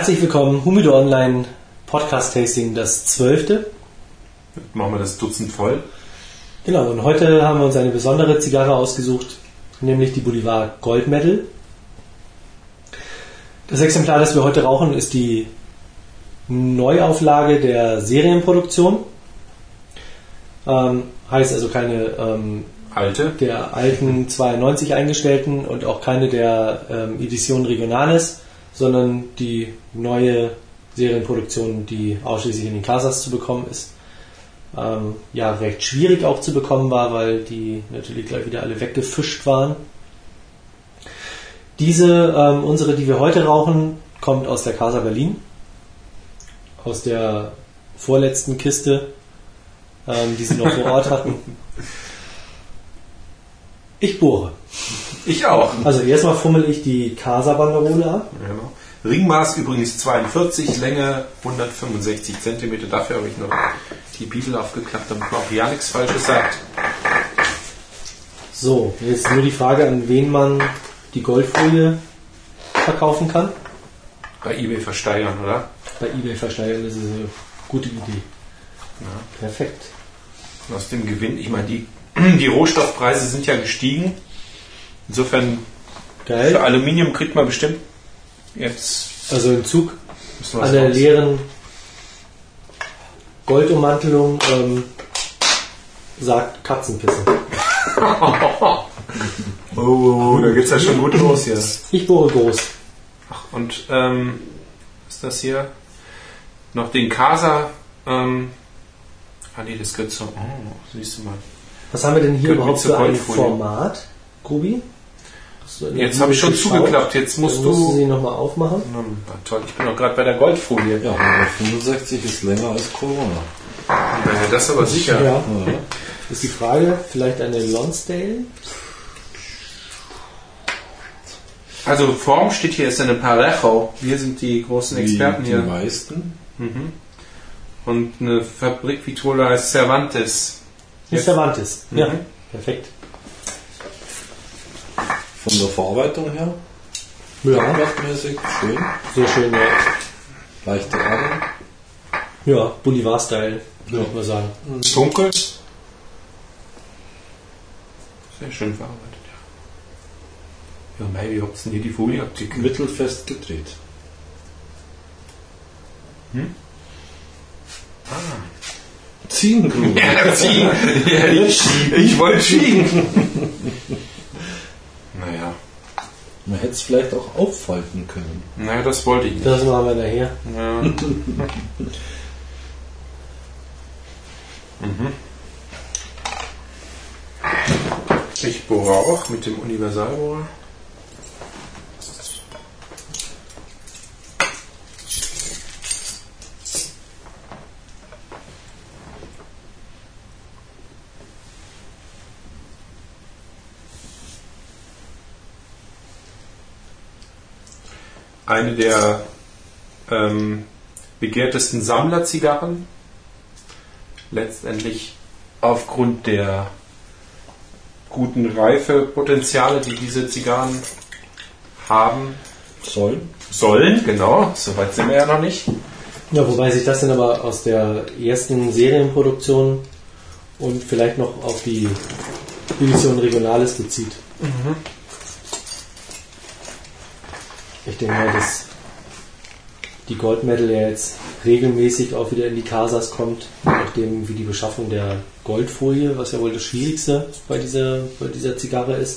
Herzlich willkommen, Humido Online Podcast Tasting, das 12. Machen wir das Dutzend voll. Genau, und heute haben wir uns eine besondere Zigarre ausgesucht, nämlich die Bolivar Gold Medal. Das Exemplar, das wir heute rauchen, ist die Neuauflage der Serienproduktion. Heißt also keine der alten 92 eingestellten und auch keine der Edition Regionales, sondern die neue Serienproduktion, die ausschließlich in den Casas zu bekommen ist. Recht schwierig auch zu bekommen war, weil die natürlich gleich wieder alle weggefischt waren. Diese, unsere, die wir heute rauchen, kommt aus der Casa Berlin, aus der vorletzten Kiste, die sie noch vor Ort hatten. Ich bohre. Ich auch. Also erstmal fummel ich die Casa-Banderole ab. Genau. Ringmaß übrigens 42, Länge 165 cm. Dafür habe ich noch die Bibel aufgeklappt, damit man auch ja nichts Falsches sagt. So, jetzt nur die Frage, an wen man die Goldfolie verkaufen kann. Bei eBay versteigern, oder? Bei eBay versteigern, das ist eine gute Idee. Ja. Perfekt. Und aus dem Gewinn, ich meine, die Rohstoffpreise sind ja gestiegen. Insofern, geil. Für Aluminium kriegt man bestimmt jetzt... Also im Zug an der leeren Goldummantelung sagt Katzenpisse. Oh, da geht's ja schon gut los hier. Ich bohre groß. Ach, und ist das hier? Noch den Casa. Das gehört zum... Oh, siehst du mal. Was haben wir denn hier überhaupt für ein Format, Grubi? Jetzt habe ich schon zugeklappt, jetzt musst du sie nochmal aufmachen. Toll, ich bin auch gerade bei der Goldfolie. Ja, 165 ist länger als Corona. Ja, das aber sicher. Ja. Ist die Frage, vielleicht eine Lonsdale? Also Form steht hier, ist eine Parejo. Wir sind die großen Experten hier. Die meisten. Mhm. Und eine Fabrik Vitola heißt Cervantes. Cervantes, ja, perfekt. Von der Verarbeitung her? Ja. Handwerkmäßig, schön. Sehr schön, ja. Leichte Erde. Ja, Bolivar-Style, würde ich mal sagen. Dunkel. Sehr schön verarbeitet, ja. Ja, mei, wie habt ihr denn hier die Folie abgekriegt? Mittelfest gedreht. Ziehen, Grub. Ja, ziehen. Ja, ich wollte schieben. Naja. Man hätte es vielleicht auch auffalten können. Naja, das wollte ich nicht. Das machen wir nachher. Ja. Ich bohre auch mit dem Universalbohrer. Eine der begehrtesten Sammlerzigarren. Letztendlich aufgrund der guten Reifepotenziale, die diese Zigarren haben. Sollen, genau. Soweit sind wir ja noch nicht. Ja, wobei sich das dann aber aus der ersten Serienproduktion und vielleicht noch auf die Edition Regionales bezieht. Ich denke mal, dass die Gold Medal ja jetzt regelmäßig auch wieder in die Casas kommt, nachdem wie die Beschaffung der Goldfolie, was ja wohl das Schwierigste bei dieser Zigarre ist.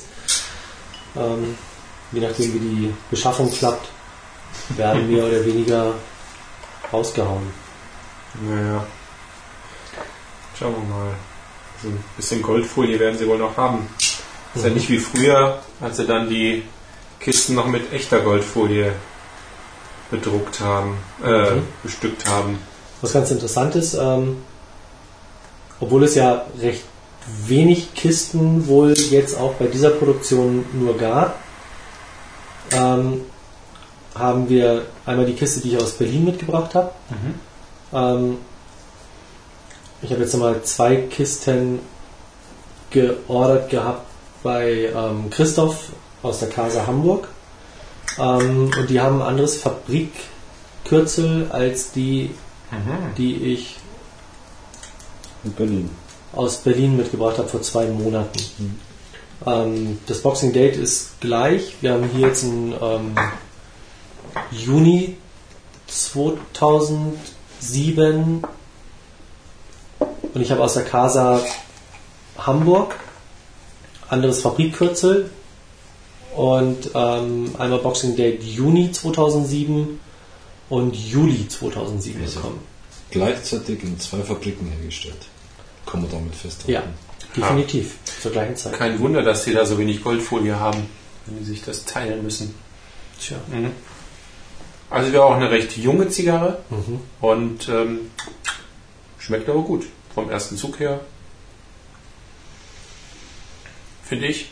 Je nachdem wie die Beschaffung klappt, werden mehr oder weniger rausgehauen. Naja. Schauen wir mal. Also ein bisschen Goldfolie werden sie wohl noch haben. Ist ja nicht wie früher, als sie dann die Kisten noch mit echter Goldfolie bedruckt haben, bestückt haben. Was ganz interessant ist, obwohl es ja recht wenig Kisten wohl jetzt auch bei dieser Produktion nur gab, haben wir einmal die Kiste, die ich aus Berlin mitgebracht habe. Ich habe jetzt nochmal 2 Kisten geordert gehabt bei Christoph aus der Casa Hamburg. Und die haben ein anderes Fabrikdatum kürzer als die, die ich In Berlin. aus Berlin mitgebracht habe vor 2 Monaten. Das Boxing Date ist gleich. Wir haben hier jetzt ein Juni 2007 und ich habe aus der Casa Hamburg, anderes Fabrikkürzel und einmal Boxing Date Juni 2007 und Juli 2007 bekommen. Gleichzeitig in 2 Fabriken hergestellt. Kann man damit festhalten. Ja, definitiv. Zur gleichen Zeit. Kein Wunder, dass die da so wenig Goldfolie haben, wenn die sich das teilen müssen. Tja. Also wäre auch eine recht junge Zigarre und schmeckt aber gut. Vom ersten Zug her. Finde ich.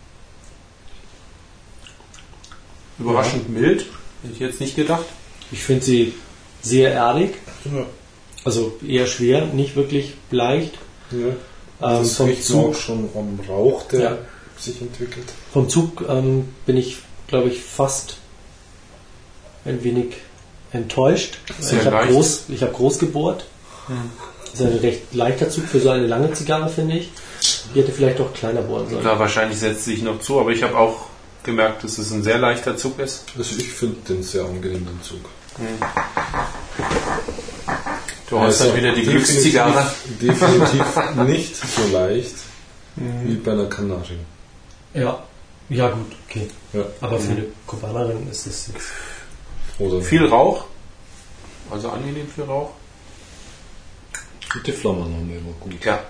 Überraschend mild. Hätte ich jetzt nicht gedacht. Ich finde sie sehr erdig. Ja. Also eher schwer, nicht wirklich leicht. Ja. Das Vom riecht Zug, auch schon am Rauch, der Ja. sich entwickelt. vom Zug bin ich, glaube ich, fast ein wenig enttäuscht. Sehr Ich habe leicht. groß gebohrt. Das ist ein recht leichter Zug für so eine lange Zigarre, finde ich. Die hätte vielleicht auch kleiner bohren sollen. Klar, wahrscheinlich setzt sich noch zu, aber ich habe auch gemerkt, dass es ein sehr leichter Zug ist. Also ich finde den sehr angenehm, den Zug. Du hast dann wieder die Glückszigarre. Definitiv nicht so leicht wie bei einer Kanarie. Ja, gut, okay. Ja. Aber für eine Kubanerin ist es jetzt... Oder Viel Rauch. Also angenehm viel Rauch. die Flammernahme war gut. Ja.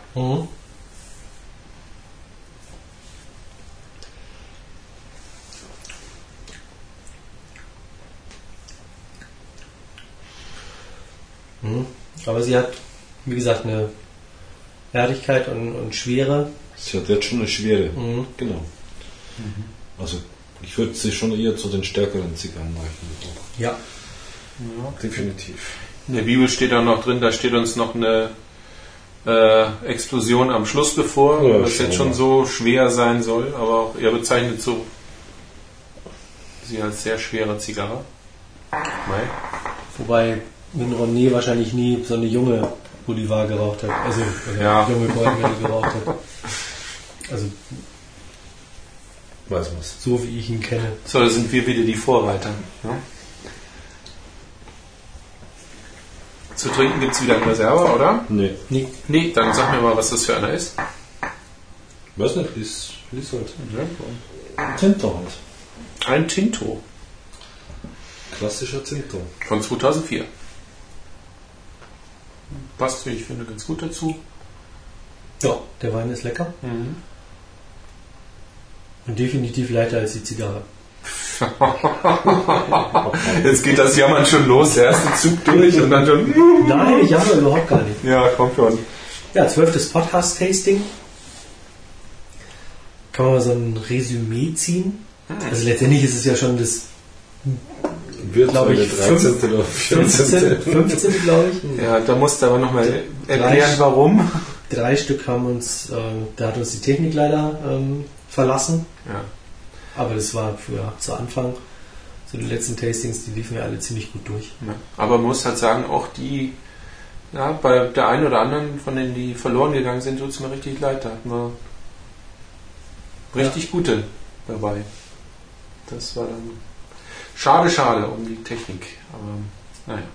Aber sie hat, wie gesagt, eine Erdigkeit und Schwere. Sie hat jetzt schon eine Schwere. Genau. Also ich würde sie schon eher zu den stärkeren Zigarren reichen. Ja. Definitiv. In der Bibel steht auch noch drin, da steht uns noch eine Explosion am Schluss bevor, Ja, was jetzt schon mal. so schwer sein soll, aber auch er bezeichnet so sie als sehr schwere Zigarre. Mei. Wobei Minronnet wahrscheinlich nie so eine junge Bolivar geraucht hat. Also Ja. junge Goldmine geraucht hat. Also Weiß was. so wie ich ihn kenne. So, da sind wir wieder die Vorreiter. Ja? Zu trinken gibt es wieder einen Reserva, oder? Nee. Nee. Nee, dann sag mir mal, was das für einer ist. Weiß nicht, lies halt. Tinto halt. Ein Tinto Klassischer Tinto. von 2004. Passt, wie ich finde, ganz gut dazu. Ja, der Wein ist lecker. Und definitiv leichter als die Zigarre. Jetzt geht das Jammern schon los. Der erste Zug durch und dann schon... Nein, ich habe überhaupt gar nicht. Ja, kommt schon. Ja, 12. Podcast-Tasting. Kann man mal so ein Resümee ziehen? Also letztendlich ist es ja schon das Wird Glaube ich, der 13. oder 14. 15, glaube ich. Ja, da musst du aber nochmal erklären, warum. 3 Stück haben uns, da hat uns die Technik leider verlassen. Ja. Aber das war zu Anfang, so die letzten Tastings, die liefen ja alle ziemlich gut durch. Ja. Aber man muss halt sagen, auch die, ja, bei der einen oder anderen, von denen die verloren gegangen sind, tut es mir richtig leid. Da hatten wir richtig gute dabei. Das war dann schade um die Technik. Aber naja.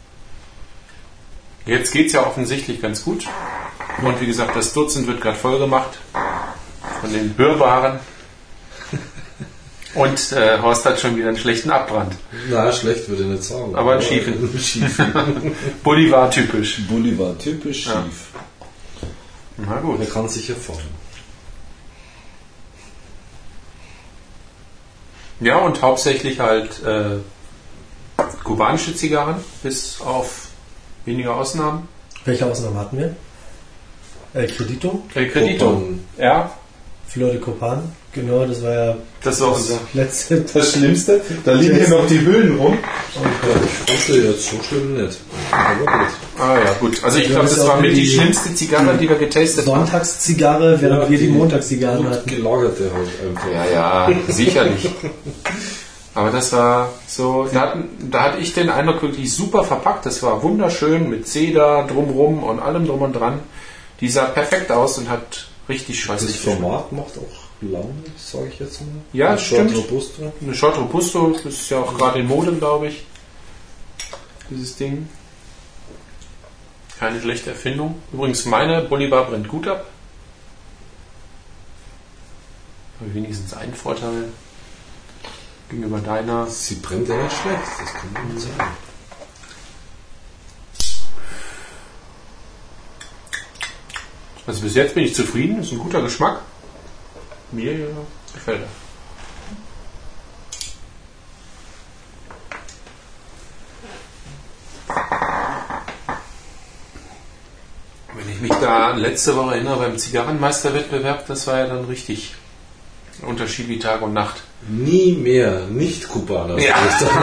Jetzt geht es ja offensichtlich ganz gut. Und wie gesagt, das Dutzend wird gerade voll gemacht von den Hörbaren. Und Horst hat schon wieder einen schlechten Abbrand. Na, schlecht würde ich nicht sagen. Aber einen schiefen. Schiefen. Bolivar typisch. Bolivar, typisch Ja. schief. Na gut. Er kann sich hervorheben. Ja, und hauptsächlich halt kubanische Zigarren, bis auf wenige Ausnahmen. Welche Ausnahmen hatten wir? Credito, Credito. Copan. Ja, Flor de Copan, genau, das war ja das war unser. letzte. Das Schlimmste. Da liegen hier noch die Hüllen rum. Ich fand sie jetzt so schlimm nicht. Aber gut. Ah ja, gut. Also ich Ja, glaube, das das ist war auch mit die die schlimmste Zigarre, die wir getestet haben. Sonntagszigarre, während Ja, wir die die Montagszigarren Gut hatten. gelagerte halt einfach. Ja, sicherlich. Aber das war so, da hatte ich den Eindruck, wirklich super verpackt. Das war wunderschön mit Zeder drumrum und allem drum und dran. Die sah perfekt aus und hat richtig schweißig. Das Format macht auch Laune, sage ich jetzt mal. Ja, eine stimmt. Short Robusto. Eine Short Robusto, das ist ja auch gerade in Mode, glaube ich. Dieses Ding. Keine schlechte Erfindung. Übrigens, meine Bolivar brennt gut ab. Aber wenigstens einen Vorteil gegenüber deiner. Sie brennt ja nicht schlecht, das kann man sagen. Also bis jetzt bin ich zufrieden, ist ein guter Geschmack. Mir gefällt er. Wenn ich mich da an letzte Woche erinnere beim Zigarrenmeisterwettbewerb, das war ja dann richtig ein Unterschied wie Tag und Nacht. Nie mehr Nicht-Kubaner. Ja.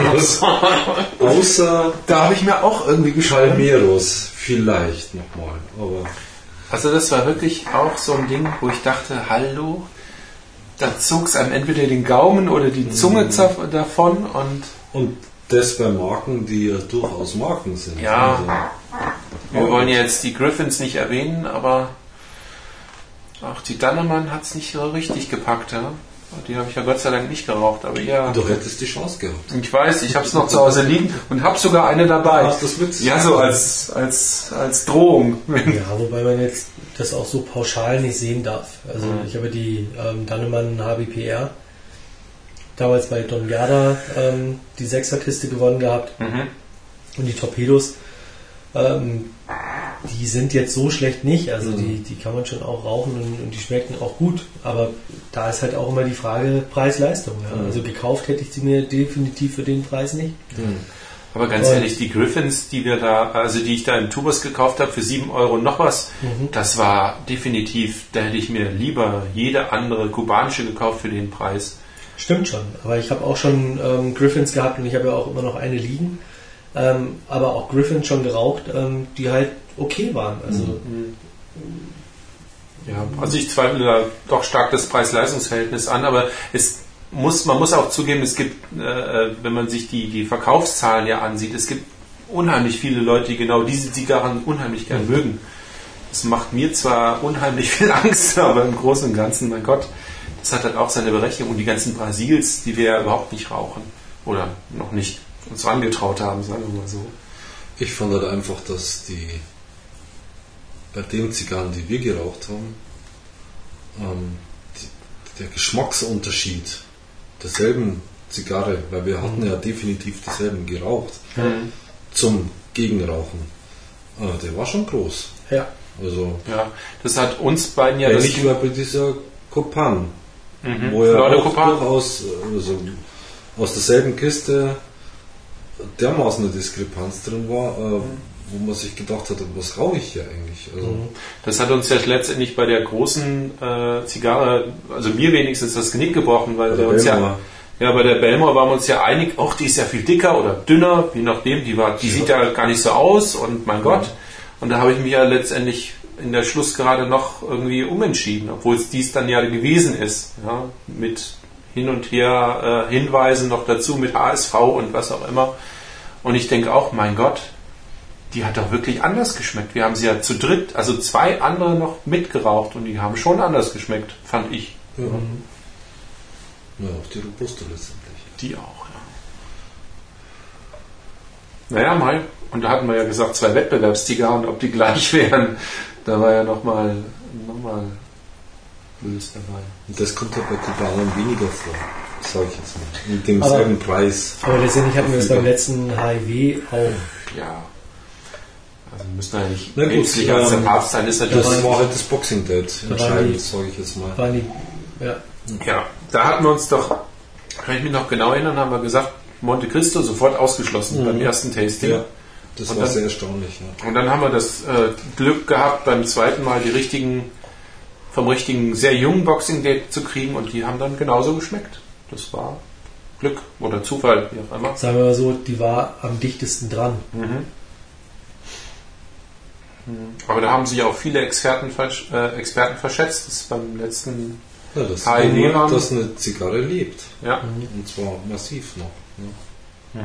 Außer Da habe ich mir auch irgendwie Palmeros vielleicht nochmal. Aber also das war wirklich auch so ein Ding, wo ich dachte, hallo, da zog es einem entweder den Gaumen oder die Zunge davon und das bei Marken, die ja durchaus Marken sind. Ja. Also, wir wollen jetzt die Griffins nicht erwähnen, aber auch die Dannemann hat es nicht so richtig gepackt. Ja? Die habe ich ja Gott sei Dank nicht geraucht, aber ja. Du hättest die Chance gehabt. Ich weiß, ich habe es noch zu Hause liegen und habe sogar eine dabei. Hast das mit? Ja, so als Drohung. Ja, wobei man jetzt das auch so pauschal nicht sehen darf. Also ich habe die Dannemann HBPR damals bei Don Yada die 6er-Kiste gewonnen gehabt und die Torpedos. Die sind jetzt so schlecht nicht, also die kann man schon auch rauchen und die schmecken auch gut, aber da ist halt auch immer die Frage Preis-Leistung. Ja. Also gekauft hätte ich sie mir definitiv für den Preis nicht. Aber ganz ehrlich, die Griffins, die ich da im Tubus gekauft habe für 7 Euro noch was, das war definitiv, da hätte ich mir lieber jede andere kubanische gekauft für den Preis. Stimmt schon, aber ich habe auch schon Griffins gehabt und ich habe ja auch immer noch eine liegen. Aber auch Griffins schon geraucht, die halt okay waren. Also, ja, also ich zweifle da doch stark das Preis-Leistungs-Verhältnis an, aber man muss auch zugeben, es gibt, wenn man sich die Verkaufszahlen ja ansieht, es gibt unheimlich viele Leute, die genau diese Zigarren unheimlich gern mögen. Das macht mir zwar unheimlich viel Angst, aber im Großen und Ganzen, mein Gott, das hat halt auch seine Berechtigung. Und die ganzen Brasils, die wir ja überhaupt nicht rauchen oder noch nicht uns rangetraut haben, sagen wir mal so. Ich fand halt einfach, dass bei den Zigarren, die wir geraucht haben, der Geschmacksunterschied derselben Zigarre, weil wir hatten ja definitiv dieselben geraucht, zum Gegenrauchen, der war schon groß. ja. Also, Ja, das hat uns beiden ja ähnlich wie bei dieser Copan, wo ja Leute, auch Copan. durchaus aus derselben Kiste dermaßen eine Diskrepanz drin war, wo man sich gedacht hat, was rauche ich hier eigentlich? Also, Das hat uns ja letztendlich bei der großen Zigarre, also mir wenigstens das Genick gebrochen, weil wir uns bei der Belmore waren wir uns ja einig, auch die ist ja viel dicker oder dünner, je nachdem, die sieht ja gar nicht so aus und mein Gott. Und da habe ich mich ja letztendlich in der Schlussgerade noch irgendwie umentschieden, obwohl es dies dann ja gewesen ist, ja, mit hin und her Hinweisen noch dazu mit HSV und was auch immer. Und ich denke auch, mein Gott, die hat doch wirklich anders geschmeckt. Wir haben sie ja zu dritt, also 2 andere noch mitgeraucht und die haben schon anders geschmeckt, fand ich. ja, auch die Robusto letztendlich. Die auch, ja. Naja, Mai. Und da hatten wir ja gesagt, 2 Wettbewerbszigarren, ob die gleich wären. Da war ja nochmal Böses dabei. Und das kommt ja bei Kubanern weniger vor, sage ich jetzt mal. Mit demselben Preis. Aber letztendlich hatten wir es beim letzten HIV auch. Ja. Also wir müssen ja nicht Na gut, päpstlicher als der Papst sein, ist natürlich. Das war halt das Boxing Date entscheidend, sage ich jetzt mal. Waren die, ja. Ja, da hatten wir uns doch, kann ich mich noch genau erinnern, haben wir gesagt, Monte Cristo sofort ausgeschlossen beim ersten Tasting. Ja, das Und war dann- sehr erstaunlich. Ja. Und dann haben wir das Glück gehabt, beim zweiten Mal vom richtigen, sehr jungen Boxing-Date zu kriegen und die haben dann genauso geschmeckt. Das war Glück oder Zufall, wie auch immer. Sagen wir mal so, die war am dichtesten dran. Aber da haben sich auch viele Experten verschätzt. Das ist beim letzten Ja, das HIV ist haben. dass eine Zigarre lebt. Ja. Und zwar massiv noch. Ja.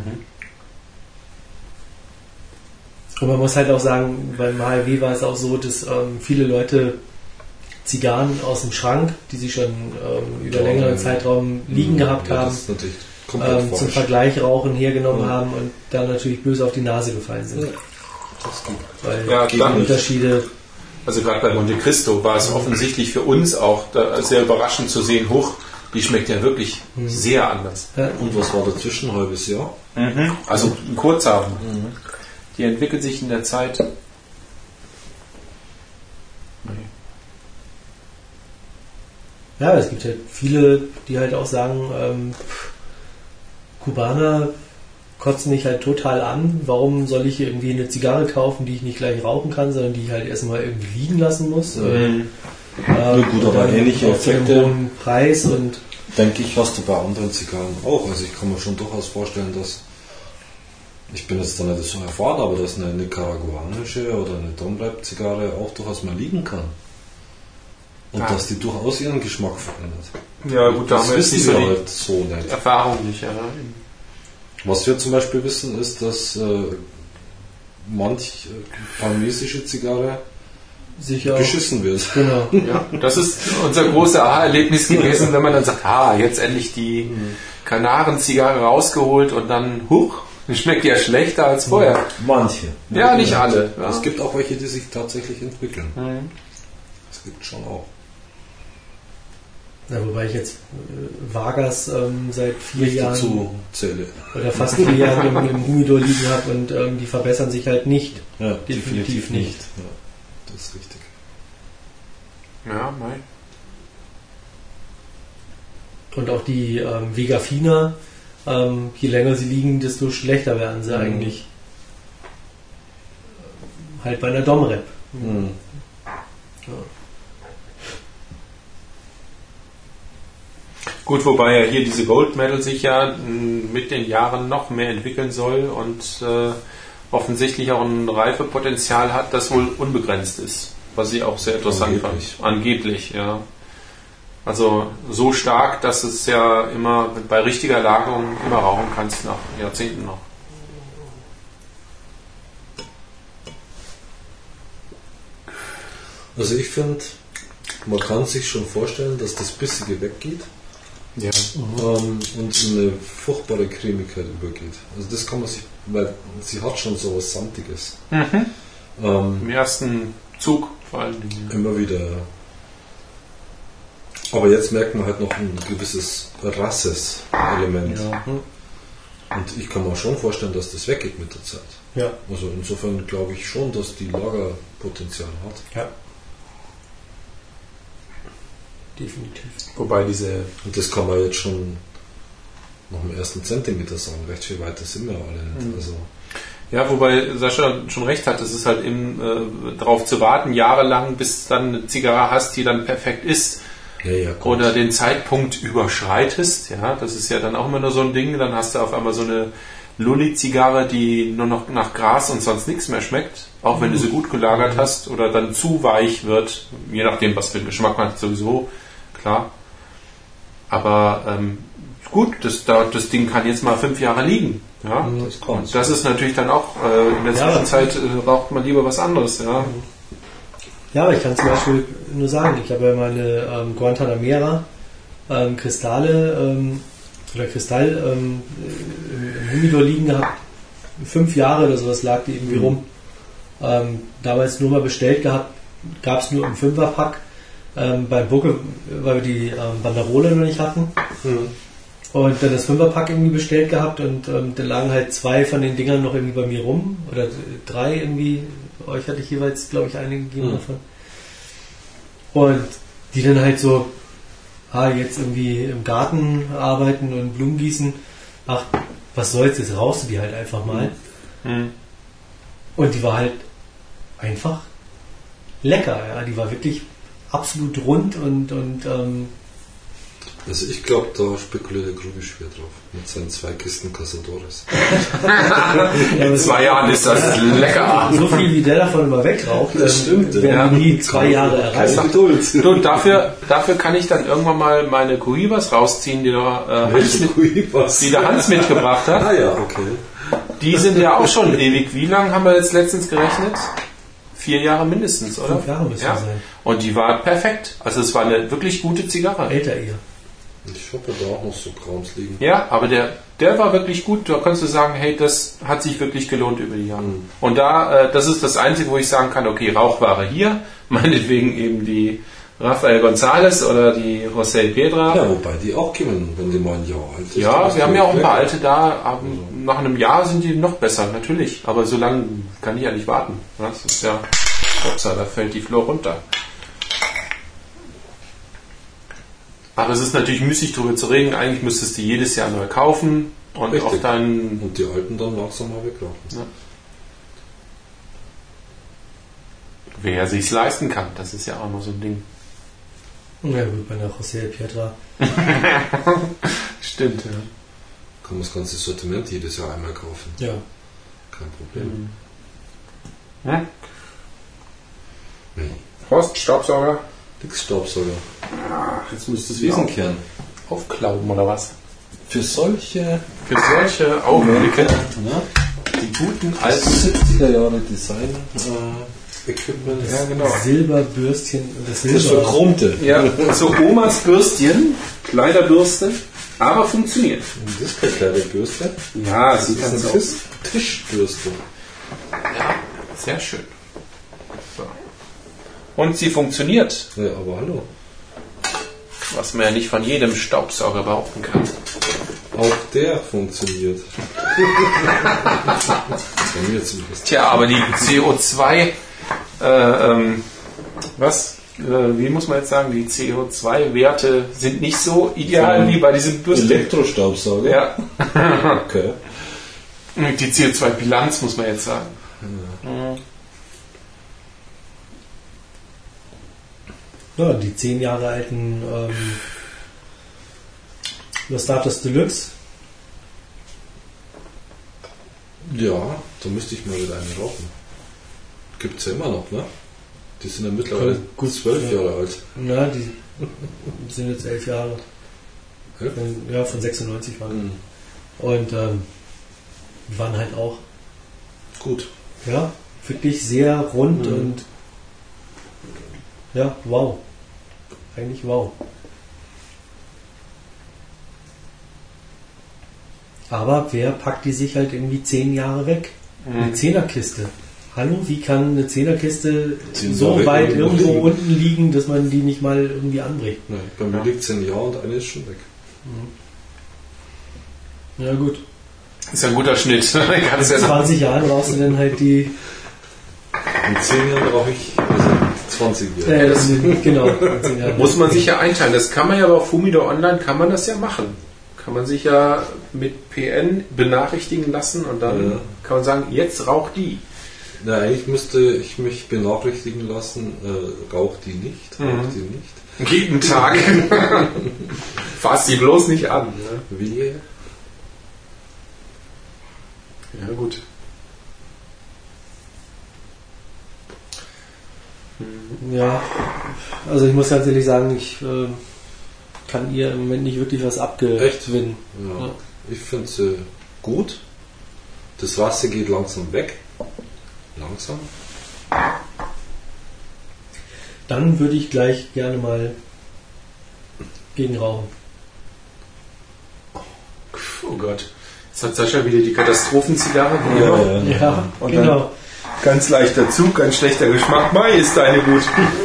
Und man muss halt auch sagen, beim HIV war es auch so, dass viele Leute Zigarren aus dem Schrank, die sie schon über längeren Zeitraum liegen gehabt haben, Das ist natürlich komplett zum falsch. Vergleich Rauchen hergenommen haben und dann natürlich böse auf die Nase gefallen sind. Ja. Das stimmt. Weil Ja, die klar. Unterschiede, Also gerade bei Monte Cristo war es offensichtlich für uns auch sehr überraschend zu sehen, die schmeckt ja wirklich sehr anders. Und was war dazwischen? Ein halbes Jahr? Also ein Kurzhaben. Die entwickelt sich in der Zeit. ja, es gibt halt viele, die halt auch sagen, Kubaner kotzen mich halt total an. Warum soll ich irgendwie eine Zigarre kaufen, die ich nicht gleich rauchen kann, sondern die ich halt erstmal irgendwie liegen lassen muss? Gut, aber dann ähnliche auch für einen Effekte, hohen Preis und denke ich, hast du bei anderen Zigarren auch. Also ich kann mir schon durchaus vorstellen, dass, ich bin jetzt da nicht so erfahren, aber dass eine nicaraguanische oder eine Domrep-Zigarre auch durchaus mal liegen kann. Und Ja. dass die durchaus ihren Geschmack verändert. Ja gut, da haben Das wir jetzt wissen nicht so wir die halt so nicht. Erfahrung nicht. Ja. Was wir zum Beispiel wissen, ist, dass manch palmesische Zigarre sicher auch. beschissen wird. Genau. Ja, das ist unser großes Aha-Erlebnis gewesen, wenn man dann sagt, jetzt endlich die Kanaren-Zigarre rausgeholt und dann, die schmeckt ja schlechter als vorher. Manche. Ja, nicht alle. Ja. Es gibt auch welche, die sich tatsächlich entwickeln. Es gibt schon auch. Ja, wobei ich jetzt Vargas seit 4 Nicht Jahren dazu zähle. oder fast 4 Jahren im Humidor liegen habe und die verbessern sich halt nicht. Ja, Definitiv nicht. Ja, das ist richtig. Ja, nein. Und auch die Vegafina, je länger sie liegen, desto schlechter werden sie eigentlich. Halt bei einer Domrep. Mhm. Ja. Gut, wobei ja hier diese Gold Medal sich ja mit den Jahren noch mehr entwickeln soll und offensichtlich auch ein Reifepotenzial hat, das wohl unbegrenzt ist. Was ich auch sehr interessant Angeblich. fand. Angeblich, ja. Also so stark, dass es ja immer bei richtiger Lagerung immer rauchen kannst nach Jahrzehnten noch. Also ich finde, man kann sich schon vorstellen, dass das Bissige weggeht Ja. und in eine furchtbare Cremigkeit übergeht. Also das kann man sich, weil sie hat schon so was Samtiges. Im ersten Zug vor allen Dingen. Immer wieder. Aber jetzt merkt man halt noch ein gewisses Rasses-Element. Ja. Und ich kann mir schon vorstellen, dass das weggeht mit der Zeit. Ja. Also insofern glaube ich schon, dass die Lagerpotenzial hat. Ja. Definitiv. Wobei diese Und das kann man jetzt schon nach dem ersten Zentimeter sagen. Recht viel weiter sind wir alle nicht. Also, Ja, wobei Sascha schon recht hat, es ist halt eben darauf zu warten, jahrelang, bis du dann eine Zigarre hast, die dann perfekt ist. ja, Oder den Zeitpunkt überschreitest. Ja, das ist ja dann auch immer nur so ein Ding. Dann hast du auf einmal so eine Lulli-Zigarre, die nur noch nach Gras und sonst nichts mehr schmeckt. Auch wenn du sie gut gelagert hast oder dann zu weich wird. Je nachdem, was für einen Geschmack man hat, sowieso. Klar. Aber gut, das Ding kann jetzt mal 5 Jahre liegen. Ja, das kann und das ist natürlich dann auch, in der Zwischenzeit raucht man lieber was anderes. Ja. Ja, aber ich kann zum Beispiel nur sagen, ich habe ja meine Guantanamera Kristalle oder Kristall im Humidor liegen gehabt. 5 Jahre oder sowas lag die irgendwie rum. Damals nur mal bestellt gehabt, gab es nur im 5er-Pack. Beim Bucke, weil wir die Banderole noch nicht hatten. Und dann das 5er-Pack irgendwie bestellt gehabt und da lagen halt 2 von den Dingern noch irgendwie bei mir rum. Oder 3 irgendwie. Euch hatte ich jeweils, glaube ich, eine gegeben davon. Und die dann halt so, jetzt irgendwie im Garten arbeiten und Blumen gießen. Ach, was soll's, jetzt rauchst du die halt einfach mal. Und die war halt einfach lecker. Ja. Die war wirklich absolut rund und Also ich glaube, da spekuliert der Grubi schwer drauf. Mit seinen 2 Kisten Casadores. In 2 Jahren ist das lecker. So viel wie der davon immer wegraucht, Das stimmt, werden ja. nie 2 Jahre erreicht. Du, und dafür kann ich dann irgendwann mal meine Cohibas rausziehen, die der Hans mitgebracht hat. Ah ja, okay. Die sind ja auch schon ewig. Wie lange haben wir jetzt letztens gerechnet? 4 Jahre mindestens, oder? 5 Jahre müssen Ja. sein. Und die war perfekt. Also es war eine wirklich gute Zigarre. Älter eher. Ich hoffe, da auch noch so Krams liegen. Ja, aber der war wirklich gut. Da kannst du sagen, hey, das hat sich wirklich gelohnt über die Jahre. Mhm. Und da, das ist das Einzige, wo ich sagen kann, okay, Rauchware hier, meinetwegen eben die Rafael González oder die José Pedra. Ja, wobei die auch kommen, wenn die mal ein Jahr alt ist. Ja, wir haben ja auch ein paar alt. alte da, aber nach einem Jahr sind die noch besser, natürlich. Aber so lange kann ich ja nicht warten. Das ist ja, upsa, da fällt die Flor runter. Aber es ist natürlich müßig darüber zu reden, eigentlich müsstest du jedes Jahr neu kaufen und Richtig. auch dann... Und die alten dann langsam mal wegrauchen. Ja. Wer sich's leisten kann, das ist ja auch immer so ein Ding. Ja gut, bei der José Pietra. Stimmt, ja. Kann man das ganze Sortiment jedes Jahr einmal kaufen. Ja. Kein Problem. Hm? Prost, Staubsauger. Nix Staubsauger. Jetzt müsstest Wiesenkern. aufklauben oder was? Für solche Für solche Augenblicke, na, die guten alten... 70er Jahre Design Equipment. Ja, genau. Silberbürstchen. Das Das ist Silber. verchromte. Ja, so Omas Bürstchen, Kleiderbürste, aber funktioniert. Das ist keine kleine Bürste. Ja, Das ist eine Tischbürste. Ja, sehr schön. So. Und sie funktioniert, Ja, aber hallo. was man ja nicht von jedem Staubsauger behaupten kann. Auch der funktioniert. Bei mir zumindest. Tja, aber die CO2, wie muss man jetzt sagen, die CO2-Werte sind nicht so ideal wie bei diesem Bürsten. Elektrostaubsauger? Ja, Okay. die CO2-Bilanz muss man jetzt sagen. Ja, die 10 Jahre alten Los Datos Deluxe. Ja, da müsste ich mal wieder eine rauchen. Gibt's ja immer noch, ne? Die sind ja mittlerweile gut 12 ja. Jahre alt. Na, die sind jetzt 11 Jahre. 11? Ja, von 96 waren. Mhm. Und die waren halt auch, Gut. ja, wirklich sehr rund und ja, wow. Eigentlich wow. Aber wer packt die sich halt irgendwie 10 Jahre weg? Eine Zehnerkiste. Hallo, wie kann eine Zehnerkiste 10 so Jahre weit irgendwo irgendwo liegen? unten liegen, dass man die nicht mal irgendwie anbricht? Ne, bei mir liegt 10 Jahre und eine ist schon weg. Ja gut. Ist ja ein guter Schnitt. Kannst ja In 20 Jahren brauchst du dann halt die In 10 Jahren brauche ich 20 Jahre. genau. 10 Jahre. muss man sich ja einteilen. Das kann man ja aber auf Fumido Online kann man das ja machen. Kann man sich ja mit PN benachrichtigen lassen und dann Ja. kann man sagen, jetzt raucht die. Na, eigentlich müsste ich mich benachrichtigen lassen, raucht die nicht, raucht die nicht. Jeden Tag. Fass sie bloß nicht an. Ne? Wehe. Ja, gut. Ja, also ich muss tatsächlich sagen, ich kann ihr im Moment nicht wirklich was abgewinnen. Ja. Ja. Ich finde sie gut. Das Wasser geht langsam weg. Langsam. Dann würde ich gleich gerne mal gegen rauchen. Oh Gott. Jetzt hat Sascha wieder die Katastrophenzigarre. wie immer. Ja, Und genau. Ganz leichter Zug, ganz schlechter Geschmack. Mai ist deine gut.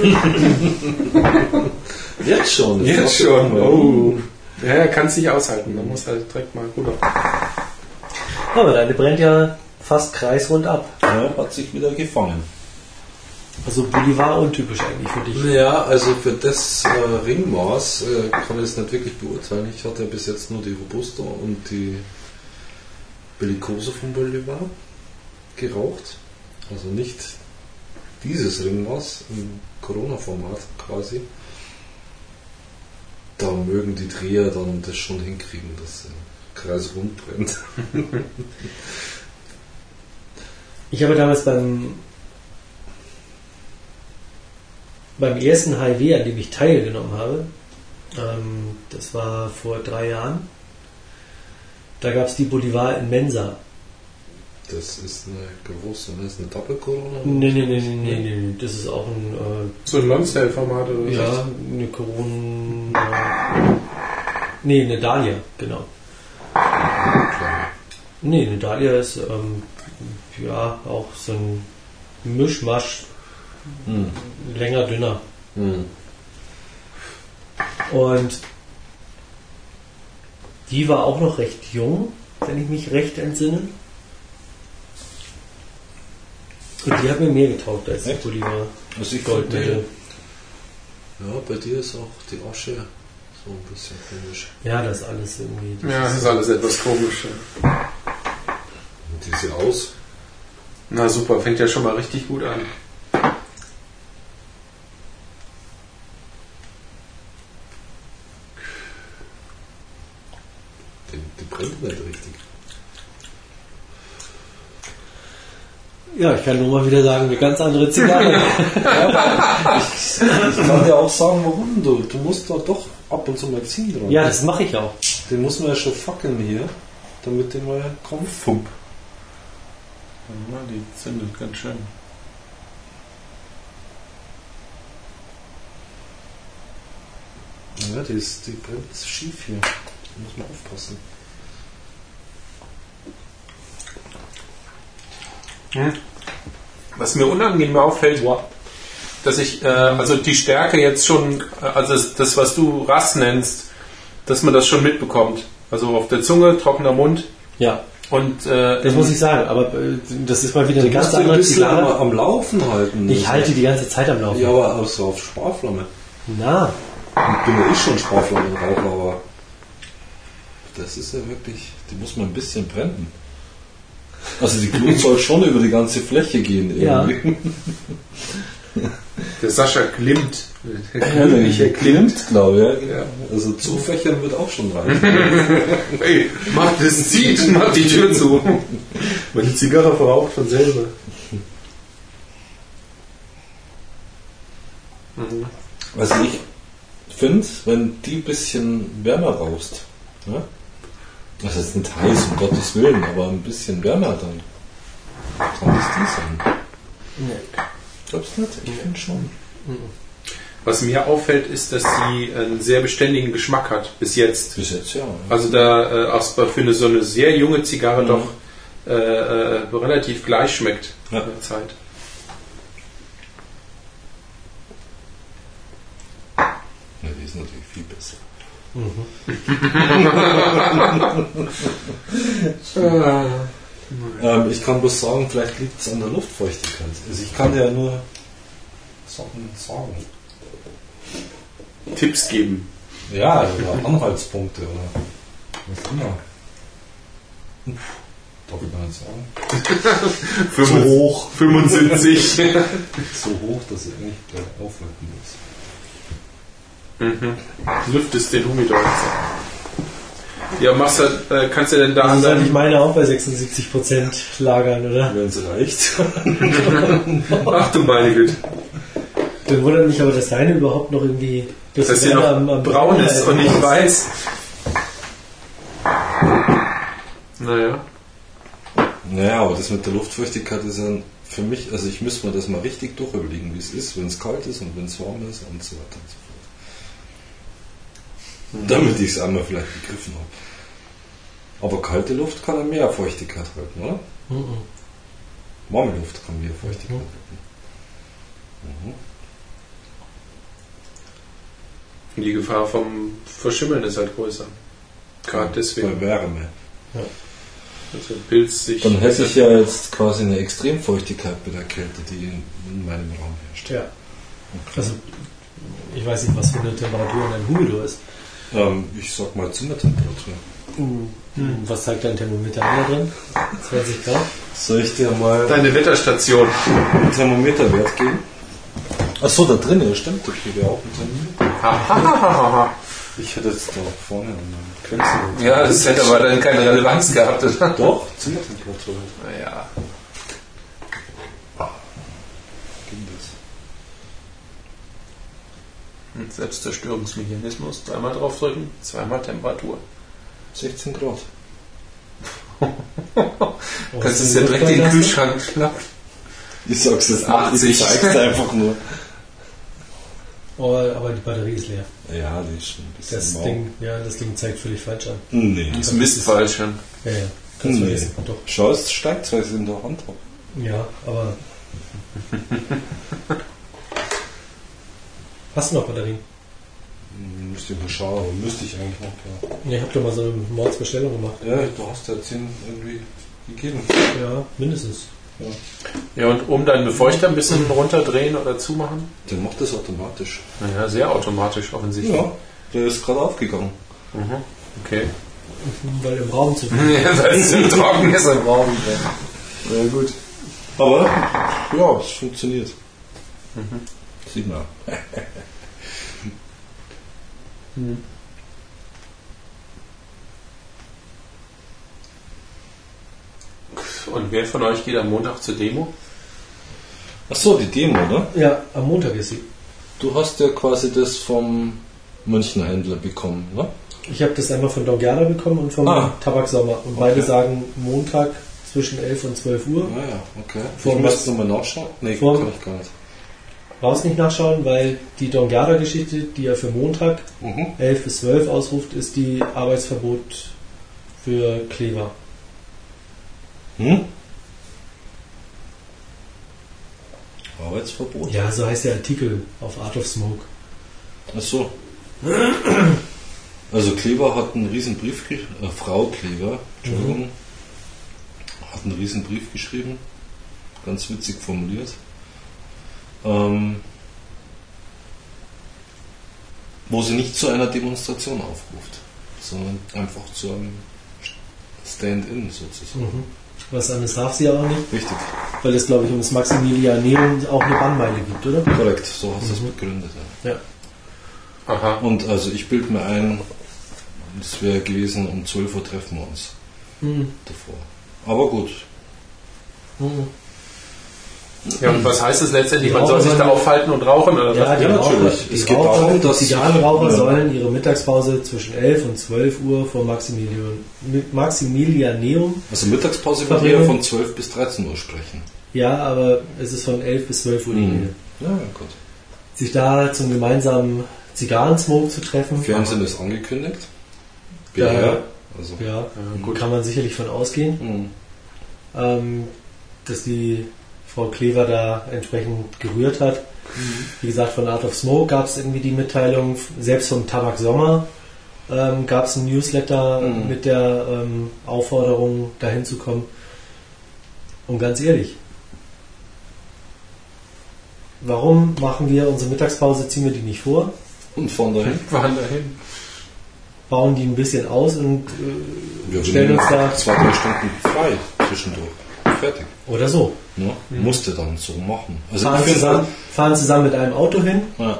Jetzt schon. das Jetzt Wasser schon. kommt. Oh. Ja, er kann es nicht aushalten. Man muss halt direkt mal rüber. Aber deine brennt ja fast kreisrund ab. Ja, hat sich wieder gefangen. Also Bolivar untypisch eigentlich für dich. Ja, also für das Ringmaß kann ich es nicht wirklich beurteilen. Ich hatte ja bis jetzt nur die Robusta und die Bellicoso von Bolivar geraucht. Also nicht dieses Ringmaß im Corona-Format quasi. da mögen die Dreher dann das schon hinkriegen, dass der Kreis rund brennt. Ich habe damals beim ersten HIW, an dem ich teilgenommen habe, das war vor 3 Jahren, da gab es die Bolivar in Mensa. Das ist eine große, das ist eine Doppel-Corona? Nee, das ist auch ein... so ein Lonsdale-Format oder was? Ja, eine Corona... Nee, eine Dahlia, genau. Nee, eine Dahlia ist ja auch so ein Mischmasch, länger, dünner. Und die war auch noch recht jung, wenn ich mich recht entsinne. Und die hat mir mehr getaugt als die Bolivar Also ich Goldmittel. Ja, bei dir ist auch die Asche so ein bisschen komisch. Ja, das ist alles irgendwie... Das ist alles etwas komisch. Und die sieht aus. Na super, fängt ja schon mal richtig gut an. Die brennt nicht richtig. Ja, ich kann nur mal wieder sagen, eine ganz andere Zigarre. Ich kann dir auch sagen, warum du. Du musst da doch ab und zu mal ziehen dran. Ja, das mache ich auch. Den muss man ja schon fackeln hier, damit der mal kommt. Fump. Ja, die zündet ganz schön. Ja, die brennt schief hier. Da muss man aufpassen. Was mir unangenehm auffällt, dass ich, also die Stärke jetzt schon, also das, was du Rass nennst, dass man das schon mitbekommt. Also auf der Zunge, trockener Mund. Ja. Und, das muss ich sagen, aber das ist mal wieder eine ganz andere Zigarre. Am Laufen halten. Ich halte die ganze Zeit am Laufen. Ja, aber auch so auf Sparflamme. Na. Ich bin ja schon Sparflammenraucher, aber das ist ja wirklich, die muss man ein bisschen brennen. Also die Glut soll schon über die ganze Fläche gehen irgendwie. Ja. Der Sascha glimmt. Er glimmt, glaube ich. Ja. Also zufächern wird auch schon reichen. Hey, mach das zieht, mach die Tür zu. Weil die Zigarre verraucht von selber. Also ich finde, wenn die ein bisschen wärmer rauchst, ja? Das ist nicht heiß, um Gottes Willen, aber ein bisschen wärmer, dann kann es die sein. Nee. Glaubst du nicht? Ich finde schon. Was mir auffällt, ist, dass sie einen sehr beständigen Geschmack hat, bis jetzt. Bis jetzt, ja. Also da auch für so eine sehr junge Zigarre doch relativ gleich schmeckt in der Zeit. Ja, die ist natürlich viel besser. Ich kann bloß sagen, vielleicht liegt es an der Luftfeuchtigkeit. Also ich kann ja nur Sachen sagen. Tipps geben. Ja, oder Anhaltspunkte oder was immer. Darf ich gar nicht sagen. Zu hoch. 75. So hoch, dass ich eigentlich gleich aufhalten muss. Lüftest den Humidor. Ja, kannst du denn da... Dann sollte ich meine auch bei 76% lagern, oder? Wenn es reicht. Ach du meine Güte. Dann wundert mich aber, dass deine überhaupt noch irgendwie... Dass sie noch braun ist und nicht weiß. Naja. Naja, aber das mit der Luftfeuchtigkeit ist ja für mich, also ich müsste mir das mal richtig durchüberlegen, wie es ist, wenn es kalt ist und wenn es warm ist und so weiter und so fort. Damit ich es einmal vielleicht begriffen habe. Aber kalte Luft kann ja mehr Feuchtigkeit halten, oder? Warme Luft kann mehr Feuchtigkeit halten. Die Gefahr vom Verschimmeln ist halt größer. Gerade deswegen. Bei Wärme. Ja. Also Pilz sich... Dann hätte ich ja jetzt quasi eine Extremfeuchtigkeit bei der Kälte, die in meinem Raum herrscht. Ja. Also, ich weiß nicht, was für eine Temperatur in deinem Humidor ist. Ich sag mal Zimmertemperatur. Was zeigt dein Thermometer an da drin? 20 Grad? Soll ich dir mal Deine Wetterstation. einen Thermometerwert geben? Achso, da drin, ja stimmt, da kriege ich auch einen Thermometer. Ich hätte jetzt da vorne einen Quenzel. Ja, das hätte aber dann keine Relevanz gehabt, oder? Doch, Zimmertemperatur. Naja. Ging das. Selbstzerstörungsmechanismus. Zweimal draufdrücken, zweimal Temperatur. 16 Grad. Das ist ja direkt in den Kühlschrank schlapp. Ich sag's jetzt 80. Ich zeig's dir einfach nur. Oh, aber die Batterie ist leer. Ja, die ist schon ein bisschen Das Ding zeigt völlig falsch an. Nee. Das misst falsch schon. Ja, kannst Nee. vergessen. Doch. Schau, es steigt, weil ich es in der Hand habe. Ja, aber. Hast du noch Batterien? Müsste ich mal schauen, aber müsste ich eigentlich noch, ja. Ja, ich hab doch mal so eine Mordsbestellung gemacht. Ja, du hast ja 10 irgendwie gegeben. Ja, mindestens. Ja, und um deinen Befeuchter ein bisschen runterdrehen oder zumachen? Der macht das automatisch. Naja, sehr automatisch offensichtlich. Ja, der ist gerade aufgegangen. Mhm. Okay. Weil im Raum zu viel. Ja, weil es so trocken ist im Raum. Ja, gut. Aber, ja, es funktioniert. Sieht man. Und wer von euch geht am Montag zur Demo? Achso, die Demo, ne? Ja, am Montag ist sie. Du hast ja quasi das vom Münchner-Händler bekommen, ne? Ich habe das einmal von Dongiada bekommen und vom Tabaksommer. Und beide sagen Montag zwischen 11 und 12 Uhr. Ah ja, okay. Vor- Ich muss jetzt nochmal nachschauen. Nee, vor- kann ich gar nicht. Brauchst nicht nachschauen, weil die Dongiada-Geschichte, die er für Montag 11 bis 12 ausruft, ist die Arbeitsverbot für Kleber. Hm? Arbeitsverbot? Ja, so heißt der Artikel auf Art of Smoke. Achso. Also Kleber hat einen riesen Brief, Frau Kleber, Entschuldigung, hat einen riesen Brief geschrieben, ganz witzig formuliert. Wo sie nicht zu einer Demonstration aufruft, sondern einfach zu einem Stand-in sozusagen. Was anderes darf sie ja auch nicht, Richtig, weil es, glaube ich, um das Maximilianeum auch eine Bannmeile gibt, oder? korrekt, so hast du es begründet. Ja. Ja. Aha. Und also ich bilde mir ein, es wäre gewesen, um 12 Uhr treffen wir uns davor. Aber gut. Ja, und was heißt es letztendlich? Die Man soll sich da aufhalten und rauchen oder Ja, was? die Ja, Raucher, natürlich. die Es geht Raucher, darum, dass die Zigarrenraucher ja. sollen ihre Mittagspause zwischen 11 und 12 Uhr vor Maximilianeum. Also Mittagspause wird Verbringen. eher von 12 bis 13 Uhr sprechen. Ja, aber es ist von 11 bis 12 Uhr die Rede. Ja, gut. Sich da zum gemeinsamen Zigarrensmoke zu treffen. Fernsehen ist angekündigt. Ja. BR. Also. Ja, gut. kann man sicherlich von ausgehen, dass die Frau Klever da entsprechend gerührt hat. Wie gesagt, von Art of Smoke gab es irgendwie die Mitteilung, selbst vom Tabak Sommer gab es ein Newsletter mit der Aufforderung, dahin zu kommen. Und ganz ehrlich, warum machen wir unsere Mittagspause, ziehen wir die nicht vor, Und von dahin. Fahren dahin. bauen die ein bisschen aus und Wir stellen uns da 2-3 Stunden frei zwischendurch. Fertig. oder so. Ja, musste dann so machen. Also Fahren ich finde, zusammen mit einem Auto hin, ja,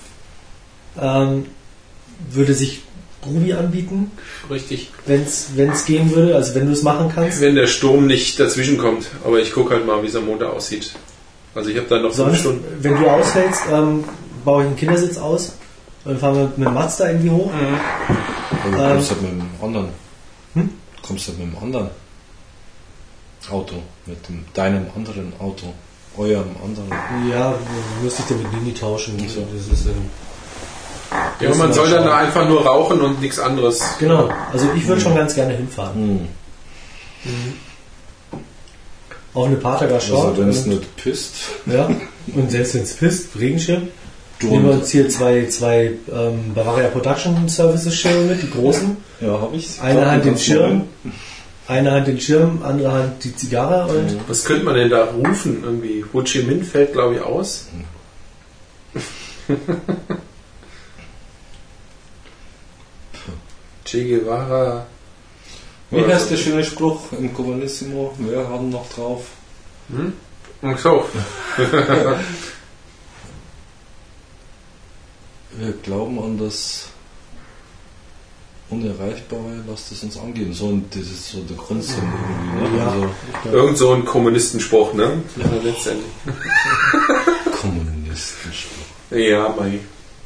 würde sich Ruby anbieten, Richtig. wenn es gehen würde, also wenn du es machen kannst. Wenn der Sturm nicht dazwischen kommt. Aber ich gucke halt mal, wie es am Montag aussieht. Also ich habe dann noch 5 Sonst, Stunden. wenn du ausfällst, baue ich einen Kindersitz aus und fahren wir mit dem Mazda irgendwie hoch. aber du kommst halt mit dem anderen. Kommst halt mit dem anderen Auto, deinem anderen Auto, eurem anderen. Ja, müsste ich den mit Nini tauschen. So. Das ist, Ja, aber man soll dann da einfach nur rauchen und nichts anderes. genau, also ich würde schon ganz gerne hinfahren. Auf eine Pataga Short. Also wenn es und- nicht pisst. Ja, und selbst wenn es pisst, Regenschirm. Du Nehmen wir und- uns hier zwei Bavaria Production Services Schirme mit, die großen. Ja, habe ich. Eine Hand den Schirm, andere Hand die Zigarre und Was könnte man denn da rufen? Irgendwie Ho Chi Minh fällt, glaube ich, aus. Che Guevara. Wie heißt der schöne Spruch im Kommunissimo? Wer hat ihn noch drauf? Ach so. Wir glauben an das Unerreichbare, lasst es uns angehen. So, das ist so der Grundsinn irgendwie. Ne? Ja. Also, Irgend so ein Kommunistenspruch, ne? Ja, letztendlich. Kommunistenspruch. Ja, Mai.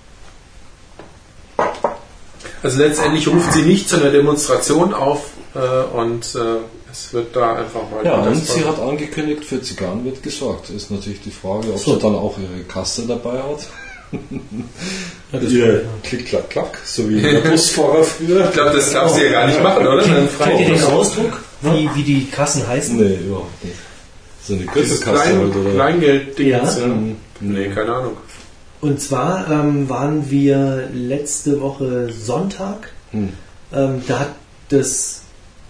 Also letztendlich ruft sie nicht zu einer Demonstration auf und es wird da einfach mal... Ja, und sie hat angekündigt, für Zigarren wird gesorgt. Ist natürlich die Frage, ob sie dann auch ihre Kasse dabei hat. Ja, klick, klack, klack, so wie der Busfahrer früher. Ich glaube, das darf sie ja gar nicht machen, oder? Kennt ihr den Ausdruck, wie die Kassen heißen? Nee, überhaupt nicht. So eine Dieses Gürtelkasse halt, oder? Kleingeld-Ding. Ja. Nee, keine Ahnung. Und zwar waren wir letzte Woche Sonntag, da hat das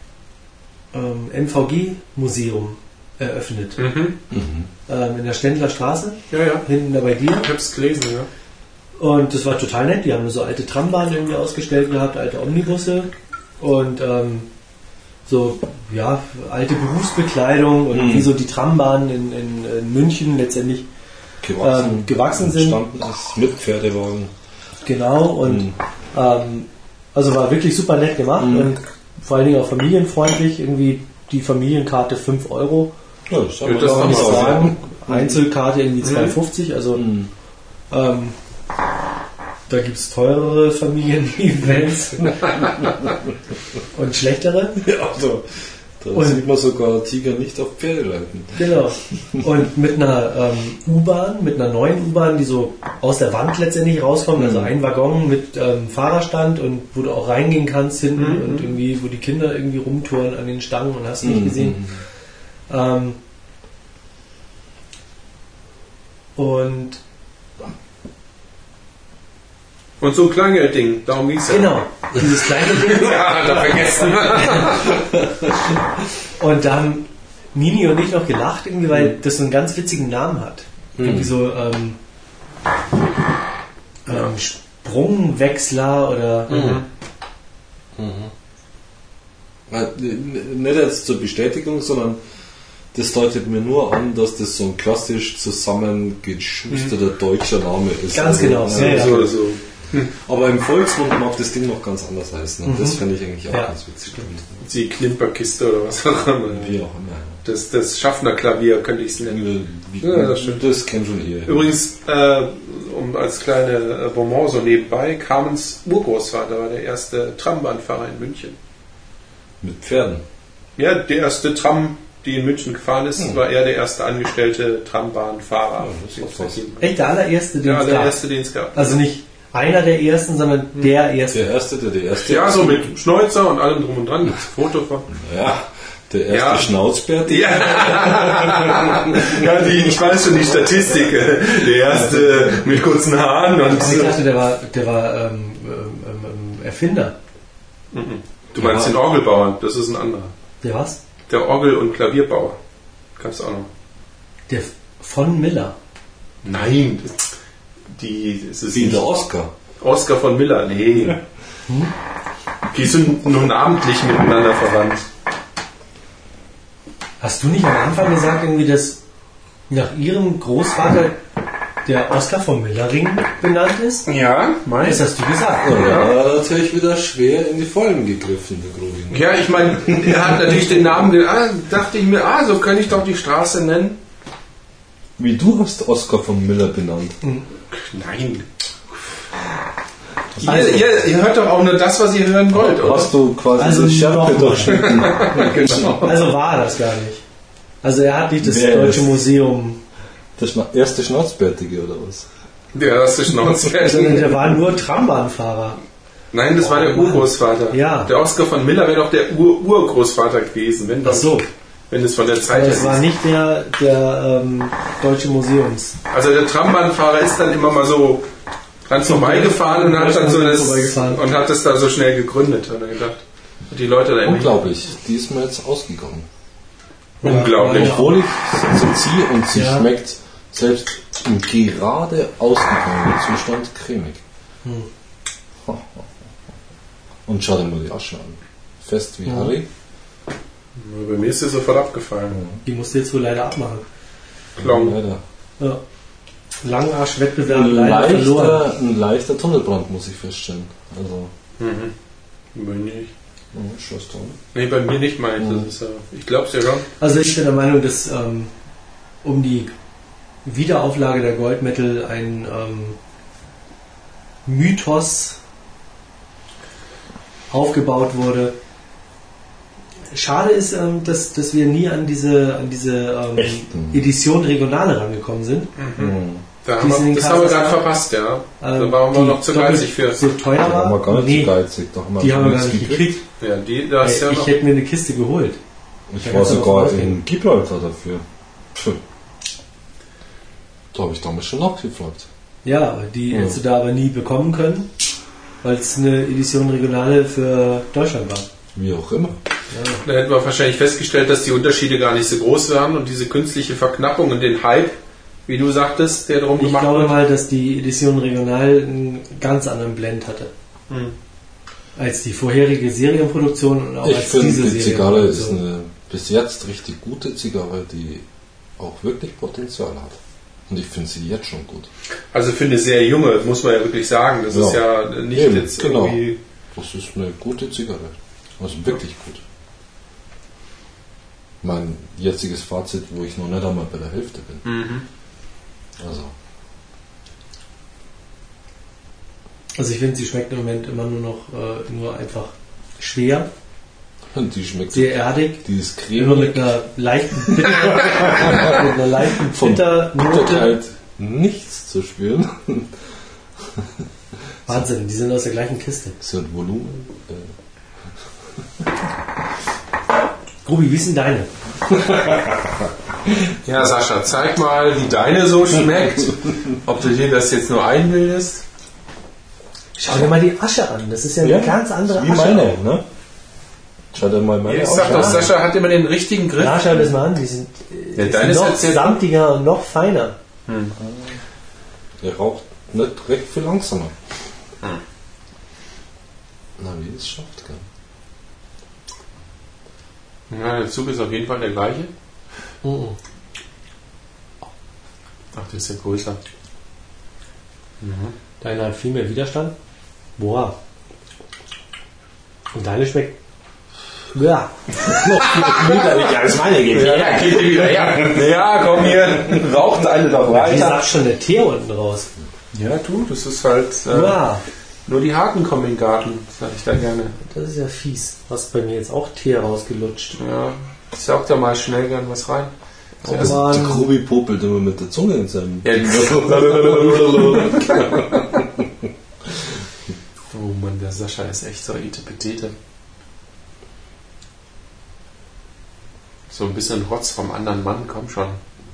MVG-Museum eröffnet. In der Stendler Straße, Ja. hinten da bei dir. Ich hab's gelesen, ja. Und das war total nett. Die haben so alte Trambahnen irgendwie ausgestellt gehabt, alte Omnibusse und so, ja, alte Berufsbekleidung und wie so die Trambahnen in München letztendlich gewachsen sind. Entstanden ist mit Pferdewagen. Genau, und also war wirklich super nett gemacht und vor allen Dingen auch familienfreundlich. Irgendwie die Familienkarte 5 Euro. Ja, das Ja, kann das man kann Muss man ich auch sagen. Einzelkarte irgendwie 2,50. Also da gibt es teurere Familien-Events und schlechtere. Ja, also, da sieht man sogar Tiger nicht auf Pferde reiten. Genau. Und mit einer U-Bahn, mit einer neuen U-Bahn, die so aus der Wand letztendlich rauskommt, also ein Waggon mit Fahrerstand und wo du auch reingehen kannst hinten und irgendwie, wo die Kinder irgendwie rumtouren an den Stangen und hast du nicht gesehen. Und so ein Kleingeldding, darum ging's ja. Genau, dieses kleine Ding. Ja, da vergessen. Und da haben Nini und ich noch gelacht, irgendwie, weil das so einen ganz witzigen Namen hat. Irgendwie so Sprungwechsler oder Nicht jetzt zur Bestätigung, sondern das deutet mir nur an, dass das so ein klassisch zusammengeschusterter deutscher Name ist. Ganz genau. Also, Ja. So. Aber im Volksmund mag das Ding noch ganz anders heißen. Und das finde ich eigentlich auch ganz witzig. Die Klimperkiste oder was auch immer. Wie auch immer. Das Schaffnerklavier könnte ich es nennen. Ja, das stimmt. Das kennt schon ihr. Übrigens, um als kleine Bonbon so nebenbei, Carmens Urgroßvater war der erste Trambahnfahrer in München. Mit Pferden. Ja, der erste Tram, die in München gefahren ist, war er der erste angestellte Trambahnfahrer. Ja, das ist was. echt der allererste, den Ja, es der gab. erste, den es gab. Also nicht einer der ersten, sondern der erste. Der erste. Ja, so mit Schnäuzer und allem drum und dran. Gibt's ein Foto von. Ja, der erste Ja. Schnauzbärte. Ja, ich weiß schon die Statistik. Der erste mit kurzen Haaren und Ich dachte, der war Erfinder. Du meinst den Orgelbauer, das ist ein anderer. Der was? Der Orgel- und Klavierbauer. Kannst du auch noch. Der von Miller. Nein, es ist Wie nicht der Oscar. Oskar von Miller, nee. Die sind nur namentlich miteinander verwandt. Hast du nicht am Anfang gesagt, irgendwie, dass nach ihrem Großvater der Oskar von Miller-Ring benannt ist? Ja, Das hast du gesagt. Ja, er hat natürlich wieder schwer in die Vollen gegriffen, der Grubin. Ja, ich meine, er hat natürlich den Namen, dachte ich mir, so könnte ich doch die Straße nennen. Wie du hast Oscar von Miller benannt. Nein. Ihr hört doch auch nur das, was ihr hören wollt, oder? Hast du quasi Also das Schärpe nochmal. durchschnitten? Genau. Also war das gar nicht. Also er hat nicht das Wer Deutsche ist- Museum, Der erste Schnauzbärtige oder was? Der erste sondern Schnauzbärtige. der war nur Trambahnfahrer. Nein, das war der Urgroßvater. Ja. Der Oskar von Miller wäre doch der Urgroßvater gewesen, wenn Ach so, es von der Zeit her das war ist. nicht der Deutsche Museums. Also der Trambahnfahrer ist dann immer mal so dran vorbeigefahren und hat dann so das Vorbeigefahren. und hat das da so schnell gegründet, hat er gedacht. Und die Leute da immer Unglaublich, die ist mir jetzt ausgegangen. unglaublich. Obwohl ich sie ziehe und sie Ja. schmeckt selbst im gerade ausgegangenen Zustand cremig. Und schau dir mal die Asche an. Fest wie Harry. Bei mir ist sie sofort abgefallen. Die musste jetzt wohl leider abmachen. Klong. Leider. Ja. Langarsch-Wettbewerb leider verloren. Ein leichter Tunnelbrand, muss ich feststellen. Also, Bei mir nicht. Schlosston. Nee, bei mir nicht, meine ich. Das ist ja, ich glaube es ja schon. Also ich bin der Meinung, dass um die Wiederauflage der Goldmetal ein Mythos aufgebaut wurde. Schade ist, dass wir nie an diese Edition Regionale rangekommen sind. Das haben wir gerade verpasst, ja. Da waren wir noch zu geizig für. So teuer Da waren wir war. gar nicht geizig. Die haben wir gar nicht gekriegt. Ja, das ja Ich noch. hätte mir eine Kiste geholt. Ich war sogar in Gibraltar dafür. Da habe ich damals schon nachgefragt. Ja, die hättest du da aber nie bekommen können, weil es eine Edition Regionale für Deutschland war. Wie auch immer. Da hätten wir wahrscheinlich festgestellt, dass die Unterschiede gar nicht so groß waren und diese künstliche Verknappung und den Hype, wie du sagtest, der drum Ich gemacht glaube wird. mal, dass die Edition Regional einen ganz anderen Blend hatte. Als die vorherige Serienproduktion und auch Ich als finde, diese die Zigarre ist Serienproduktion. eine bis jetzt richtig gute Zigarre, die auch wirklich Potenzial hat. Und ich finde sie jetzt schon gut. Also für eine sehr junge, muss man ja wirklich sagen. Das ist ja nicht Eben, jetzt genau. irgendwie... Das ist eine gute Zigarre. Also wirklich gut. Mein jetziges Fazit, wo ich noch nicht einmal bei der Hälfte bin. Also ich finde, sie schmeckt im Moment immer nur einfach schwer, Und die schmeckt sehr erdig. Die ist Immer cremig. mit einer leichten Bitternote. Bitterkeit nichts zu spüren. Wahnsinn, die sind aus der gleichen Kiste. Sie hat Volumen. Ruby, wie ist denn deine? Ja, Sascha, zeig mal, wie deine so schmeckt. Ob du dir das jetzt nur einbildest. Schau dir mal die Asche an. Das ist ja eine ganz andere Wie Asche. meine, ne? Schau dir mal meine Ich aus. sag doch, Sascha hat immer den richtigen Griff. Ja, schau dir das mal an. Die sind, Ja, die deine sind ist noch jetzt- samtiger und noch feiner. Der raucht nicht recht viel langsamer. Na, wie das schafft, gell? Ja, der Zug ist auf jeden Fall der gleiche. Mhm. Ach, das ist ja größer. Deine hat viel mehr Widerstand. Boah. Und deine schmeckt. Ja. Noch viel widerlicher als meine geht. Ja, geht die wieder her. Ja, komm hier, raucht eine doch Wie weiter. sagt schon der Teer unten raus? Ja, du, das ist halt... Ja. Nur die Harten kommen in den Garten, sag ich da gerne. Das ist ja fies. Hast bei mir jetzt auch Teer rausgelutscht. Ja, ich saug da mal schnell gern was rein. Oh, Also, Mann. der Grubi popelt immer mit der Zunge in seinem... Ja, oh Mann, der Sascha ist echt so Etepetete. So ein bisschen Rotz vom anderen Mann, komm schon.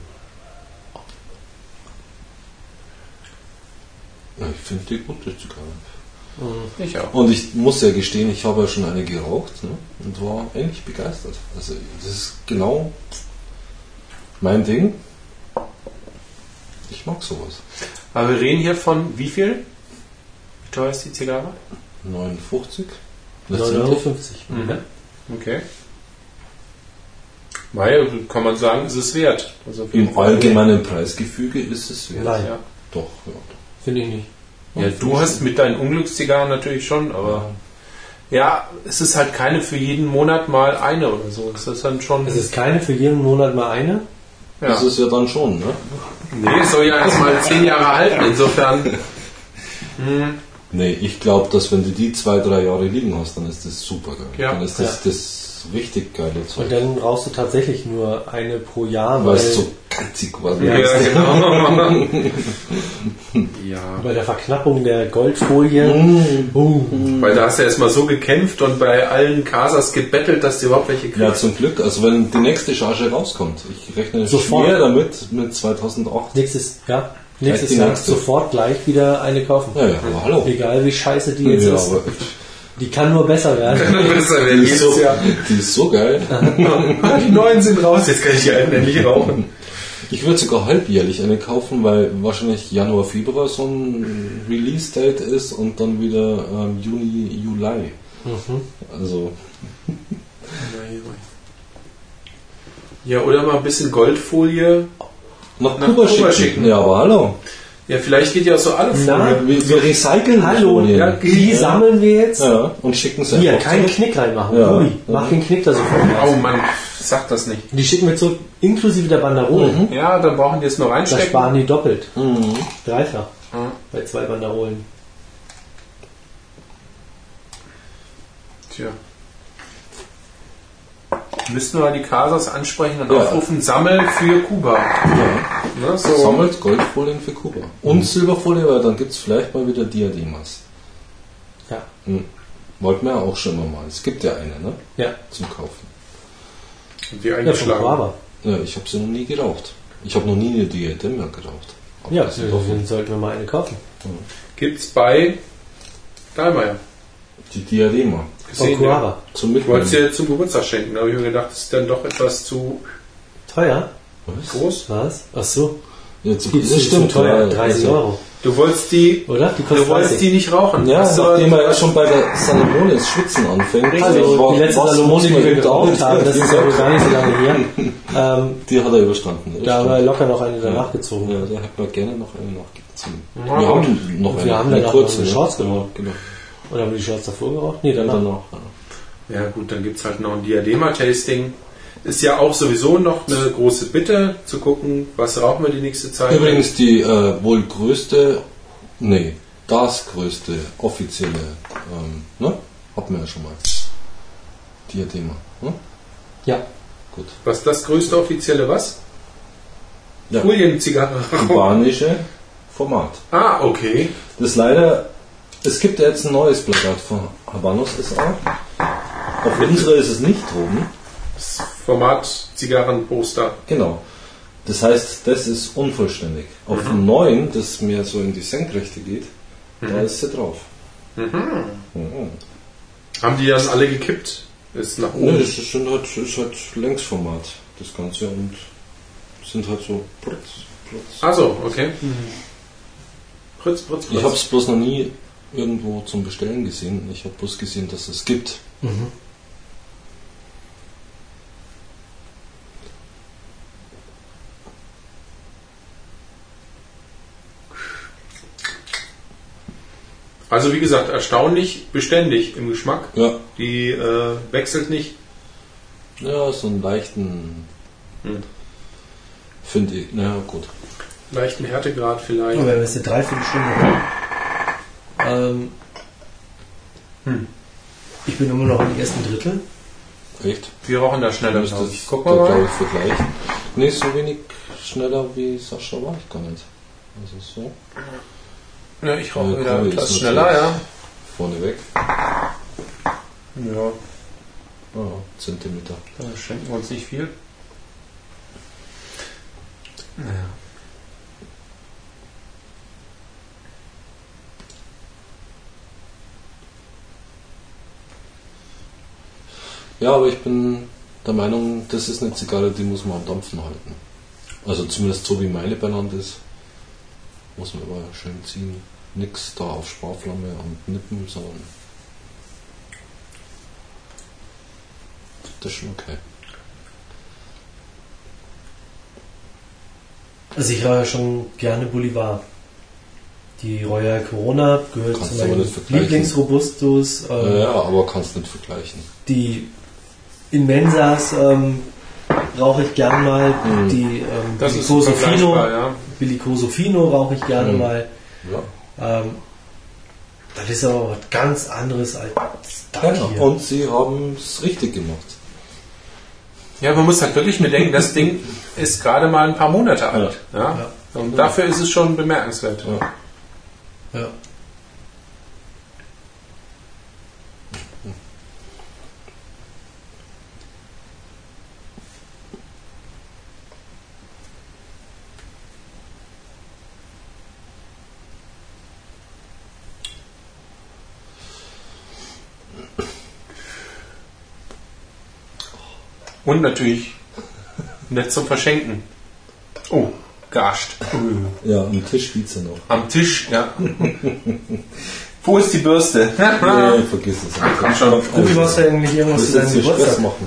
Ja, ich finde die gut, die Zigarre. Ich auch. Und ich muss ja gestehen, ich habe ja schon eine geraucht, ne? Und war eigentlich begeistert. Also das ist genau mein Ding. Ich mag sowas. Aber wir reden hier von wie viel? Wie teuer ist die Zigarre? 59. 9,50 Mhm. Okay. Weil, kann man sagen, ist es wert. Also auf jeden Im Fall. allgemeinen Preisgefüge ist es wert. Nein, Ja. Doch, ja. finde ich nicht. Ja, du hast mit deinen Unglückszigarren natürlich schon, aber ja, es ist halt keine für jeden Monat mal eine oder so. Das ist dann schon. Es ist keine für jeden Monat mal eine. ja. Das ist ja dann schon, ne? Nee, es soll ja erst mal 10 Jahre halten, insofern. Nee, ich glaube, dass wenn du die 2-3 Jahre liegen hast, dann ist das super geil. Ja. Dann ist das, das richtig geile Zeug. Und dann rauchst du tatsächlich nur eine pro Jahr, Weil weil es so geizig war. Ja, Ja, genau. Ja. bei der Verknappung der Goldfolie. Weil da hast du erstmal so gekämpft und bei allen Casas gebettelt, dass du überhaupt welche kriegst. Ja, zum Glück. Also wenn die nächste Charge rauskommt, ich rechne Sofort. schwer damit mit 2008. Nächstes Jahr die Jahr nächste. sofort gleich wieder eine kaufen. Ja, ja, aber hallo. Egal wie scheiße die jetzt Ja, ist. aber Die kann nur besser werden. Besser werden die ist, so, jedes Jahr. die ist so geil. Die neuen sind raus, jetzt kann ich die alten endlich rauchen. Ich würde sogar halbjährlich eine kaufen, weil wahrscheinlich Januar, Februar so ein Release-Date ist und dann wieder Juni, Juli. Also, Ja, oder mal ein bisschen Goldfolie. nach Nach Kuba Kuba schicken. schicken. Ja, aber hallo. Ja, vielleicht geht ja auch so Alufolie. Na, Wir recyceln Hallo, Folien. ja, die sammeln wir jetzt. Ja, und schicken sie Hier, einfach keinen zurück. Knick reinmachen. Ja. Uli, mach den Knick da sofort Oh rein. Mann, sag das nicht. Die schicken wir zurück, inklusive der Banderolen. Ja, dann brauchen die es nur Da reinstecken. sparen die doppelt. Mhm. Dreifach. Mhm. Bei 2 Banderolen. Tja. Müssten wir die Casas ansprechen und Ja. aufrufen, sammel für Kuba. Ja. Ne, so. Sammelt Goldfolien für Kuba. Und Silberfolie, weil dann gibt es vielleicht mal wieder Diademas. Ja. Wollten wir ja auch schon mal. Es gibt ja eine, ne? Ja. Zum Kaufen. Und die Ja, von eingeschlagen. Guava. Ja, ich habe sie noch nie geraucht. Ich habe noch nie eine Diadema geraucht. Aber Ja, das sind doch dann sollten wir mal eine kaufen. Gibt's bei Dahlmeier. die Diadema. Von Gesehen, ja. Guava. Zum Ich wollte Mitnehmen. sie jetzt zum Geburtstag schenken, da habe ich mir gedacht, das ist dann doch etwas zu Teuer? Was? groß. Was? Ach so. Ja, zu Die ist nicht so teuer. 30 Euro. Du wolltest die, Oder? Die du kostet wolltest 30. die nicht rauchen. Ja, Hast du nachdem er ja schon bei der Salomone das Schwitzen anfängt. Also, die letzte was Salomone, muss die man wir überhaupt geraucht haben, das ist ja wohl gar nicht so lange her. Die hat er überstanden. Da haben wir locker noch eine danach gezogen. Ja, da hätten wir gerne noch eine nachgezogen. Ja, wir gut. haben noch Und wir haben eine danach kurze, noch eine ne? Shorts geraucht. Genau. Oder haben wir die Shorts davor geraucht? Nee, Ja, danach. danach. Ja. Ja gut, dann gibt's halt noch ein Diadema-Tasting. Ist ja auch sowieso noch eine große Bitte, zu gucken, was rauchen wir die nächste Zeit. Übrigens die wohl größte, das größte offizielle, ne? Hatten wir ja schon mal. Diadema. Ne? Ja. Gut. Was ist das größte offizielle was? Ja. Folienzigarre. Kubanische Format. Ah, okay. Das leider, es gibt ja jetzt ein neues Plakat von Habanos SA. Auf unsere ist es nicht oben. Das Format Zigarrenposter. Genau. Das heißt, das ist unvollständig. Auf dem neuen, das mehr so in die Senkrechte geht, da ist sie drauf. Mhm. Haben die dann alle gekippt? Ist nach Ne, oben. das ist halt Längsformat, das Ganze, und sind halt so Prutz. Also, okay. Pritz. Ich habe es bloß noch nie irgendwo zum Bestellen gesehen. Ich habe bloß gesehen, dass es gibt. Also wie gesagt, erstaunlich beständig im Geschmack. Ja. Die wechselt nicht. Ja, so einen leichten, finde ich, na gut. Leichten Härtegrad vielleicht. Ja, wenn wir jetzt eine Dreiviertelstunde haben. Ich bin immer noch im ersten Drittel. Echt? Wir rauchen da schneller, Müsste glaube ich. es Guck da, mal. glaube ich, vergleichen. Nee, so wenig schneller wie Sascha war ich gar nicht. Also so. Ja, ich rauche Ja, wieder cool, etwas ist schneller, natürlich ja. Vorne weg. Ja, Zentimeter. da schenken wir uns nicht viel. Ja, aber ich bin der Meinung, das ist eine Zigarre, die muss man am Dampfen halten. Also zumindest so wie meine benannt ist, muss man aber schön ziehen. Nix da auf Sparflamme und Nippen, sondern das ist schon okay. Also ich rauche schon gerne Bolivar. Die Royal Corona gehört Kannst zu du aber meinen nicht vergleichen. Lieblingsrobustus. Ja, aber kannst nicht vergleichen. Die Inmensas rauche ich gern mal. Die Das ist Bellicoso vergleichbar, Fino, ja. Bellicoso Fino rauche ich gerne mal. Ja. Das ist aber was ganz anderes als das Ja, hier. und sie haben es richtig gemacht. Ja, man muss halt wirklich bedenken, das Ding ist gerade mal ein paar Monate alt. Ja. Und dafür ist es schon bemerkenswert. Ja. Ja. Und natürlich nett zum Verschenken. Oh, gascht. Ja, am Tisch liegt sie noch. Am Tisch, ja. Wo ist die Bürste? Nee, vergiss es einfach. Komm schon. Rufi, was du eigentlich irgendwas zu Das deinem ist Stress Geburtstag? machen.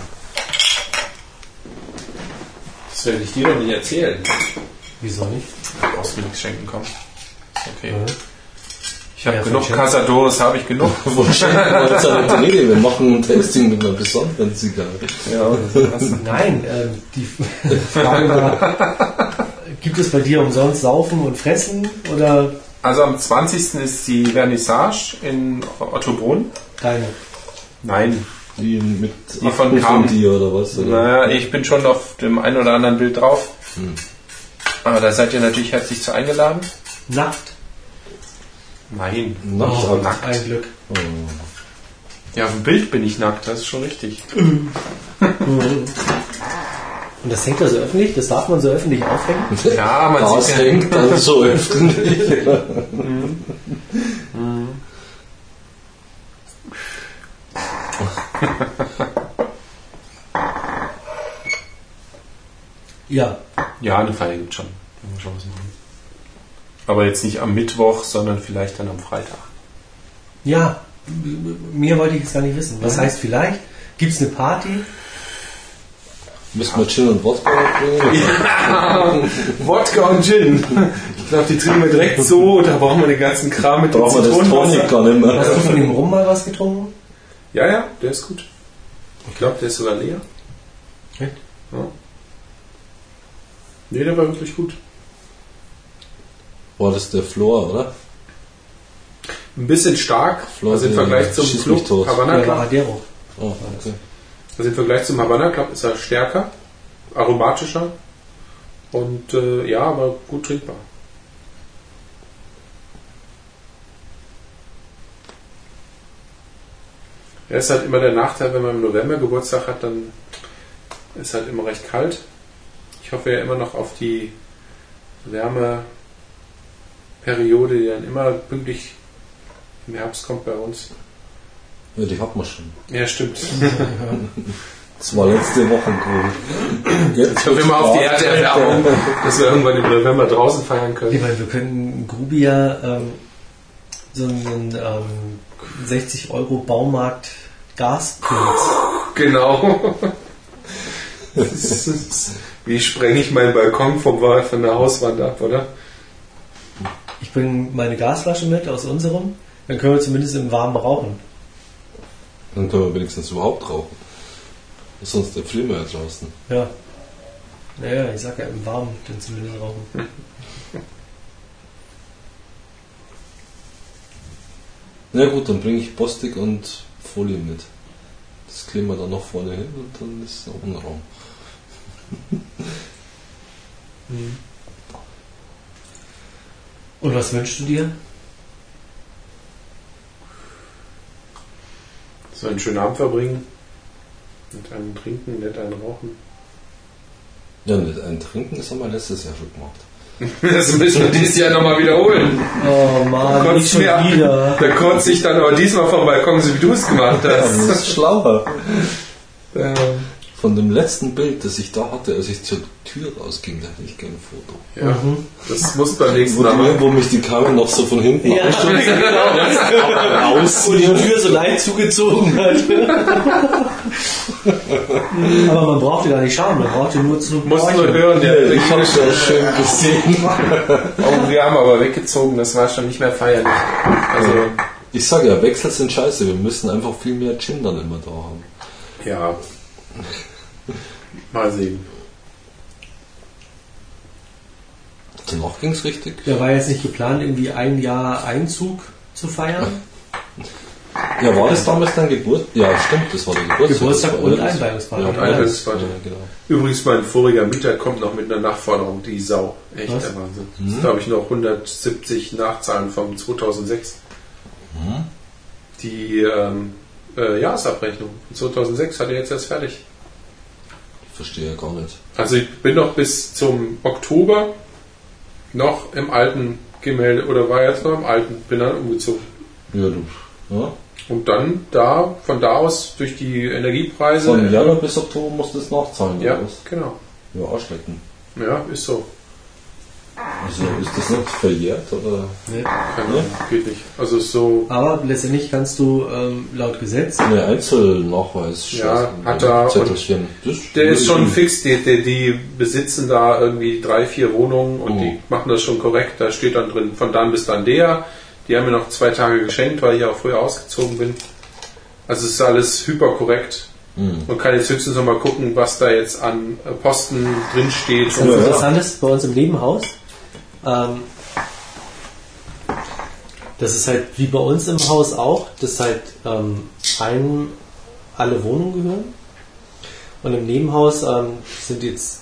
Das werde ich dir doch nicht erzählen. Wieso nicht? Da brauchst du mir nichts schenken, komm. Okay. Mhm. Ich habe Ja, genug von Casadores, habe ich genug. Wir machen ein Tasting mit einer besonderen Zigarre. Ja, Nein, die Frage war, gibt es bei dir umsonst Saufen und Fressen oder also am 20. ist die Vernissage in Ottobrunn. keine? Nein. Die mit Die von Achten Kam. dir oder was? Oder? Naja, ich bin schon auf dem einen oder anderen Bild drauf. Aber da seid ihr natürlich herzlich zu eingeladen. Nackt? Nein. Nachtakt. nackt. Ein Glück. Ja, auf dem Bild bin ich nackt, das ist schon richtig. Und das hängt ja so öffentlich? Das darf man so öffentlich aufhängen? Ja, man Das sieht ja. hängt dann so öffentlich. Ja. Ja, eine Feier gibt schon. Können wir schon was machen. Aber jetzt nicht am Mittwoch, sondern vielleicht dann am Freitag. Ja, mehr wollte ich jetzt gar nicht wissen. Was heißt vielleicht? Gibt es eine Party? Müssen wir Gin und Wodka bringen? Wodka und Gin. Ich glaube, die trinken wir direkt so. Da brauchen wir den ganzen Kram mit Brauchen wir das Tonic gar nicht Hast du mehr. von dem Rum mal was getrunken? Ja, der ist gut. Ich glaube, der ist sogar leer. Echt? Ja. Nee, der war wirklich gut. War das der Flor, oder? Ein bisschen stark, Flor, also im der Vergleich zum schießt mich Club tot. Havana Ja, Club. Adero. Oh, okay. Also im Vergleich zum Havana Club ist er stärker, aromatischer und ja, aber gut trinkbar. Er ist halt immer der Nachteil, wenn man im November Geburtstag hat, dann ist halt immer recht kalt. Ich hoffe ja immer noch auf die Wärmeperiode, die dann immer pünktlich im Herbst kommt bei uns. Ja, die hat man schon. Ja, stimmt. Das war letzte Woche cool. Ich hoffe immer auf die Erderwärmung, dass wir irgendwann im November draußen feiern Ich können. meine, wir können Grubia so einen 60 € Baumarkt Gaspilz. Genau. Wie sprenge ich meinen Balkon von der Hauswand ab, oder? Ich bringe meine Gasflasche mit aus unserem, dann können wir zumindest im Warmen rauchen. Dann können wir wenigstens überhaupt rauchen. Sonst erfrieren wir ja draußen. Ja. Naja, ich sag ja im Warmen dann zumindest rauchen. Na gut, dann bringe ich Bostik und Folie mit. Das kleben wir dann noch vorne hin und dann ist noch ein Raum. Und was wünschst du dir? So einen schönen Abend verbringen. Mit einem Trinken, nett einen Rauchen. Ja, nicht ein Trinken, das haben wir letztes Jahr schon gemacht. Das müssen wir dieses Jahr nochmal wiederholen. Oh Mann, nicht schon wieder. Da kotze ich dann aber diesmal vom Balkon, so wie du es gemacht Ja, hast. das ist schlauer. Ähm, Von dem letzten Bild, das ich da hatte, als ich zur Tür rausging, da hätte ich gerne ein Foto. ja, das muss beim nächsten Mal machen. Wo mich die Kamera noch so von hinten Ja, genau. aus. Wo die Tür so leicht zugezogen hat. Aber man brauchte gar nicht schauen, man brauchte nur zu Musst nur horchen. hören, der Ich habe es ja schön gesehen. Oh, wir haben aber weggezogen, das war schon nicht mehr feierlich. Also, Ich sage ja, Wechsel sind scheiße. Wir müssen einfach viel mehr Gin dann immer da haben. ja. Mal sehen. Danach ging es richtig. Der war jetzt nicht geplant, irgendwie ein Jahr Einzug zu feiern. Ja, war das damals dein Geburt? Ja, stimmt, das war der Geburtstag. Geburtstag Das war und alles. Einweihungsparty. Ja, Und Einweihungsparty. Ja, genau. Übrigens, mein voriger Mieter kommt noch mit einer Nachforderung, die Sau. Echt Was? der Wahnsinn. Das ist, glaube ich, noch 170 Nachzahlen vom 2006. Die Jahresabrechnung von 2006 hat er jetzt erst fertig. Verstehe ja gar nicht. Also ich bin noch bis zum Oktober noch im alten Gemälde, oder war jetzt noch im alten, bin dann umgezogen. Ja, du. Ja. Und dann von da aus durch die Energiepreise. Von Januar bis Oktober musst du es nachzahlen, Ja, oder was? genau. Ja, Arschlecken. Ja, ist so. Also ist das nicht verjährt oder? Ne? Keine Ahnung, geht nicht. Also so. Aber letztendlich kannst du laut Gesetz. Eine Einzelnachweis. Ja, hat er. Zettelchen. Der ist schon fix. Die besitzen da irgendwie 3-4 Wohnungen und die machen das schon korrekt. Da steht dann drin, von dann bis dann der. Die haben mir noch 2 Tage geschenkt, weil ich auch früher ausgezogen bin. Also es ist alles hyperkorrekt. Man kann jetzt höchstens noch mal gucken, was da jetzt an Posten drin steht. Das Interessante ist, bei uns im Nebenhaus, das ist halt wie bei uns im Haus auch, dass halt einem alle Wohnungen gehören. Und im Nebenhaus sind jetzt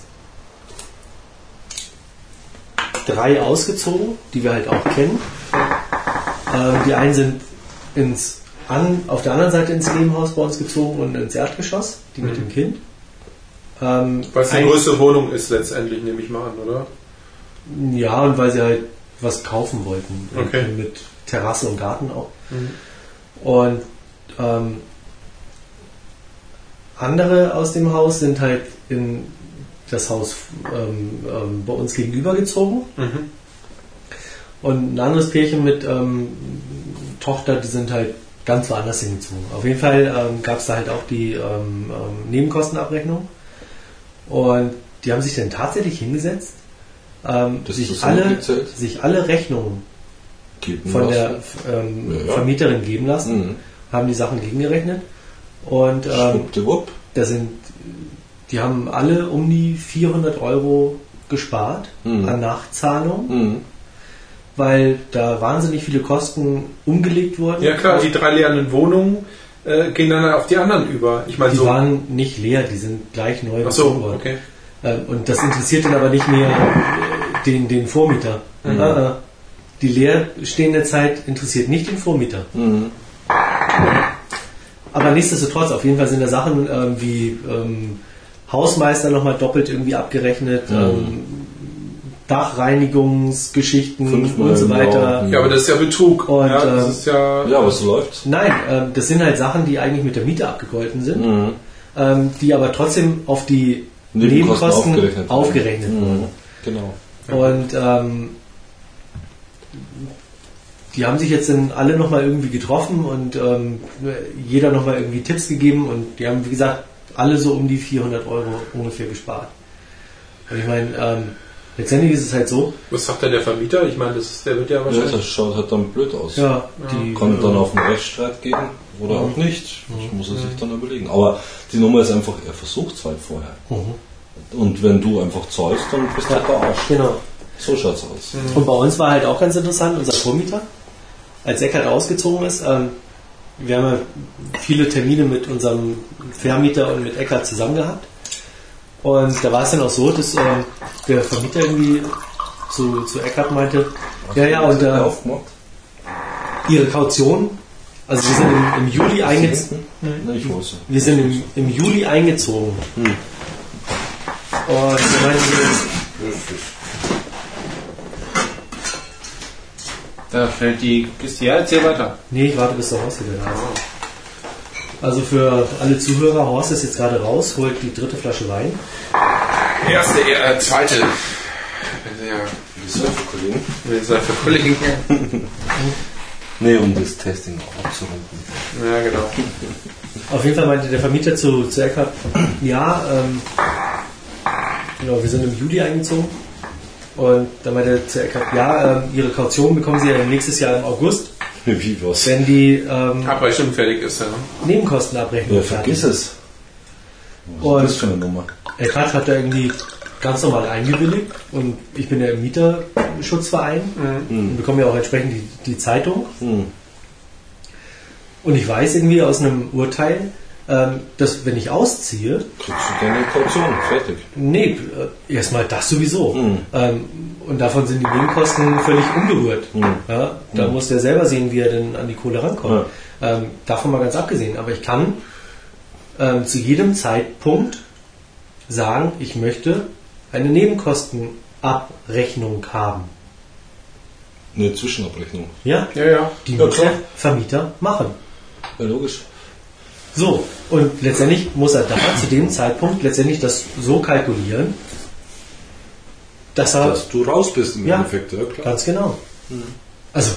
3 ausgezogen, die wir halt auch kennen. Die einen sind auf der anderen Seite ins Nebenhaus bei uns gezogen und ins Erdgeschoss, die mit dem Kind. Was die größte Wohnung ist letztendlich, nehme ich mal an, oder? Ja, und weil sie halt was kaufen wollten. Okay. Mit Terrasse und Garten auch. Und andere aus dem Haus sind halt in das Haus bei uns gegenüber gezogen. Und ein anderes Pärchen mit Tochter, die sind halt ganz woanders hingezogen. Auf jeden Fall gab es da halt auch die Nebenkostenabrechnung. Und die haben sich dann tatsächlich hingesetzt, sich alle Rechnungen von der Vermieterin geben lassen, haben die Sachen gegengerechnet und die haben alle um die 400 € gespart an Nachzahlung, weil da wahnsinnig viele Kosten umgelegt wurden. Ja klar, die 3 leeren Wohnungen gehen dann auf die anderen über. Ich meine, die waren nicht leer, die sind gleich neu bezogen worden. Okay. Und das interessiert dann aber nicht mehr den Vormieter. Die leerstehende Zeit interessiert nicht den Vormieter. Aber nichtsdestotrotz, auf jeden Fall sind da Sachen wie Hausmeister nochmal doppelt irgendwie abgerechnet, Dachreinigungsgeschichten und so weiter. Ja, aber das ist ja Betrug. Und, das ist ja was läuft? Nein, das sind halt Sachen, die eigentlich mit der Miete abgegolten sind, die aber trotzdem auf die Nebenkosten aufgerechnet wurden. Genau. Und die haben sich jetzt dann alle nochmal irgendwie getroffen und jeder nochmal irgendwie Tipps gegeben und die haben, wie gesagt, alle so um die 400 € ungefähr gespart. Und ich meine, letztendlich ist es halt so. Was sagt denn der Vermieter? Ich meine, der wird ja wahrscheinlich. Ja, das schaut halt dann blöd aus. Ja, kann dann auf einen Rechtsstreit gehen oder auch nicht. Das muss er sich dann überlegen. Aber die Nummer ist einfach, er versucht es halt vorher. Und wenn du einfach zahlst, dann bist du der Arsch. Genau. So schaut's aus. Und bei uns war halt auch ganz interessant, unser Vormieter, als Eckart ausgezogen ist, wir haben ja viele Termine mit unserem Vermieter und mit Eckart zusammen gehabt. Und da war es dann auch so, dass der Vermieter irgendwie zu Eckart meinte, und ihre Kaution, also wir sind im Juli eingezogen. Wir sind im Juli eingezogen. Und er meinte da fällt die Kiste. Ja, erzähl weiter. Nee, ich warte, bis der Horst wieder da ist. Also für alle Zuhörer, Horst ist jetzt gerade raus, holt die 3. Flasche Wein. Erste, zweite. Ja. Wie seid für Kollegen? Nee, um das Testing auch abzurunden. Ja, genau. Auf jeden Fall meinte der Vermieter zu Eckart, genau, wir sind im Juli eingezogen. Und dann meinte er zu Eckart, ihre Kaution bekommen sie ja nächstes Jahr im August. Wie was? Wenn die Abrechnung fertig ist, ja. Nebenkostenabrechnung vergiss es. Was ist das für eine Nummer? Eckart hat da irgendwie ganz normal eingewilligt und ich bin ja im Mieterschutzverein und bekomme ja auch entsprechend die Zeitung. Und ich weiß irgendwie aus einem Urteil, dass wenn ich ausziehe... Kriegst du deine Kaution, fertig. Nee, erstmal das sowieso. Und davon sind die Nebenkosten völlig unberührt. Ja, da muss der selber sehen, wie er denn an die Kohle rankommt. Davon mal ganz abgesehen. Aber ich kann zu jedem Zeitpunkt sagen, ich möchte eine Nebenkostenabrechnung haben. Eine Zwischenabrechnung. Ja. Die muss der Vermieter machen. Ja, logisch. So, und letztendlich muss er da zu dem Zeitpunkt letztendlich das so kalkulieren, dass du raus bist im Ja, Endeffekt. Ja, klar. ganz genau. Also,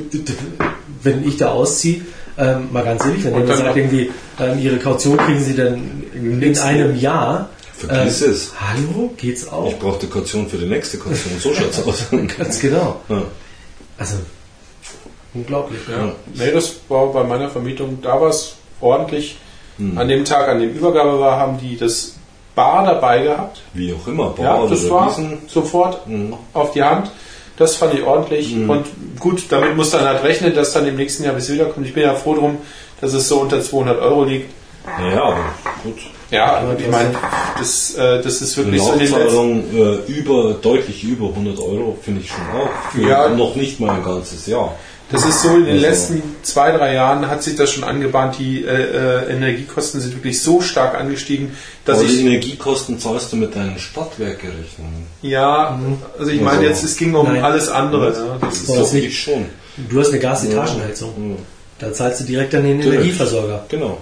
wenn ich da ausziehe, mal ganz ehrlich, wenn jemand sagt, irgendwie, ihre Kaution kriegen sie dann in einem Jahr. Vergiss es. Hallo, geht's auch? Ich brauche die Kaution für die nächste Kaution. So schaut's aus. Ganz genau. Ja. Also, unglaublich. Ja. Nee, das war bei meiner Vermietung, da war es ordentlich. An dem Tag, an dem Übergabe war, haben die das Bar dabei gehabt. Wie auch immer. Bar Ja, oder das war Wiesen. sofort auf die Hand. Das fand ich ordentlich. Und gut, damit muss dann halt rechnen, dass dann im nächsten Jahr bis wiederkommt. Ich bin ja froh drum, dass es so unter 200 Euro liegt. Ja, aber gut. Ja, ich meine, das ist wirklich so. Laufzahlung deutlich über 100 Euro finde ich schon auch. Für noch nicht mal ein ganzes Jahr. Das ist so, in den letzten 2-3 Jahren hat sich das schon angebahnt. Die Energiekosten sind wirklich so stark angestiegen, dass aber die Energiekosten zahlst du mit deinen Stadtwerke-Rechnungen. Ja, also ich meine jetzt, es ging um alles andere. Ja. Das ist doch nicht schon. Du hast eine Gasetagenheizung. Da zahlst du direkt an den Energieversorger. Genau.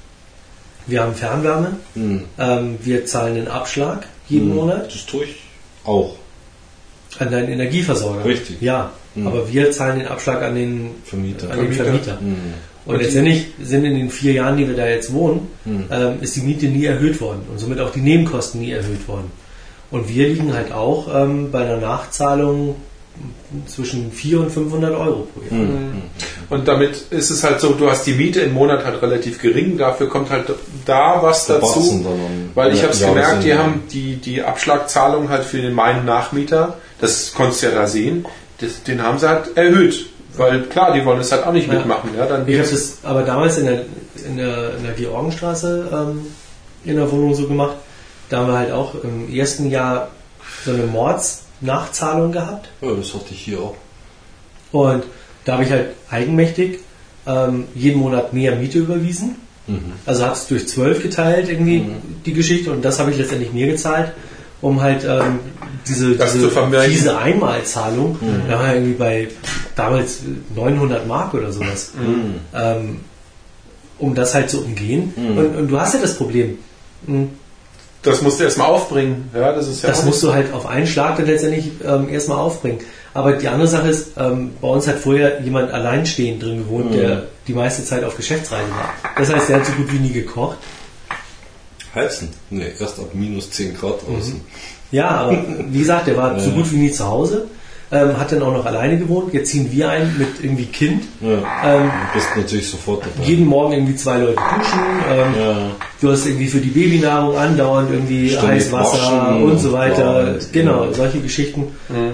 Wir haben Fernwärme. Wir zahlen den Abschlag jeden Monat. Das tue ich auch. An deinen Energieversorger. Richtig. Ja, aber wir zahlen den Abschlag an den Vermieter. Und letztendlich sind in den 4 Jahren, die wir da jetzt wohnen, ist die Miete nie erhöht worden und somit auch die Nebenkosten nie erhöht worden. Und wir liegen halt auch bei einer Nachzahlung zwischen 400 und 500 Euro pro Jahr. Und damit ist es halt so, du hast die Miete im Monat halt relativ gering, dafür kommt halt da was dazu, weil ich habe es gemerkt, die haben die Abschlagzahlung halt für den meinen Nachmieter, das konntest du ja da sehen, den haben sie halt erhöht, weil klar, die wollen es halt auch nicht mitmachen. Ja, dann ich habe das aber damals in der Georgenstraße in der Wohnung so gemacht, da haben wir halt auch im ersten Jahr so eine Mordsnachzahlung gehabt. Ja, das hatte ich hier auch. Und da habe ich halt eigenmächtig jeden Monat mehr Miete überwiesen. Also habe es durch 12 geteilt, irgendwie die Geschichte, und das habe ich letztendlich mir gezahlt, um halt diese Einmalzahlung, da war irgendwie bei damals 900 Mark oder sowas, um das halt zu umgehen. Und du hast ja das Problem. Das musst du erstmal aufbringen. Ja, das musst du halt auf einen Schlag dann letztendlich erstmal aufbringen. Aber die andere Sache ist, bei uns hat vorher jemand alleinstehend drin gewohnt, der die meiste Zeit auf Geschäftsreise war. Das heißt, der hat so gut wie nie gekocht. Heizen? Nee, erst ab minus 10 Grad außen. Ja, aber wie gesagt, der war so gut wie nie zu Hause. Hat dann auch noch alleine gewohnt. Jetzt ziehen wir ein mit irgendwie Kind. Du bist natürlich sofort dabei. Jeden Morgen irgendwie 2 Leute duschen. Du hast irgendwie für die Babynahrung andauernd irgendwie ständig Heißwasser und so weiter. Und genau, solche Geschichten.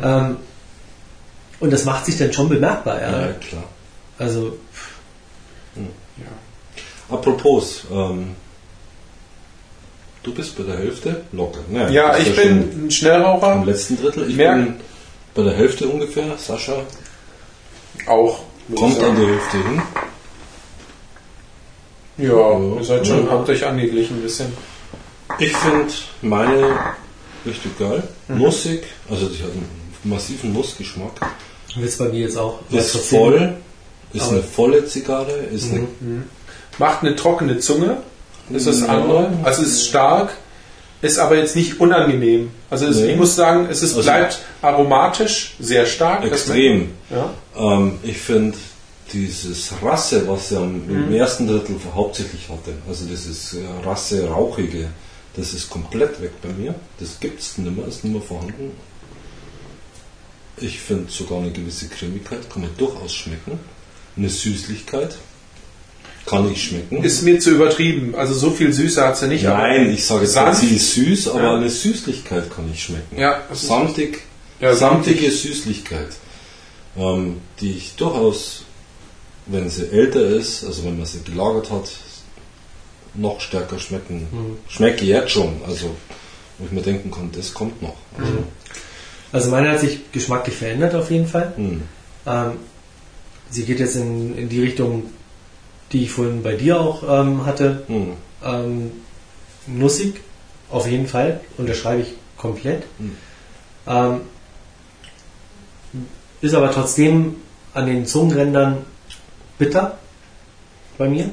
Und das macht sich dann schon bemerkbar. Ja, klar. Also. Apropos, du bist bei der Hälfte locker. Naja, ja, ich bin ein Schnellraucher. Im letzten Drittel. Ich bin bei der Hälfte ungefähr. Sascha auch. Kommt an die Hälfte hin. Ja, ihr seid schon, habt euch angeglichen ein bisschen. Ich finde meine richtig geil. Nussig, also die hat einen massiven Nussgeschmack. Wird bei mir jetzt auch. Ist voll, ist eine volle Zigarre, ist eine macht eine trockene Zunge, ist das andere. Also es ist stark, ist aber jetzt nicht unangenehm. Also ich muss sagen, bleibt aromatisch sehr stark. Extrem. Ich finde dieses Rasse, was er im ersten Drittel hauptsächlich hatte, also dieses Rasse Rauchige, das ist komplett weg bei mir. Das gibt es nicht mehr, ist nicht mehr vorhanden. Ich finde sogar eine gewisse Cremigkeit, kann man durchaus schmecken. Eine Süßlichkeit kann ich schmecken. Ist mir zu übertrieben, also so viel Süße hat sie nicht. Nein, ich sage jetzt, sie ist süß, aber eine Süßlichkeit kann ich schmecken. Ja, samtige Süßlichkeit, die ich durchaus, wenn sie älter ist, also wenn man sie gelagert hat, noch stärker schmecken. Schmecke jetzt schon, also wo ich mir denken kann, das kommt noch. Also meine hat sich geschmacklich verändert auf jeden Fall. Sie geht jetzt in die Richtung, die ich vorhin bei dir auch hatte. Nussig, auf jeden Fall, unterschreibe ich komplett. Ist aber trotzdem an den Zungenrändern bitter bei mir.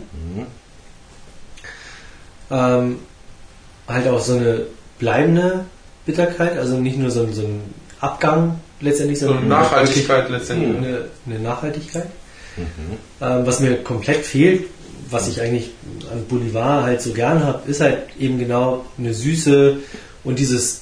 Halt auch so eine bleibende Bitterkeit, also nicht nur so ein Abgang letztendlich, sondern Und Nachhaltigkeit letztendlich. Eine Nachhaltigkeit. Was mir komplett fehlt, was ich eigentlich an Bolivar halt so gern habe, ist halt eben genau eine Süße und dieses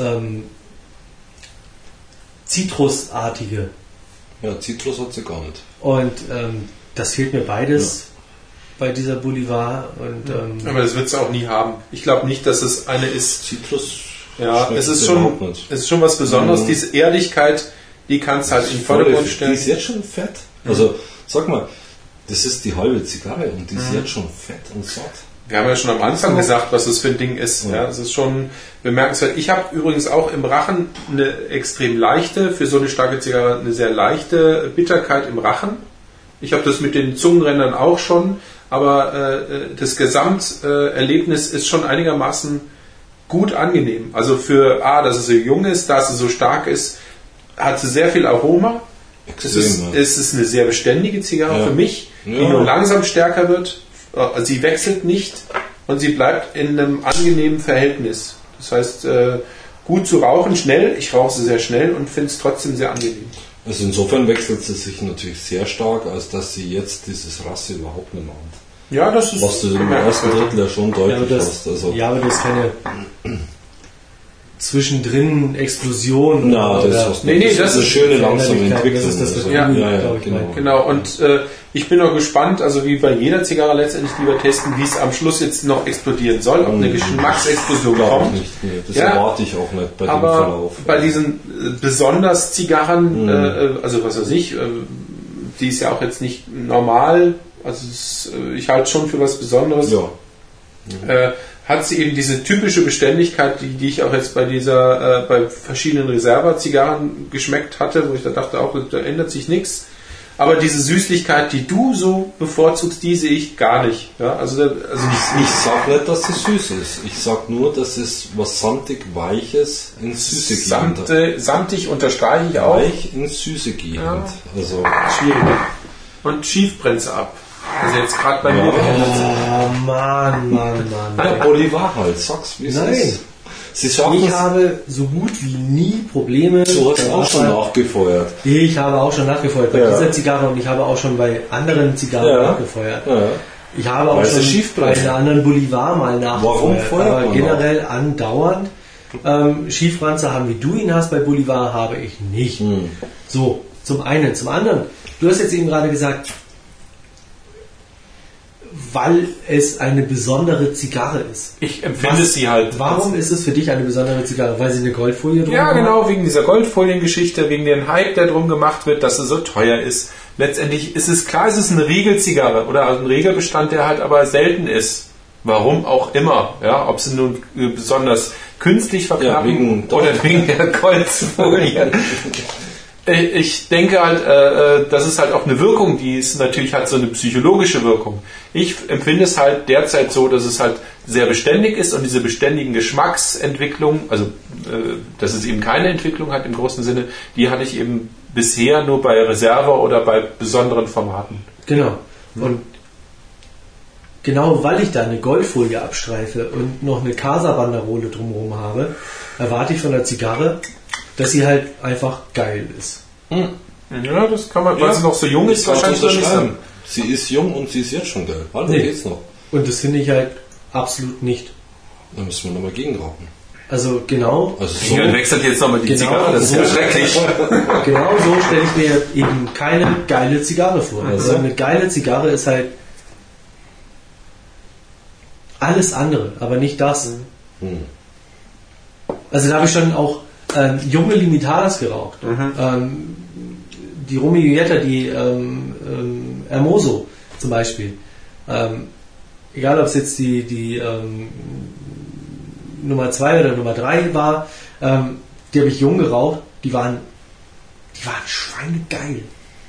Zitrusartige. Ja, Zitrus hat sie gar nicht. Und das fehlt mir beides bei dieser Bolivar. Und, aber das wird es auch nie haben. Ich glaube nicht, dass es eine ist. Zitrus. Ja, es ist schon was Besonderes. Diese Erdigkeit, die kannst du halt in den Vordergrund stellen. Die ist jetzt schon fett. Also, sag mal, das ist die halbe Zigarre und die ist jetzt schon fett und satt. Wir haben ja schon am Anfang gesagt, was das für ein Ding ist. Ja, es ist schon bemerkenswert. Ich habe übrigens auch im Rachen eine extrem leichte, für so eine starke Zigarre, eine sehr leichte Bitterkeit im Rachen. Ich habe das mit den Zungenrändern auch schon, aber das Gesamterlebnis ist schon einigermaßen gut angenehm. Also für dass es so jung ist, dass es so stark ist, hat sie sehr viel Aroma. Es ist eine sehr beständige Zigarre für mich, die nur langsam stärker wird. Sie wechselt nicht und sie bleibt in einem angenehmen Verhältnis. Das heißt, gut zu rauchen, schnell. Ich rauche sie sehr schnell und finde es trotzdem sehr angenehm. Also insofern wechselt sie sich natürlich sehr stark, als dass sie jetzt dieses Rasse überhaupt nicht macht. Ja, das ist... Was du im ersten Drittel ja schon deutlich hast. Also ja, aber das ist keine zwischendrin Explosion. Na, das ist eine schöne langsame Entwicklung. Das ist das, was genau. Und ich bin auch gespannt, also wie bei jeder Zigarre letztendlich, die wir testen, wie es am Schluss jetzt noch explodieren soll, ob eine Geschmacksexplosion kommt. Nicht, nee, das erwarte ich auch nicht bei dem Verlauf. Bei diesen besonders Zigarren, also was weiß ich, die ist ja auch jetzt nicht normal, also ich halte es schon für was Besonderes. Ja. Hat sie eben diese typische Beständigkeit, die ich auch jetzt bei bei verschiedenen Reserva-Zigarren geschmeckt hatte, wo ich da dachte auch, da ändert sich nichts. Aber diese Süßlichkeit, die du so bevorzugst, die sehe ich gar nicht. Ja, also ich sage nicht, dass sie süß ist. Ich sage nur, dass es was samtig Weiches ins Süße geht. Samtig unterstreiche ich auch. Weich ins Süße gehend. Ja. Also schwierig. Und schief brennt sie ab. Also jetzt gerade bei mir. Oh, Mann. Ja, Bolivar halt, sag's wie es ist. Ich habe so gut wie nie Probleme. Du hast auch schon nachgefeuert. Ich habe auch schon nachgefeuert bei dieser Zigarre und ich habe auch schon bei anderen Zigarren nachgefeuert. Ja. Ich habe auch schon bei einer anderen Bolivar mal nachgefeuert. Warum feuert aber generell andauernd. Schiefranzer haben, wie du ihn hast bei Bolivar, habe ich nicht. So, zum einen. Zum anderen, du hast jetzt eben gerade gesagt, weil es eine besondere Zigarre ist. Ich empfinde sie halt. Warum ist es für dich eine besondere Zigarre? Weil sie eine Goldfolie drum hat? Ja, genau, wegen dieser Goldfoliengeschichte, wegen dem Hype, der drum gemacht wird, dass sie so teuer ist. Letztendlich ist es klar, es ist eine Riegelzigarre oder ein Regelbestand, der halt aber selten ist. Warum auch immer. Ja, ob sie nun besonders künstlich verknappen oder wegen der Goldfolie. Ich denke halt, das ist halt auch eine Wirkung, die ist natürlich halt so eine psychologische Wirkung. Ich empfinde es halt derzeit so, dass es halt sehr beständig ist und diese beständigen Geschmacksentwicklungen, also dass es eben keine Entwicklung hat im großen Sinne, die hatte ich eben bisher nur bei Reserva oder bei besonderen Formaten. Genau. Und genau weil ich da eine Goldfolie abstreife und noch eine Casa-Banderole drumherum habe, erwarte ich von der Zigarre, dass sie halt einfach geil ist. Ja, das kann man, weil sie noch so jung ist, wahrscheinlich nicht sein. Sie ist jung und sie ist jetzt schon geil. Hallo, geht's noch? Und das finde ich halt absolut nicht. Da müssen wir nochmal gegenrauchen. Also genau. Also so wechselt jetzt nochmal die Zigarre, das ist ja schrecklich. Genau so stelle ich mir eben keine geile Zigarre vor. Also eine geile Zigarre ist halt alles andere, aber nicht das. Also da habe ich schon auch junge Limitadas geraucht. Die Romeo Julieta, die Hermoso zum Beispiel. Egal ob es jetzt die Nummer 2 oder Nummer 3 war, die habe ich jung geraucht, die waren schweinegeil.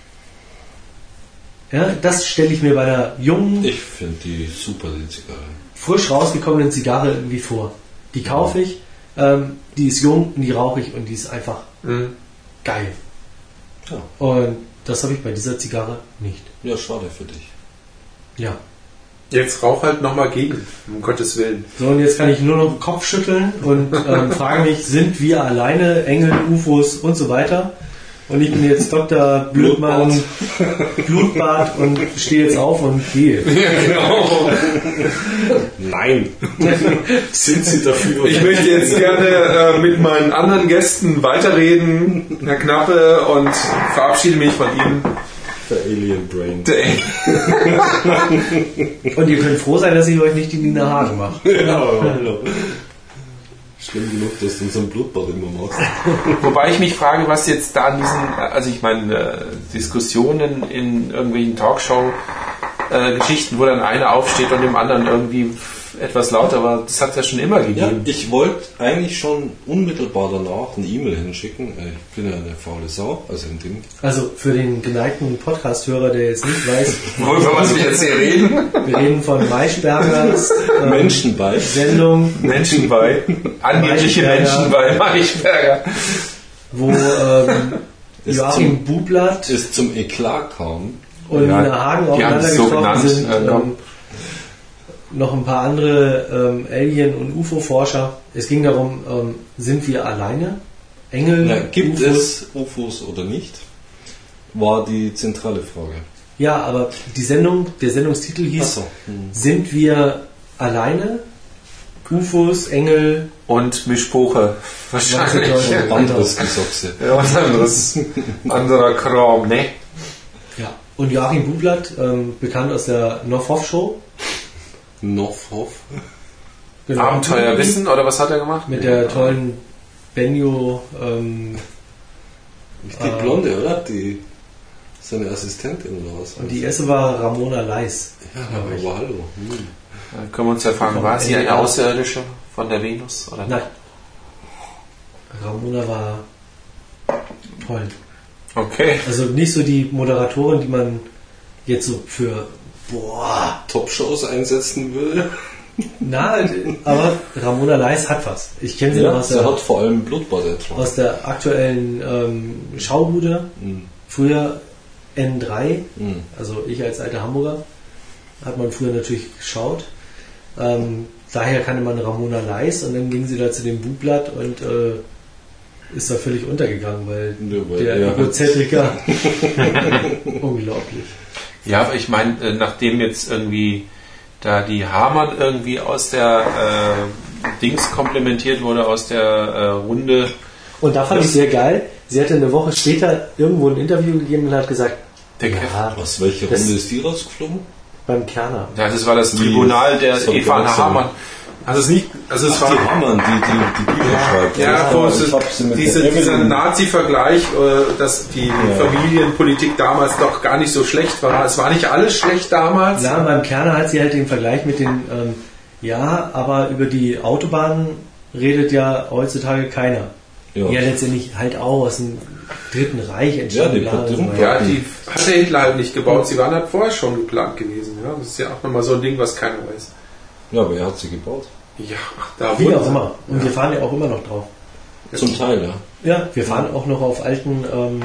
Ja, das stelle ich mir bei einer jungen, ich finde die super, die Zigarre, frisch rausgekommenen Zigarre irgendwie vor. Die kaufe ich, die ist jung und die rauche ich und die ist einfach geil. Ja. Und das habe ich bei dieser Zigarre nicht. Ja, schade für dich. Ja. Jetzt rauch halt nochmal gegen, um Gottes Willen. So, und jetzt kann ich nur noch den Kopf schütteln und frage mich, sind wir alleine, Engel, UFOs und so weiter? Und ich bin jetzt Dr. Blutmann, Blutbad und stehe jetzt auf und gehe. Ja, genau. Nein. Sind Sie dafür? Ich möchte jetzt gerne mit meinen anderen Gästen weiterreden, Herr Knappe, und verabschiede mich von Ihnen. Der Alien Brain. Und ihr könnt froh sein, dass ich euch nicht die Nina Hagen mache. Ja. Schlimm genug, dass du unseren Blutbad immer machst. Wobei ich mich frage, was jetzt da an diesen, also ich meine, Diskussionen in irgendwelchen Talkshow-Geschichten, wo dann einer aufsteht und dem anderen irgendwie etwas lauter war, das hat es ja schon immer Ja, gegeben. ich wollte eigentlich schon unmittelbar danach eine E-Mail hinschicken. Ich bin ja eine faule Sau, also ein Ding. Also für den geneigten Podcast-Hörer, der jetzt nicht weiß, Worüber was wir jetzt hier reden? wir reden von Maischbergers Menschen bei. Sendung, Menschen bei. Angebliche Menschen bei Maischberger. wo Joachim Bublatt Es zum Eklat kam. und Ja, Nina Hagen die haben aufeinander es so getroffen genannt, sind. Noch ein paar andere Alien- und UFO-Forscher. Es ging darum, sind wir alleine? Engel? Na, gibt UFOs? es UFOs oder nicht? War die zentrale Frage. Ja, aber der Sendungstitel hieß, Ach so. sind wir alleine? UFOs, Engel, Und Mischpoche. Wahrscheinlich. Was Und anderes Gesocse. Ja, was anderes. Anderer Kram, ne? ja. Und Joachim Bublatt, bekannt aus der North-Hoff-Show. Northhoff. Genau. Abenteuerwissen, oder was hat er gemacht? Mit der tollen Benjo, Nicht die Blonde, oder? Die seine Assistentin oder was? und die erste war Ramona Leis. Ja, glaub ich. aber hallo. Da können wir uns ja fragen, war sie eine Außerirdische von der Venus? Oder? Nein. Ramona war toll. Okay. Also nicht so die Moderatorin, die man jetzt so für Top-Shows einsetzen würde. na, aber Ramona Leis hat was. Ich kenne sie noch Sie hat vor allem Blutbad ertragen. aus der aktuellen Schaubude. Früher N3, also ich als alter Hamburger, hat man früher natürlich geschaut. Daher kannte man Ramona Leis und dann ging sie da zu dem Bublatt und ist da völlig untergegangen, weil der Egozentriker unglaublich. Ja, aber ich meine, nachdem jetzt irgendwie da die Hamann irgendwie aus der Dings komplementiert wurde, aus der Runde. Und da fand ich sehr geil, sie hatte eine Woche später irgendwo ein Interview gegeben und hat gesagt, Ja, was, welche das- Runde ist die rausgeflogen? beim Kerner. ja, das war das Tribunal der Das hab ich Eva auch gesehen. Hamann. Also es nicht, also es Ach, war die Hamann, die Bibel schreibt. ja, wo wo es dieser Nazi-Vergleich, dass die Familienpolitik damals doch gar nicht so schlecht war. Es war nicht alles schlecht damals. Ja, beim Kerner hat sie halt den Vergleich mit den, aber über die Autobahnen redet ja heutzutage keiner. Ja. Ja, letztendlich halt auch aus dem Dritten Reich entstanden. Ja, die Platonen- Ja, die hat der Hitler halt nicht gebaut. Sie waren halt vorher schon geplant gewesen. Ja? Das ist ja auch nochmal so ein Ding, was keiner weiß. Ja, aber er hat sie gebaut. Ja, ach, da Wie wurden auch sie- immer. Und wir fahren ja auch immer noch drauf. Zum Teil, ja. Ja, wir fahren auch noch auf alten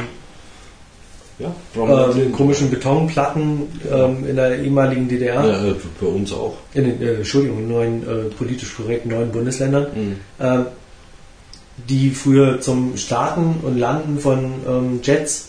Ja, komischen Betonplatten in der ehemaligen DDR. ja, bei uns auch. In den, Entschuldigung, in neuen, politisch korrekt 9 Bundesländern, die früher zum Starten und Landen von Jets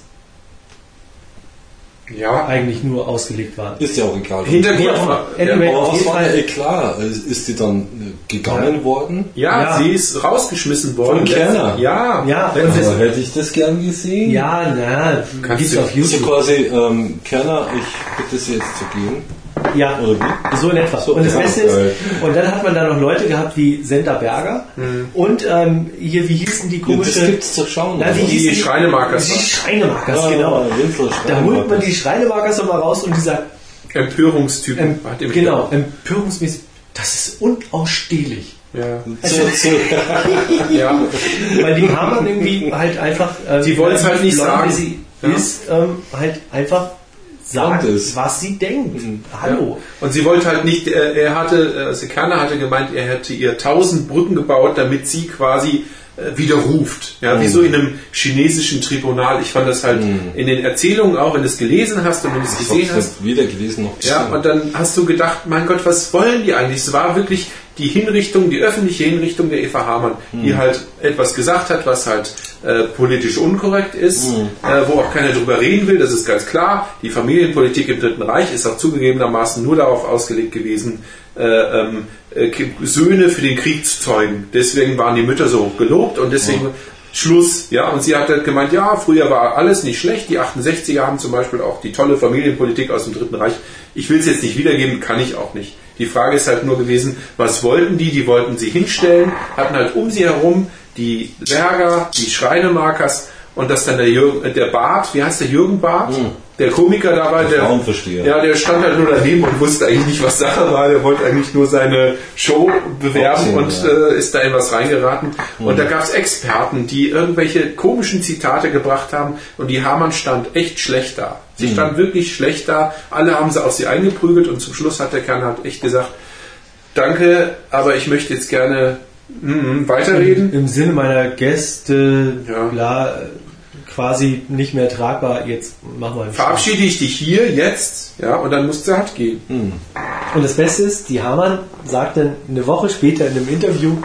Ja, eigentlich nur ausgelegt waren. Ist ja auch egal. Hintergrund. Anyway, Aber auf was jeden war Fall. klar? Ist die dann gegangen worden? Ja, Ja. sie ist rausgeschmissen worden. Von Kerner? Ja, Ja, Wenn und sie- das, hätte ich das gern gesehen. ja, na, Kannst gibt's du- auf So YouTube. quasi, Kerner, ich bitte Sie jetzt zu gehen. Ja, Oder wie? so in etwa. So, Und das ja, Beste ist, geil. und dann hat man da noch Leute gehabt wie Senta Berger und hier, wie hießen die Ja, komische... das gibt's zu schauen. Na, wie oder? hießen die Schreinemarkers. Die Schreinemarkers, Ja, genau. Winzel Da holt man Schreinemarkers. die Schreinemarkers nochmal raus und dieser Empörungstypen. Hat er mich genau, empörungsmäßig, das ist unausstehlich. Ja. Ja. Weil die Hamann irgendwie halt einfach, Die wollen es halt nicht blond, sagen. wie sie Ja. ist, halt einfach sagt, Blond ist. was sie denkt. Hallo. Und sie wollte halt nicht, Kerner hatte gemeint, er hätte ihr 1000 Brücken gebaut, damit sie quasi widerruft. Ja, wie so in einem chinesischen Tribunal. Ich fand das halt in den Erzählungen auch, wenn du es gelesen hast und wenn du es gesehen hast. Weder gelesen noch gesehen. Ja, und dann hast du gedacht, mein Gott, was wollen die eigentlich? Es war wirklich die Hinrichtung, die öffentliche Hinrichtung der Eva Hamann, die halt etwas gesagt hat, was halt politisch unkorrekt ist, wo auch keiner drüber reden will, das ist ganz klar. Die Familienpolitik im Dritten Reich ist auch zugegebenermaßen nur darauf ausgelegt gewesen, Söhne für den Krieg zu zeugen. Deswegen waren die Mütter so gelobt und deswegen Schluss. Ja, und sie hat halt gemeint, ja, früher war alles nicht schlecht. Die 68er haben zum Beispiel auch die tolle Familienpolitik aus dem Dritten Reich. Ich will es jetzt nicht wiedergeben, kann ich auch nicht. Die Frage ist halt nur gewesen, was wollten die? Die wollten sie hinstellen, hatten halt um sie herum die Berger, die Schreinemakers und dass dann der Barth, wie heißt der, Jürgen Barth? Der Komiker dabei, der stand halt nur daneben und wusste eigentlich nicht, was Sache war. Der wollte eigentlich nur seine Show bewerben und ist da in was reingeraten. Und da gab es Experten, die irgendwelche komischen Zitate gebracht haben und die Hamann stand echt schlecht da. Sie stand wirklich schlecht da. Alle haben sie auf sie eingeprügelt und zum Schluss hat der Kerl halt echt gesagt, danke, aber ich möchte jetzt gerne weiterreden. Im Sinne meiner Gäste, quasi nicht mehr tragbar, jetzt machen wir einen verabschiede ich dich hier, jetzt, ja, und dann musst du halt gehen. Und das Beste ist, die Hamann sagt dann eine Woche später in einem Interview,